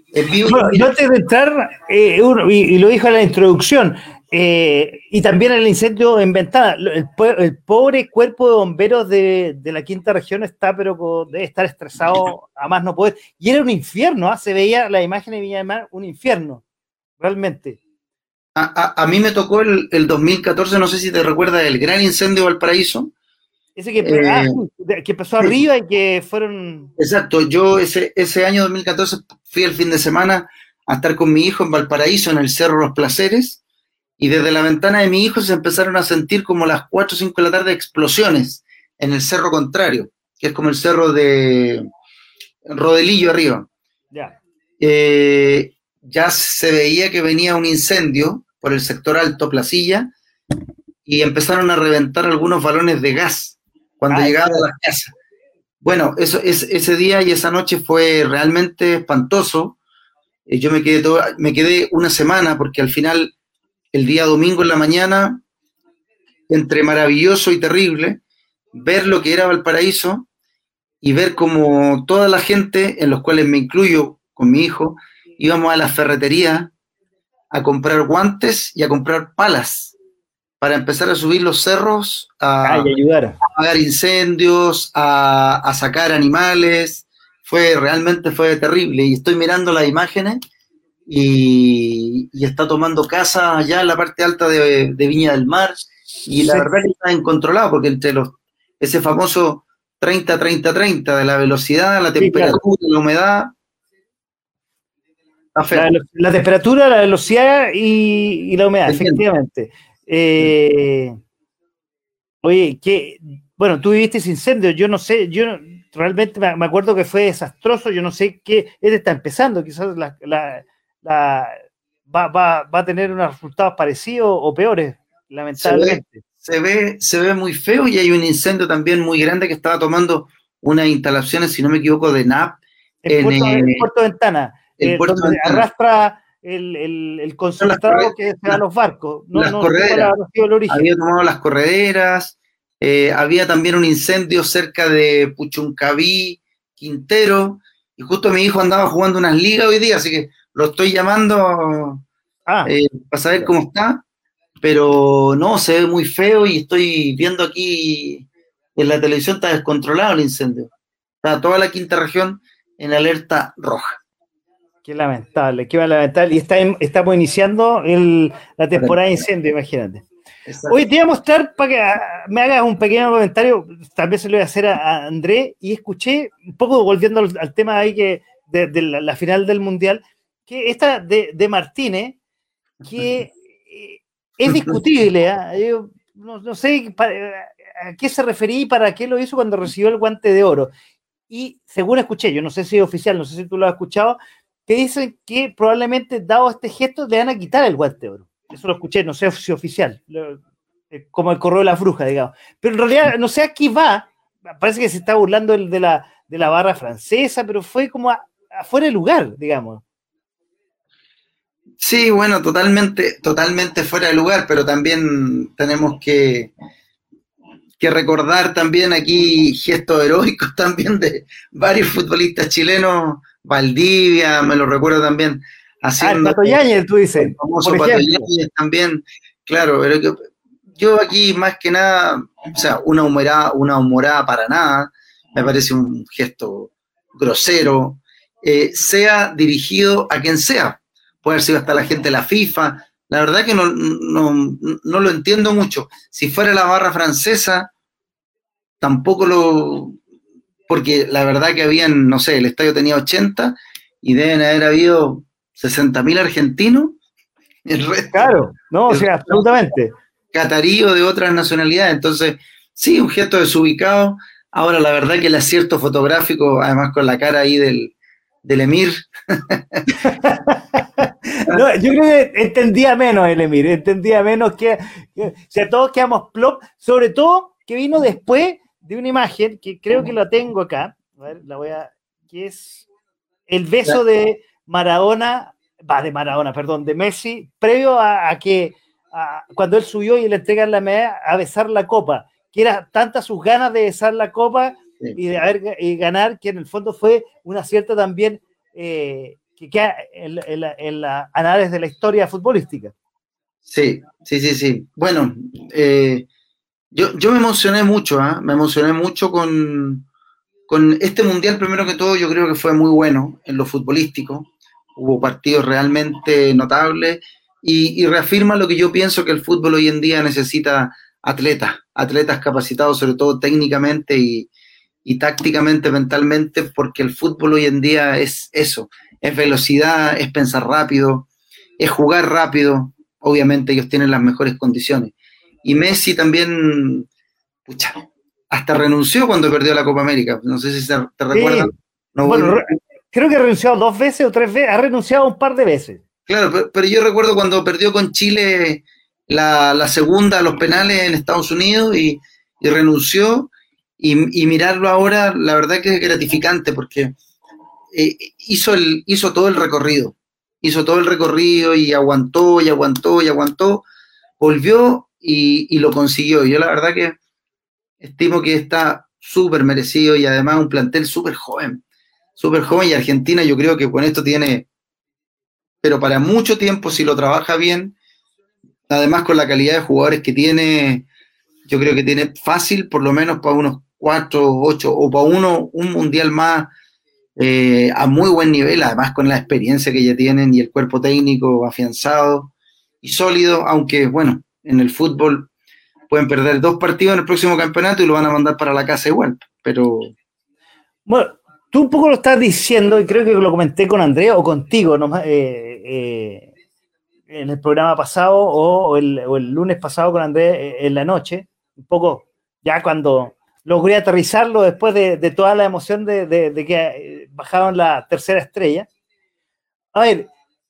En vivo. Bueno, y antes de entrar, eh, uno, y, y lo dijo en la introducción, eh, y también el incendio en Ventana, el, el pobre cuerpo de bomberos de, de la quinta región está, pero con, debe estar estresado a más no poder. Y era un infierno, ¿eh? Se veía la imagen de Viña del Mar, un infierno, realmente. A, a, a mí me tocó el, el dos mil catorce, no sé si te recuerdas, el gran incendio de Valparaíso. Ese que, eh, ah, que pasó arriba y que fueron... Exacto, yo ese, ese año dos mil catorce fui el fin de semana a estar con mi hijo en Valparaíso, en el Cerro Los Placeres, y desde la ventana de mi hijo se empezaron a sentir como las cuatro o cinco de la tarde explosiones en el cerro contrario, que es como el cerro de Rodelillo arriba. Ya. Eh, ya se veía que venía un incendio por el sector alto, Placilla, y empezaron a reventar algunos balones de gas cuando Ah, llegaban claro. a las casas. Bueno, eso, es, ese día y esa noche fue realmente espantoso. Eh, yo me quedé, todo, me quedé una semana porque al final, el día domingo en la mañana, entre maravilloso y terrible, ver lo que era Valparaíso y ver como toda la gente, en los cuales me incluyo con mi hijo, íbamos a la ferretería a comprar guantes y a comprar palas para empezar a subir los cerros, a, Ah, y ayudar. a apagar incendios, a, a sacar animales. Fue realmente fue terrible y estoy mirando las imágenes y, y está tomando casa allá en la parte alta de, de Viña del Mar y la Sí. verdad que está incontrolado porque entre los ese famoso treinta treinta treinta de la velocidad, la temperatura, sí, claro, la humedad. La, la temperatura, la velocidad y, y la humedad, efectivamente. Eh, oye, que bueno, tú viviste ese incendio, yo no sé, yo realmente me, me acuerdo que fue desastroso, yo no sé qué, él está empezando, quizás la, la, la, va, va, va a tener unos resultados parecidos o peores, lamentablemente. Se ve, se ve, se ve muy feo y hay un incendio también muy grande que estaba tomando unas instalaciones, si no me equivoco, de N A P. En, Puerto, eh, en Puerto Ventana, el eh, Puerto donde Ventana. arrastra el, el, el concentrado que se va a los barcos. No, las no correderas. No el origen. Había tomado las correderas, eh, había también un incendio cerca de Puchuncaví, Quintero, y justo mi hijo andaba jugando unas ligas hoy día, así que lo estoy llamando ah, eh, para saber cómo está, pero no, se ve muy feo y estoy viendo aquí en la televisión, está descontrolado el incendio. Está toda la quinta región en alerta roja. Qué lamentable, qué lamentable. Y está, estamos iniciando el, la temporada de incendio, imagínate. Exacto. Hoy te voy a mostrar para que me hagas un pequeño comentario, tal vez se lo voy a hacer a, a André, y escuché, un poco volviendo al, al tema ahí que de, de la, la final del Mundial, que esta de, de Martínez, que eh, es discutible, ¿eh? Yo no, no sé para, a qué se refería y para qué lo hizo cuando recibió el guante de oro. Y según escuché, yo no sé si es oficial, no sé si tú lo has escuchado, que dicen que probablemente, dado este gesto, le van a quitar el guante de oro. Eso lo escuché, no sé si es oficial, como el correo de la bruja, digamos. Pero en realidad, no sé a qué va, parece que se está burlando el de la, de la barra francesa, pero fue como a, afuera de lugar, digamos. Sí, bueno, totalmente, totalmente fuera de lugar, pero también tenemos que, que recordar también aquí gestos heroicos también de varios futbolistas chilenos, Valdivia, me lo recuerdo también, haciendo... Ah, el Pato Yáñez, tú dices, el famoso Pato Yáñez también, claro, pero que yo aquí más que nada, o sea, una humorada, una humorada para nada, me parece un gesto grosero, eh, sea dirigido a quien sea, puede haber sido hasta la gente de la FIFA, la verdad que no, no, no lo entiendo mucho. Si fuera la barra francesa, tampoco lo... Porque la verdad que habían, no sé, el estadio tenía ochenta y deben haber habido sesenta mil argentinos. El resto, claro, no, o sea, absolutamente. Catarío de otras nacionalidades. Entonces, sí, un gesto desubicado. Ahora, la verdad que el acierto fotográfico, además con la cara ahí del, del Emir. No, yo creo que entendía menos el Emir, entendía menos que, que o sea, todos quedamos plop, sobre todo que vino después de una imagen que creo que la tengo acá, a ver, la voy a, que es el beso de Maradona, va, de Maradona, perdón, de Messi, previo a, a que, a, cuando él subió y le entregan la medalla, a besar la copa, que era tantas sus ganas de besar la copa sí. y de haber y ganar, que en el fondo fue un acierto también, eh, que queda en, en, la, en la anales de la historia futbolística. Sí, sí, sí, sí. Bueno, eh, yo, yo me emocioné mucho, ¿eh? Me emocioné mucho con, con este mundial. Primero que todo, yo creo que fue muy bueno en lo futbolístico. Hubo partidos realmente notables y, y reafirma lo que yo pienso, que el fútbol hoy en día necesita atletas, atletas capacitados sobre todo técnicamente y, y tácticamente, mentalmente, porque el fútbol hoy en día es eso, es velocidad, es pensar rápido, es jugar rápido. Obviamente ellos tienen las mejores condiciones. Y Messi también, pucha, hasta renunció cuando perdió la Copa América. No sé si te, te Sí. recuerdan. No Bueno, voy... re- creo que ha renunciado dos veces o tres veces, ha renunciado un par de veces. Claro, pero, pero yo recuerdo cuando perdió con Chile la, la segunda a los penales en Estados Unidos y, y renunció. Y, y mirarlo ahora, la verdad que es gratificante porque eh, hizo, el, hizo todo el recorrido. Hizo todo el recorrido y aguantó y aguantó y aguantó. Volvió y, y lo consiguió. Yo la verdad que estimo que está súper merecido y además un plantel súper joven. Súper joven, y Argentina yo creo que con esto tiene, pero para mucho tiempo si lo trabaja bien, además con la calidad de jugadores que tiene, yo creo que tiene fácil por lo menos para unos cuatro, ocho o para uno un mundial más eh, a muy buen nivel, además con la experiencia que ya tienen y el cuerpo técnico afianzado y sólido, aunque bueno, en el fútbol pueden perder dos partidos en el próximo campeonato y lo van a mandar para la casa igual, pero... Bueno, tú un poco lo estás diciendo, y creo que lo comenté con Andrea o contigo nomás, eh, eh, en el programa pasado o, o, el, o el lunes pasado con Andrea eh, en la noche, un poco ya cuando logré aterrizarlo después de, de toda la emoción de, de, de que bajaron la tercera estrella. A ver,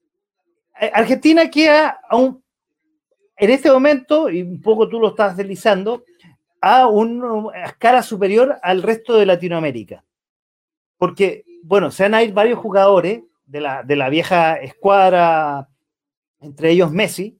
Argentina queda a un, en este momento, y un poco tú lo estás deslizando, a una escala superior al resto de Latinoamérica. Porque, bueno, se van a ir varios jugadores de la, de la vieja escuadra, entre ellos Messi,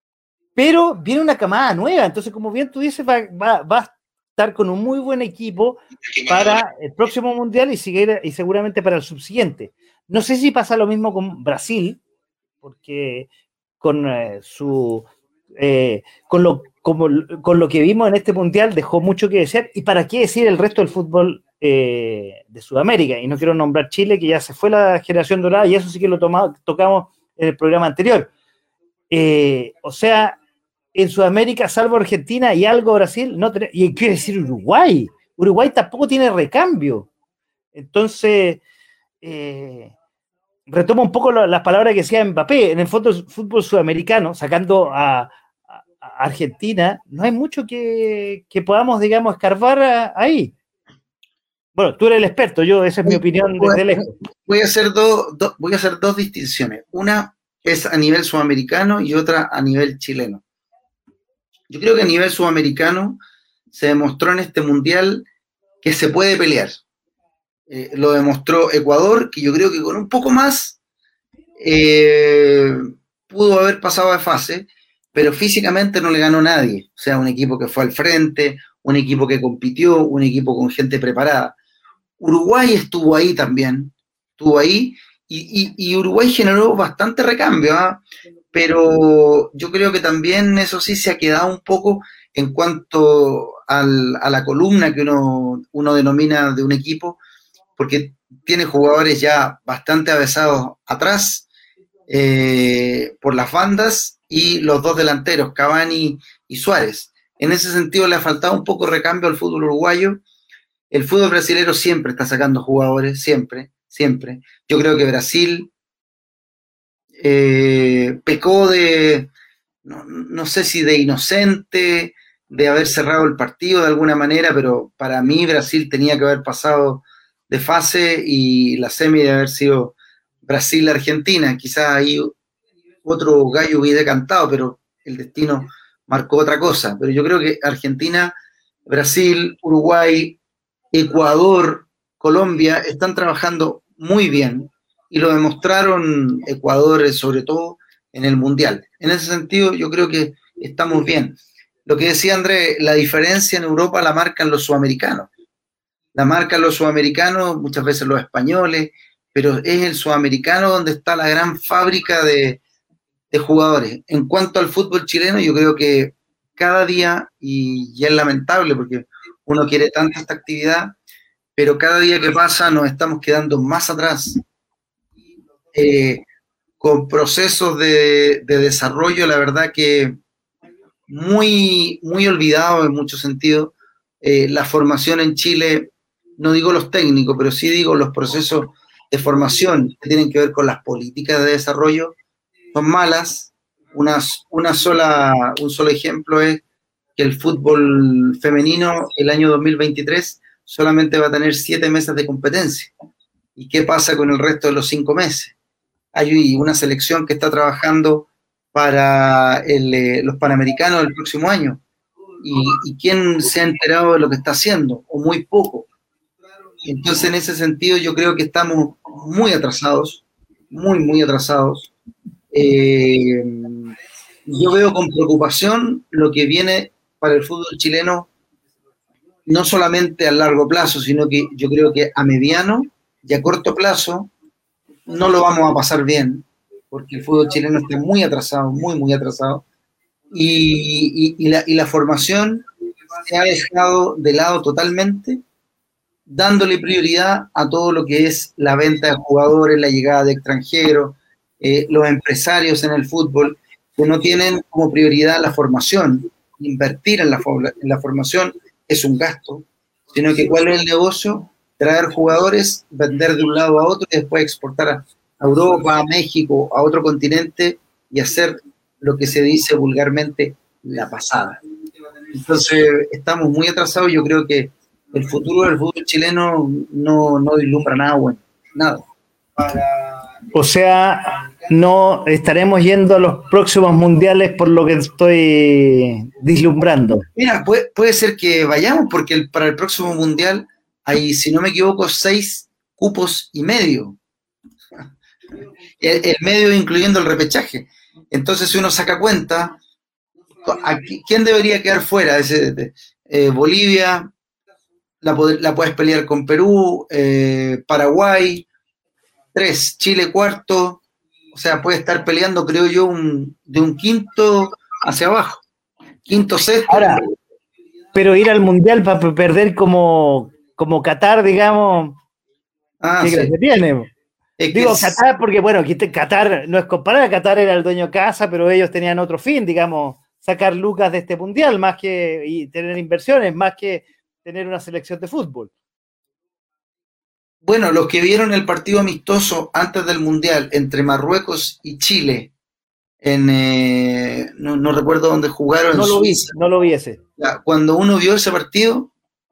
pero viene una camada nueva. Entonces, como bien tú dices, va, va, va a estar con un muy buen equipo para el próximo Mundial y, seguir, y seguramente para el subsiguiente. No sé si pasa lo mismo con Brasil, porque con eh, su... Eh, con, lo, como, con lo que vimos en este Mundial dejó mucho que desear. Y para qué decir el resto del fútbol eh, de Sudamérica. Y no quiero nombrar Chile, que ya se fue la generación dorada, y eso sí que lo tomamos, tocamos en el programa anterior. Eh, o sea, en Sudamérica, salvo Argentina y algo Brasil, no tenemos, y quiere decir Uruguay. Uruguay tampoco tiene recambio. Entonces, eh, retomo un poco las palabras que decía Mbappé. En el fútbol, fútbol sudamericano, sacando a, a, a Argentina, no hay mucho que, que podamos, digamos, escarbar a, ahí. Bueno, tú eres el experto, yo, esa es mi opinión desde lejos. Voy a hacer, do, do, voy a hacer dos distinciones. Una es a nivel sudamericano y otra a nivel chileno. Yo creo que a nivel sudamericano se demostró en este mundial que se puede pelear. Eh, lo demostró Ecuador, que yo creo que con un poco más eh, pudo haber pasado de fase, pero físicamente no le ganó nadie. O sea, un equipo que fue al frente, un equipo que compitió, un equipo con gente preparada. Uruguay estuvo ahí también, estuvo ahí, y, y, y Uruguay generó bastante recambio, ¿eh? Pero yo creo que también eso sí se ha quedado un poco en cuanto al, a la columna que uno, uno denomina de un equipo, porque tiene jugadores ya bastante avesados atrás, eh, por las bandas, y los dos delanteros, Cavani y Suárez. En ese sentido le ha faltado un poco recambio al fútbol uruguayo. El fútbol brasilero siempre está sacando jugadores, siempre, siempre. Yo creo que Brasil eh, pecó de, no, no sé si de inocente, de haber cerrado el partido de alguna manera, pero para mí Brasil tenía que haber pasado de fase y la semi de haber sido Brasil-Argentina. Quizás ahí otro gallo hubiera cantado, pero el destino marcó otra cosa. Pero yo creo que Argentina, Brasil, Uruguay, Ecuador, Colombia están trabajando muy bien y lo demostraron Ecuador sobre todo en el Mundial. En ese sentido yo creo que estamos bien. Lo que decía André, la diferencia en Europa la marcan los sudamericanos. La marcan los sudamericanos, muchas veces los españoles, pero es el sudamericano donde está la gran fábrica de, de jugadores. En cuanto al fútbol chileno, yo creo que cada día, y, y es lamentable porque uno quiere tanta esta actividad, pero cada día que pasa nos estamos quedando más atrás, eh, con procesos de, de desarrollo, la verdad que muy, muy olvidado en muchos sentidos. Eh, la formación en Chile, no digo los técnicos, pero sí digo los procesos de formación que tienen que ver con las políticas de desarrollo, son malas. Una, una sola, un solo ejemplo es que el fútbol femenino el año dos mil veintitrés solamente va a tener siete meses de competencia. ¿Y qué pasa con el resto de los cinco meses? Hay una selección que está trabajando para el, eh, los Panamericanos del próximo año. ¿Y, ¿Y quién se ha enterado de lo que está haciendo? O muy poco. Entonces, en ese sentido, yo creo que estamos muy atrasados, muy, muy atrasados. Eh, yo veo con preocupación lo que viene para el fútbol chileno, no solamente a largo plazo, sino que yo creo que a mediano y a corto plazo no lo vamos a pasar bien, porque el fútbol chileno está muy atrasado, muy, muy atrasado, y, y, y, la, y la formación se ha dejado de lado totalmente, dándole prioridad a todo lo que es la venta de jugadores, la llegada de extranjeros, eh, los empresarios en el fútbol, que no tienen como prioridad la formación. Invertir en la, en la formación es un gasto, sino que cuál es el negocio, traer jugadores, vender de un lado a otro y después exportar a Europa, a México, a otro continente y hacer lo que se dice vulgarmente la pasada. Entonces estamos muy atrasados. Yo creo que el futuro del fútbol chileno no, no vislumbra nada bueno, nada. O sea, no estaremos yendo a los próximos mundiales por lo que estoy vislumbrando. Mira, puede, puede ser que vayamos, porque el, para el próximo mundial hay, si no me equivoco, seis cupos y medio. El, el medio incluyendo el repechaje. Entonces, si uno saca cuenta, aquí, ¿quién debería quedar fuera? Ese, eh, Bolivia, la, la puedes pelear con Perú, eh, Paraguay, tres, Chile cuarto, o sea, puede estar peleando, creo yo, un, de un quinto hacia abajo, quinto, sexto. Ahora, pero ir al mundial para perder como, como Qatar, digamos, ah, ¿qué sí. se tiene? Es Digo es... Qatar porque, bueno, Qatar no es comparar, Qatar era el dueño de casa, pero ellos tenían otro fin, digamos, sacar lucas de este mundial, más que y tener inversiones, más que tener una selección de fútbol. Bueno, los que vieron el partido amistoso antes del mundial entre Marruecos y Chile, en eh, no, no recuerdo dónde jugaron. No en lo vi, Suiza. no lo vi ese. Cuando uno vio ese partido,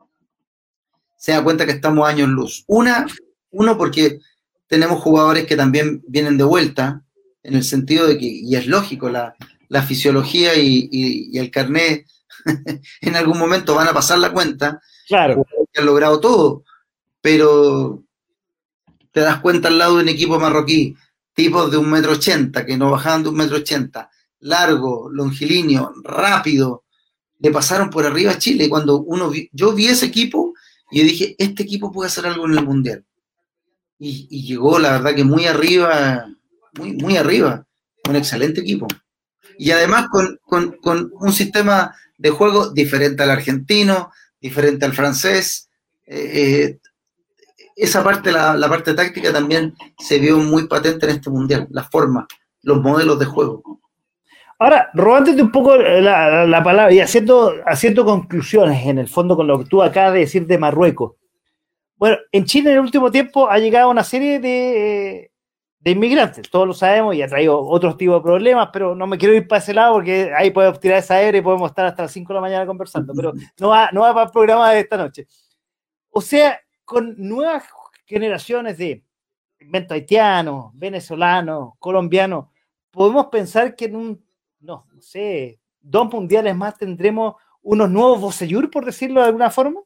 se da cuenta que estamos años luz. Una, uno porque tenemos jugadores que también vienen de vuelta, en el sentido de que, y es lógico, la, la fisiología y, y, y el carnet en algún momento van a pasar la cuenta. Claro. Que han logrado todo, pero te das cuenta al lado de un equipo marroquí, tipos de un metro ochenta, que no bajaban de un metro ochenta, largo, longilíneo, rápido, le pasaron por arriba a Chile. Cuando uno vi, yo vi ese equipo y yo dije, este equipo puede hacer algo en el Mundial. Y, y llegó, la verdad, que muy arriba, muy, muy arriba, un excelente equipo. Y además con, con, con un sistema de juego diferente al argentino, diferente al francés. Eh, esa parte, la, la parte táctica también se vio muy patente en este Mundial, la forma, los modelos de juego. Ahora, robándote un poco la, la, la palabra y haciendo, haciendo conclusiones en el fondo con lo que tú acabas de decir de Marruecos. Bueno, en Chile en el último tiempo ha llegado una serie de, de inmigrantes, todos lo sabemos, y ha traído otros tipos de problemas, pero no me quiero ir para ese lado porque ahí podemos tirar esa aire y podemos estar hasta las cinco de la mañana conversando, pero no va, no va para el programa de esta noche. O sea, con nuevas generaciones de inventos haitianos, venezolanos, colombianos, podemos pensar que en un, no, no sé, dos mundiales más tendremos unos nuevos Bocellur, por decirlo de alguna forma.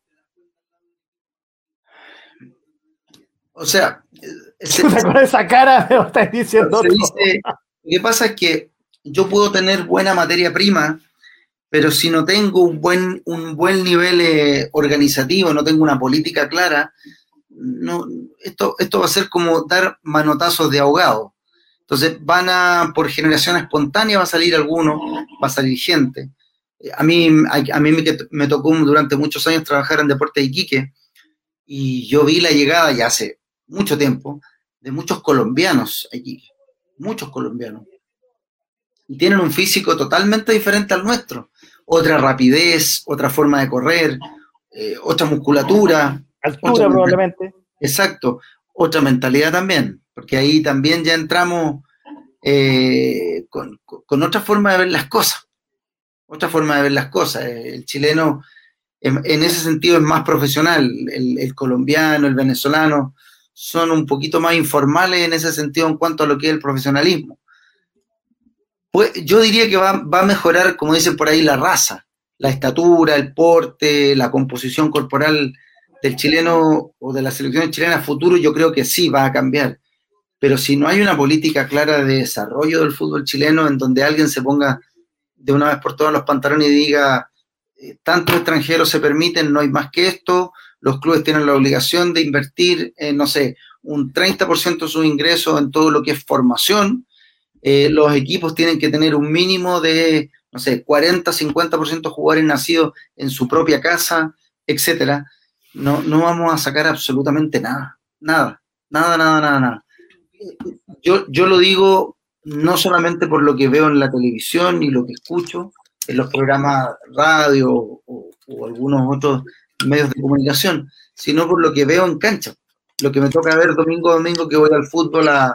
O sea, ese, con esa cara me estás diciendo. Dice, lo que pasa es que yo puedo tener buena materia prima, pero si no tengo un buen, un buen nivel eh, organizativo, no tengo una política clara, no, esto, esto va a ser como dar manotazos de ahogado. Entonces van a, por generación espontánea va a salir alguno, va a salir gente. A mí, a, a mí me, me tocó durante muchos años trabajar en Deportes de Iquique y yo vi la llegada ya hace mucho tiempo de muchos colombianos aquí, muchos colombianos. Y tienen un físico totalmente diferente al nuestro. Otra rapidez, otra forma de correr, eh, otra musculatura. Altura otra probablemente. Exacto. Otra mentalidad también, porque ahí también ya entramos eh, con, con otra forma de ver las cosas. Otra forma de ver las cosas. El chileno en, en ese sentido es más profesional. El, el colombiano, el venezolano son un poquito más informales en ese sentido en cuanto a lo que es el profesionalismo. Pues yo diría que va, va a mejorar, como dicen por ahí, la raza, la estatura, el porte, la composición corporal del chileno o de la selección chilena a futuro. Yo creo que sí va a cambiar, pero si no hay una política clara de desarrollo del fútbol chileno en donde alguien se ponga de una vez por todas los pantalones y diga eh, tantos extranjeros se permiten, no hay más que esto, los clubes tienen la obligación de invertir, eh, no sé, un treinta por ciento de sus ingresos en todo lo que es formación. Eh, los equipos tienen que tener un mínimo de, no sé, cuarenta, cincuenta por ciento de jugadores nacidos en su propia casa, etcétera. No, no vamos a sacar absolutamente nada, nada, nada, nada, nada, nada. Yo, yo lo digo no solamente por lo que veo en la televisión y lo que escucho en los programas radio o, o algunos otros medios de comunicación, sino por lo que veo en cancha, lo que me toca ver domingo a domingo que voy al fútbol a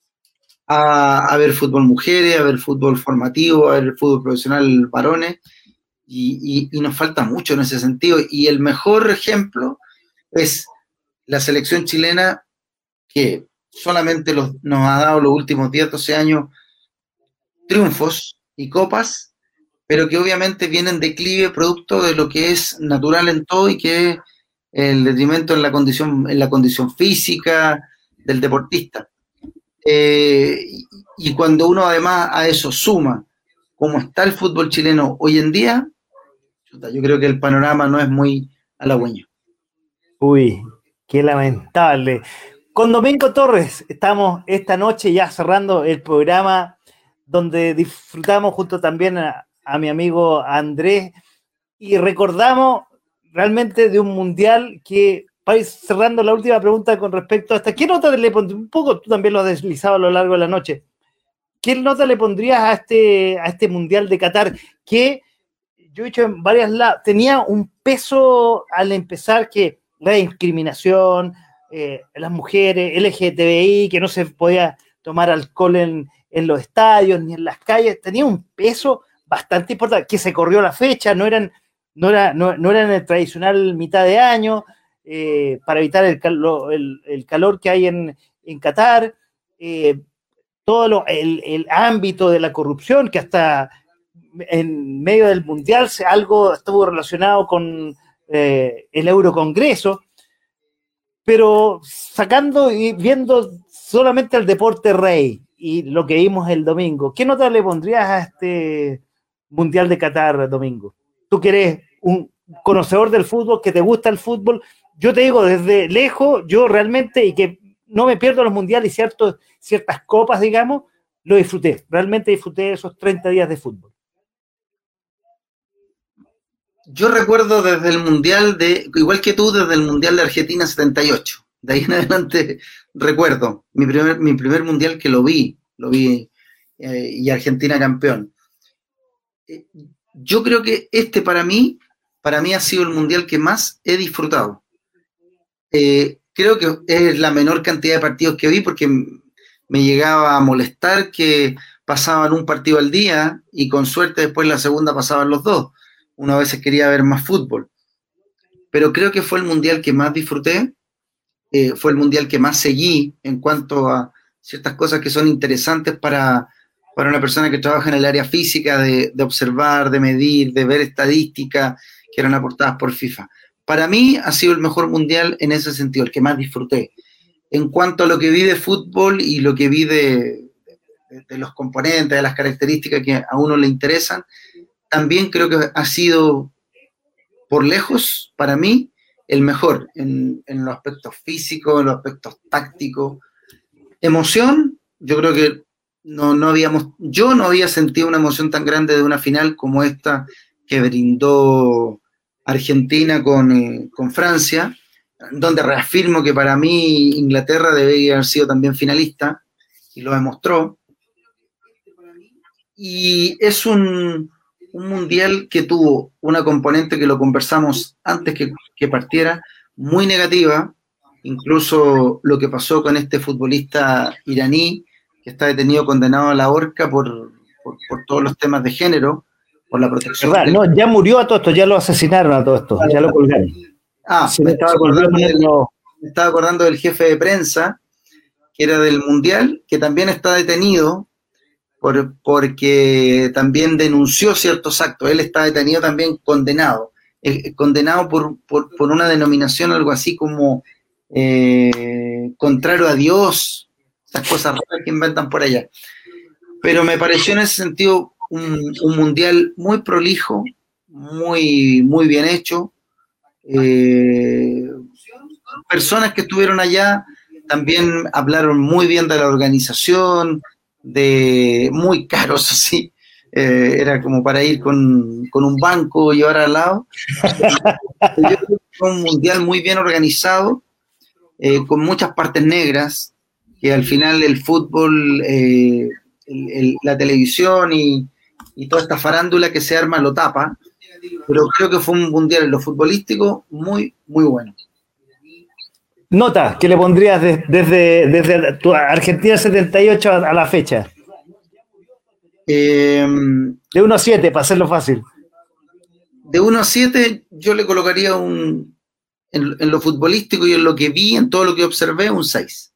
A, a ver fútbol mujeres, a ver fútbol formativo, a ver fútbol profesional varones, y, y, y nos falta mucho en ese sentido. Y el mejor ejemplo es la selección chilena, que solamente los, nos ha dado los últimos diez, doce años triunfos y copas, pero que obviamente vienen de declive producto de lo que es natural en todo y que es el detrimento en la condición, en la condición física del deportista. Eh, y, y cuando uno además a eso suma cómo está el fútbol chileno hoy en día, yo creo que el panorama no es muy halagüeño. Uy, qué lamentable. Con Domingo Torres estamos esta noche ya cerrando el programa donde disfrutamos junto también a, a mi amigo Andrés y recordamos realmente de un mundial que, para ir cerrando la última pregunta con respecto a esta, ¿qué nota le pondrías? Un poco tú también lo has deslizado a lo largo de la noche. ¿Qué nota le pondrías a este, a este mundial de Qatar? Que yo he dicho en varias lados, tenía un peso al empezar que la discriminación, eh, las mujeres, L G T B I, que no se podía tomar alcohol en, en los estadios ni en las calles, tenía un peso bastante importante, que se corrió la fecha, no eran, no era, no, no eran el tradicional mitad de año, eh, para evitar el, calo, el, el calor que hay en, en Qatar, eh, todo lo, el, el ámbito de la corrupción, que hasta en medio del mundial algo estuvo relacionado con eh, el Eurocongreso, pero sacando y viendo solamente el deporte rey y lo que vimos el domingo, ¿qué nota le pondrías a este mundial de Qatar, Domingo? Tú que eres un conocedor del fútbol, que te gusta el fútbol, yo te digo desde lejos, yo realmente, y que no me pierdo los mundiales y ciertos, ciertas copas, digamos, lo disfruté, realmente disfruté esos treinta días de fútbol. Yo recuerdo desde el Mundial de, igual que tú, desde el Mundial de Argentina setenta y ocho. De ahí en adelante recuerdo mi primer, mi primer Mundial que lo vi, lo vi eh, y Argentina campeón. Eh, yo creo que este para mí, para mí ha sido el Mundial que más he disfrutado. Eh, creo que es la menor cantidad de partidos que vi porque me llegaba a molestar que pasaban un partido al día y con suerte después la segunda pasaban los dos. Uno a veces quería ver más fútbol, pero creo que fue el mundial que más disfruté, eh, fue el mundial que más seguí en cuanto a ciertas cosas que son interesantes para, para una persona que trabaja en el área física, de, de observar, de medir, de ver estadísticas que eran aportadas por FIFA. Para mí ha sido el mejor mundial en ese sentido, el que más disfruté. En cuanto a lo que vi de fútbol y lo que vi de, de, de los componentes, de las características que a uno le interesan, también creo que ha sido, por lejos, para mí, el mejor en, en los aspectos físicos, en los aspectos tácticos. Emoción, yo creo que no, no habíamos, yo no había sentido una emoción tan grande de una final como esta que brindó Argentina con, eh, con Francia, donde reafirmo que para mí Inglaterra debería haber sido también finalista, y lo demostró. Y es un, un mundial que tuvo una componente que lo conversamos antes que, que partiera, muy negativa, incluso lo que pasó con este futbolista iraní, que está detenido, condenado a la horca por, por, por todos los temas de género, por la protección. ¿Verdad? No, ya murió a todo esto, ya lo asesinaron a todo esto, ya lo colgaron. Ah, Se me, me- estaba se me olvidó acordando del, ponerlo. me estaba acordando del jefe de prensa, que era del Mundial, que también está detenido por, porque también denunció ciertos actos. Él está detenido también condenado, eh, condenado por, por, por una denominación, algo así como eh, contrario a Dios, esas cosas raras que inventan por allá. Pero me pareció en ese sentido un, un mundial muy prolijo, muy, muy bien hecho. Eh, personas que estuvieron allá también hablaron muy bien de la organización, de muy caros, así. Eh, era como para ir con, con un banco y llevar al lado. Yo creo que fue un mundial muy bien organizado, eh, con muchas partes negras, que al final el fútbol, eh, el, el, la televisión y, y toda esta farándula que se arma lo tapa, pero creo que fue un mundial en lo futbolístico muy, muy bueno. Nota que le pondrías de- desde, desde tu Argentina setenta y ocho a, a la fecha. Eh, De uno a siete, para hacerlo fácil. de uno a siete yo le colocaría un, en, en lo futbolístico y en lo que vi, en todo lo que observé, un seis.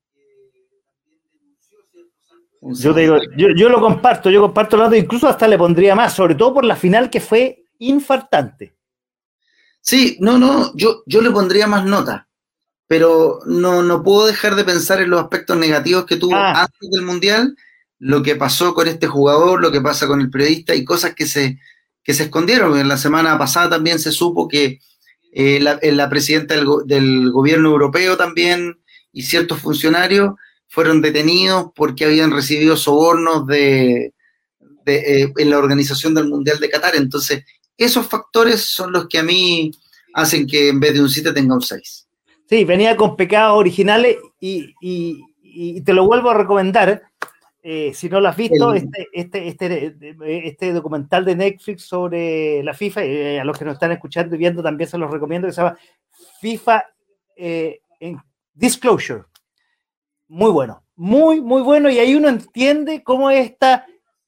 Un Yo seis. te digo, yo, yo lo comparto, yo comparto el lado, incluso hasta le pondría más, sobre todo por la final que fue infartante. Sí, no, no, yo, yo le pondría más nota, pero no, no puedo dejar de pensar en los aspectos negativos que tuvo Ah, antes del Mundial, lo que pasó con este jugador, lo que pasa con el periodista y cosas que se, que se escondieron. En la semana pasada también se supo que eh, la, eh, la presidenta del, go- del gobierno europeo también y ciertos funcionarios fueron detenidos porque habían recibido sobornos de, de, eh, en la organización del Mundial de Qatar. Entonces, esos factores son los que a mí hacen que en vez de un siete tenga un seis. sí, venía con pecados originales y, y- y te lo vuelvo a recomendar. Eh, si no lo has visto, El- este, este, este, este documental de Netflix sobre la FIFA, eh, a los que nos están escuchando y viendo también se los recomiendo, que se llama FIFA eh, en Disclosure. Muy bueno, muy, muy bueno, y ahí uno entiende cómo es esta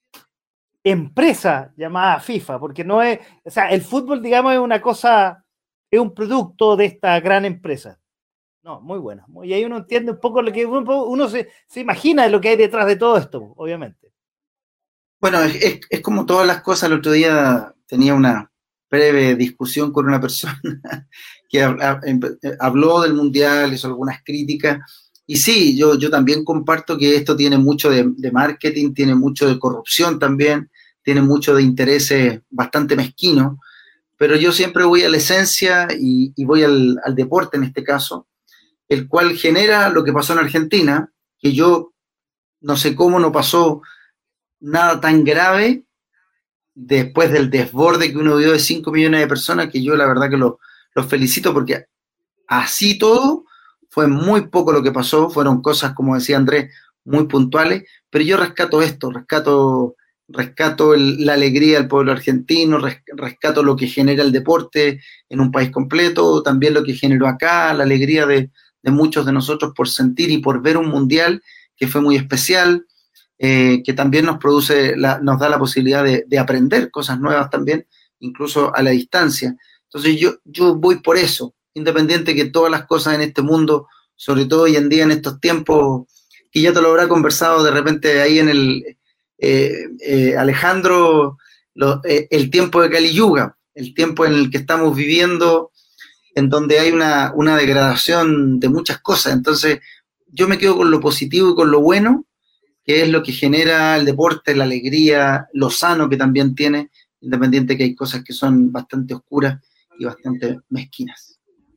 empresa llamada FIFA, porque no es, o sea, el fútbol, digamos, es una cosa, es un producto de esta gran empresa. No, muy bueno. Y ahí uno entiende un poco lo que uno, uno se, se imagina de lo que hay detrás de todo esto, obviamente. Bueno, es, es, es como todas las cosas. El otro día tenía una breve discusión con una persona que ha- empe- habló del Mundial, hizo algunas críticas. Y sí, yo, yo también comparto que esto tiene mucho de, de marketing, tiene mucho de corrupción también, tiene mucho de intereses bastante mezquinos, pero yo siempre voy a la esencia y, y voy al, al deporte en este caso, el cual genera lo que pasó en Argentina, que yo no sé cómo no pasó nada tan grave después del desborde que uno vio de cinco millones de personas, que yo la verdad que los lo felicito porque así todo fue muy poco lo que pasó, fueron cosas, como decía Andrés, muy puntuales, pero yo rescato esto, rescato, rescato el, la alegría del pueblo argentino, res, rescato lo que genera el deporte en un país completo, también lo que generó acá, la alegría de, de muchos de nosotros por sentir y por ver un mundial que fue muy especial, eh, que también nos produce, la, nos da la posibilidad de, de aprender cosas nuevas también, incluso a la distancia. Entonces yo, yo voy por eso, independiente que todas las cosas en este mundo, sobre todo hoy en día en estos tiempos, que ya te lo habrá conversado de repente ahí en el eh, eh, Alejandro, lo, eh, el tiempo de Kali Yuga, el tiempo en el que estamos viviendo, en donde hay una, una degradación de muchas cosas. Entonces yo me quedo con lo positivo y con lo bueno, que es lo que genera el deporte, la alegría, lo sano que también tiene, independiente que hay cosas que son bastante oscuras y bastante mezquinas.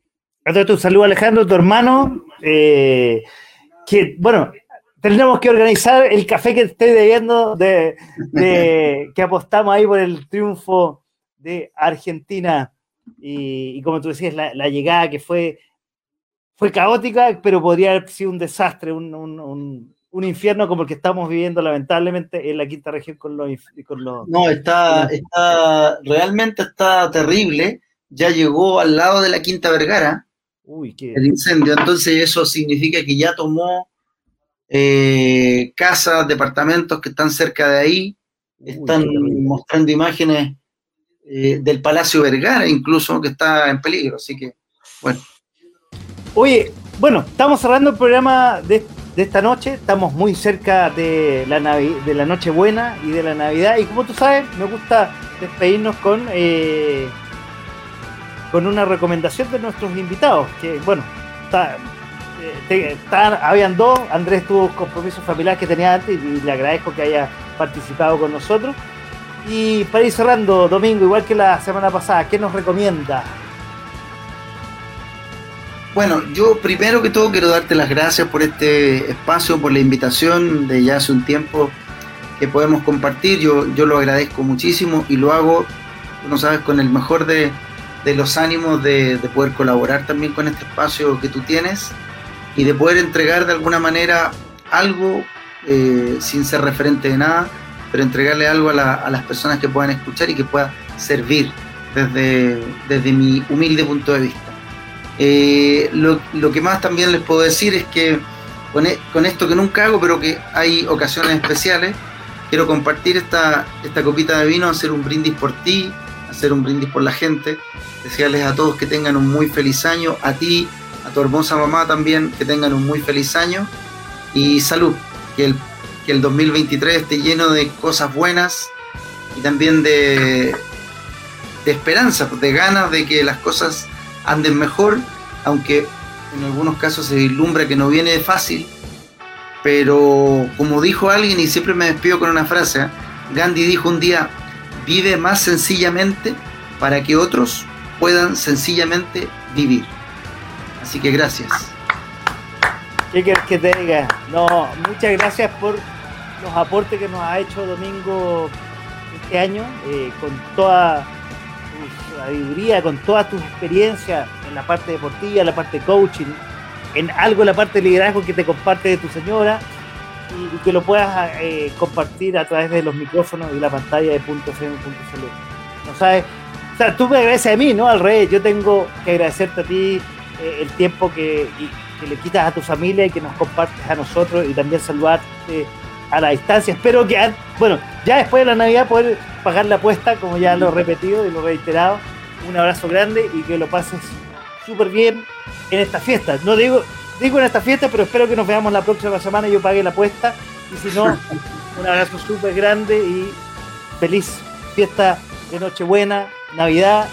Entonces, un saludo a Alejandro, tu hermano, eh, que, bueno, tendremos que organizar el café que te estoy debiendo, de, de, que apostamos ahí por el triunfo de Argentina, y, y como tú decías, la, la llegada que fue, fue caótica, pero podría haber sido un desastre, un, un, un, un infierno como el que estamos viviendo lamentablemente en la quinta región con los... Con los no, está, está, realmente está terrible, ya llegó al lado de la Quinta Vergara, Uy, qué... el incendio, entonces eso significa que ya tomó eh, casas, departamentos que están cerca de ahí, Uy, están mostrando imágenes eh, del Palacio Vergara incluso, que está en peligro, así que, bueno. Oye, bueno, estamos cerrando el programa de, de esta noche, estamos muy cerca de la, Navi- de la Nochebuena y de la Navidad, y como tú sabes, me gusta despedirnos con... Eh, con una recomendación de nuestros invitados, que bueno, está, eh, está, habían dos, Andrés tuvo compromisos familiares que tenía antes y le agradezco que haya participado con nosotros. Y para ir cerrando, Domingo, igual que la semana pasada, ¿qué nos recomienda? Bueno, yo primero que todo quiero darte las gracias por este espacio, por la invitación de ya hace un tiempo que podemos compartir, yo, yo lo agradezco muchísimo y lo hago, tú no sabes, con el mejor de de los ánimos de, de poder colaborar también con este espacio que tú tienes y de poder entregar de alguna manera algo eh, sin ser referente de nada, pero entregarle algo a, la, a las personas que puedan escuchar y que pueda servir desde, desde mi humilde punto de vista. Eh, lo, lo que más también les puedo decir es que con, e, con esto que nunca hago, pero que hay ocasiones especiales, quiero compartir esta, esta copita de vino, hacer un brindis por ti, hacer un brindis por la gente, desearles a todos que tengan un muy feliz año, a ti, a tu hermosa mamá también, que tengan un muy feliz año y salud, que el, que el dos mil veintitrés esté lleno de cosas buenas y también de, de esperanza, de ganas de que las cosas anden mejor, aunque en algunos casos se vislumbra que no viene de fácil, pero como dijo alguien, y siempre me despido con una frase, ¿eh? Gandhi dijo un día: vive más sencillamente para que otros puedan sencillamente vivir. Así que gracias. ¿Qué quieres que te diga? No, muchas gracias por los aportes que nos ha hecho Domingo este año, eh, con toda tu sabiduría, con toda tu experiencia en la parte deportiva, en la parte de coaching, en algo en la parte de liderazgo que te comparte de tu señora, y, y que lo puedas eh, compartir a través de los micrófonos y la pantalla de punto f m punto c l. ¿No sabes? O sea, tú me agradeces a mí, ¿no? Al revés, yo tengo que agradecerte a ti eh, el tiempo que, y, que le quitas a tu familia y que nos compartes a nosotros, y también saludarte a la distancia. Espero que, bueno, ya después de la Navidad poder pagar la apuesta, como ya lo he repetido y lo he reiterado. Un abrazo grande y que lo pases súper bien en esta fiesta. No digo, digo en esta fiesta, pero espero que nos veamos la próxima semana y yo pague la apuesta. Y si no, un abrazo súper grande y feliz fiesta de Nochebuena, Navidad,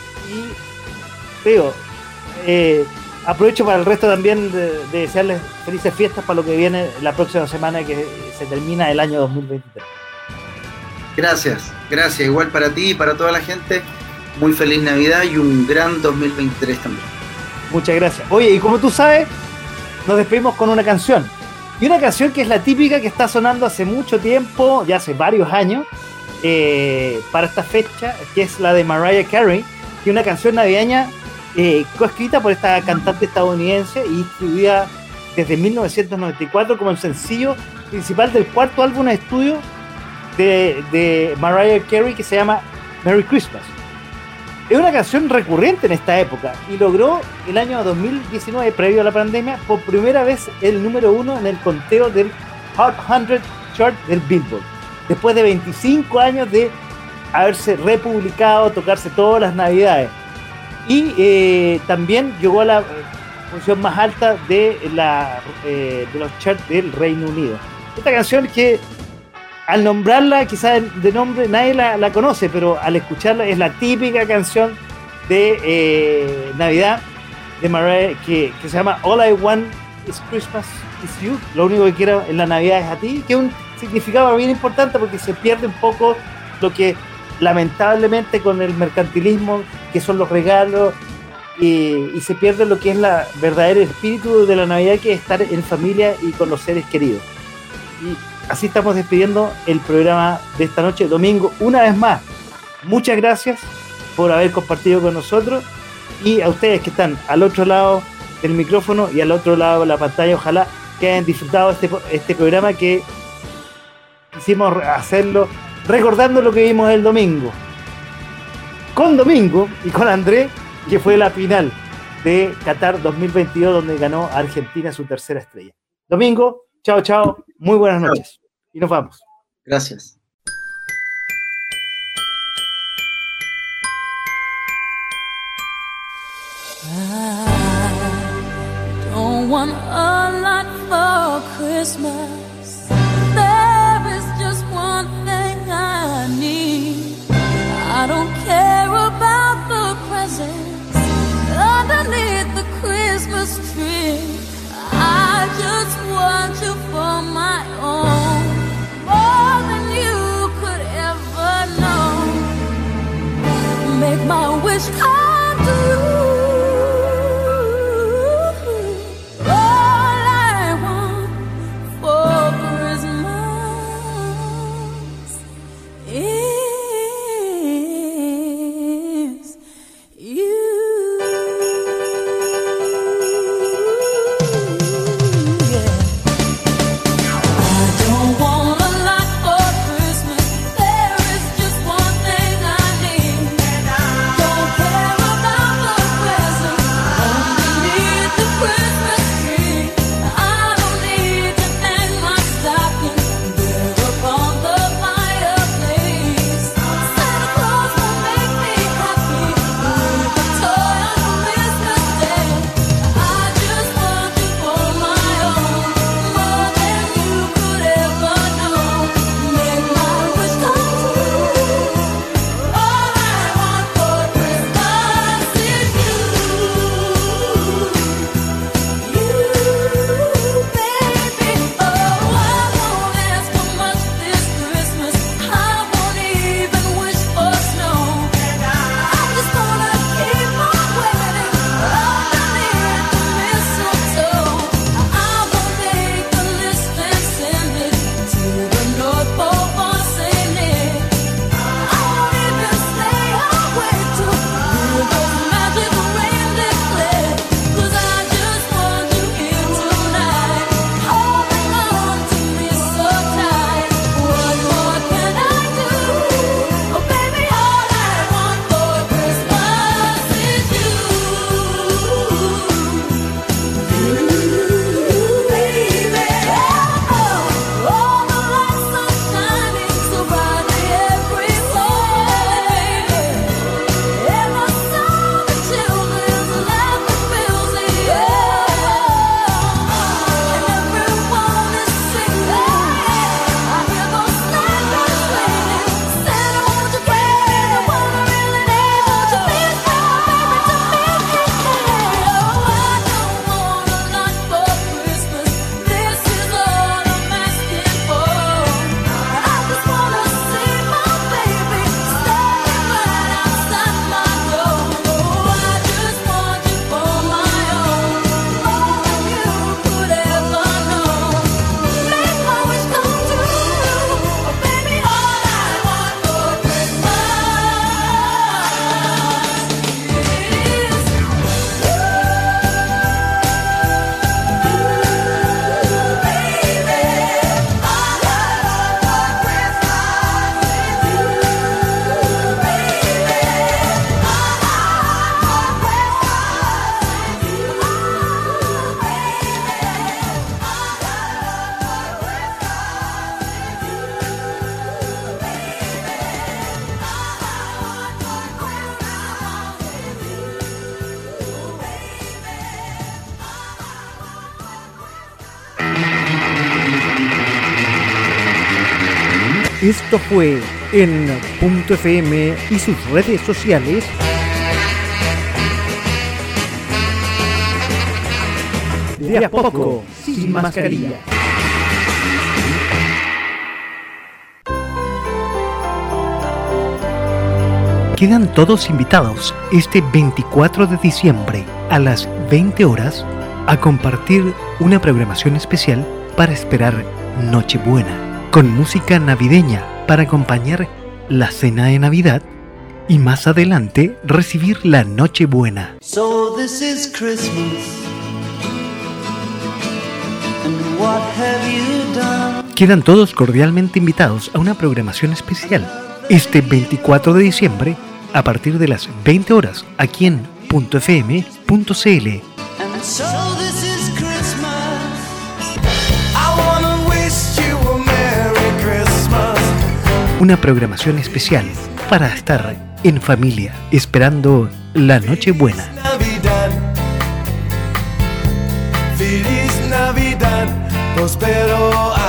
y digo, eh, aprovecho para el resto también de, de desearles felices fiestas para lo que viene la próxima semana, que se termina el año dos mil veintitrés. Gracias, gracias, igual para ti y para toda la gente, muy feliz Navidad y un gran dos mil veintitrés también. Muchas gracias. Oye, y como tú sabes, nos despedimos con una canción, y una canción que es la típica que está sonando hace mucho tiempo, ya hace varios años, eh, para esta fecha, que es la de Mariah Carey, que es una canción navideña eh, coescrita por esta cantante estadounidense y distribuida desde mil novecientos noventa y cuatro como el sencillo principal del cuarto álbum de estudio de, de Mariah Carey, que se llama Merry Christmas. Es una canción recurrente en esta época y logró el año dos mil diecinueve, previo a la pandemia, por primera vez el número uno en el conteo del Hot cien chart del Billboard, después de veinticinco años de haberse republicado, tocarse todas las navidades. Y eh, también llegó a la posición más alta de, la, eh, de los charts del Reino Unido. Esta canción que al nombrarla quizás de nombre nadie la, la conoce, pero al escucharla es la típica canción de eh, Navidad de Mariah, que, que se llama All I Want is Christmas is You. Lo único que quiero en la Navidad es a ti, que es un significado bien importante porque se pierde un poco lo que lamentablemente con el mercantilismo, que son los regalos y, y se pierde lo que es la verdadero espíritu de la Navidad, que es estar en familia y con los seres queridos. Y así estamos despidiendo el programa de esta noche, domingo, una vez más. Muchas gracias por haber compartido con nosotros, y a ustedes que están al otro lado del micrófono y al otro lado de la pantalla, ojalá que hayan disfrutado este, este programa, que quisimos hacerlo recordando lo que vimos el domingo con Domingo y con Andrés, que fue la final de Qatar dos mil veintidós, donde ganó Argentina su tercera estrella. Domingo, chao, chao, muy buenas noches y nos vamos. Gracias. I don't want a lot for Christmas. There is just one thing I need. I don't care about the presents underneath the Christmas tree. I just want you for my own, more than you could ever know. Make my wish come true. Esto fue en Punto F M y sus redes sociales. De a poco, sin mascarilla. Quedan todos invitados este veinticuatro de diciembre a las veinte horas a compartir una programación especial para esperar Nochebuena, con música navideña para acompañar la cena de Navidad y más adelante recibir la Nochebuena. So this is Christmas. And what have you done? Quedan todos cordialmente invitados a una programación especial este veinticuatro de diciembre a partir de las veinte horas aquí en punto f m punto c l. And so this is Christmas. I wanna wish you a Merry Christmas. Una programación especial para estar en familia esperando la Nochebuena. Navidad. Feliz Navidad. Prospero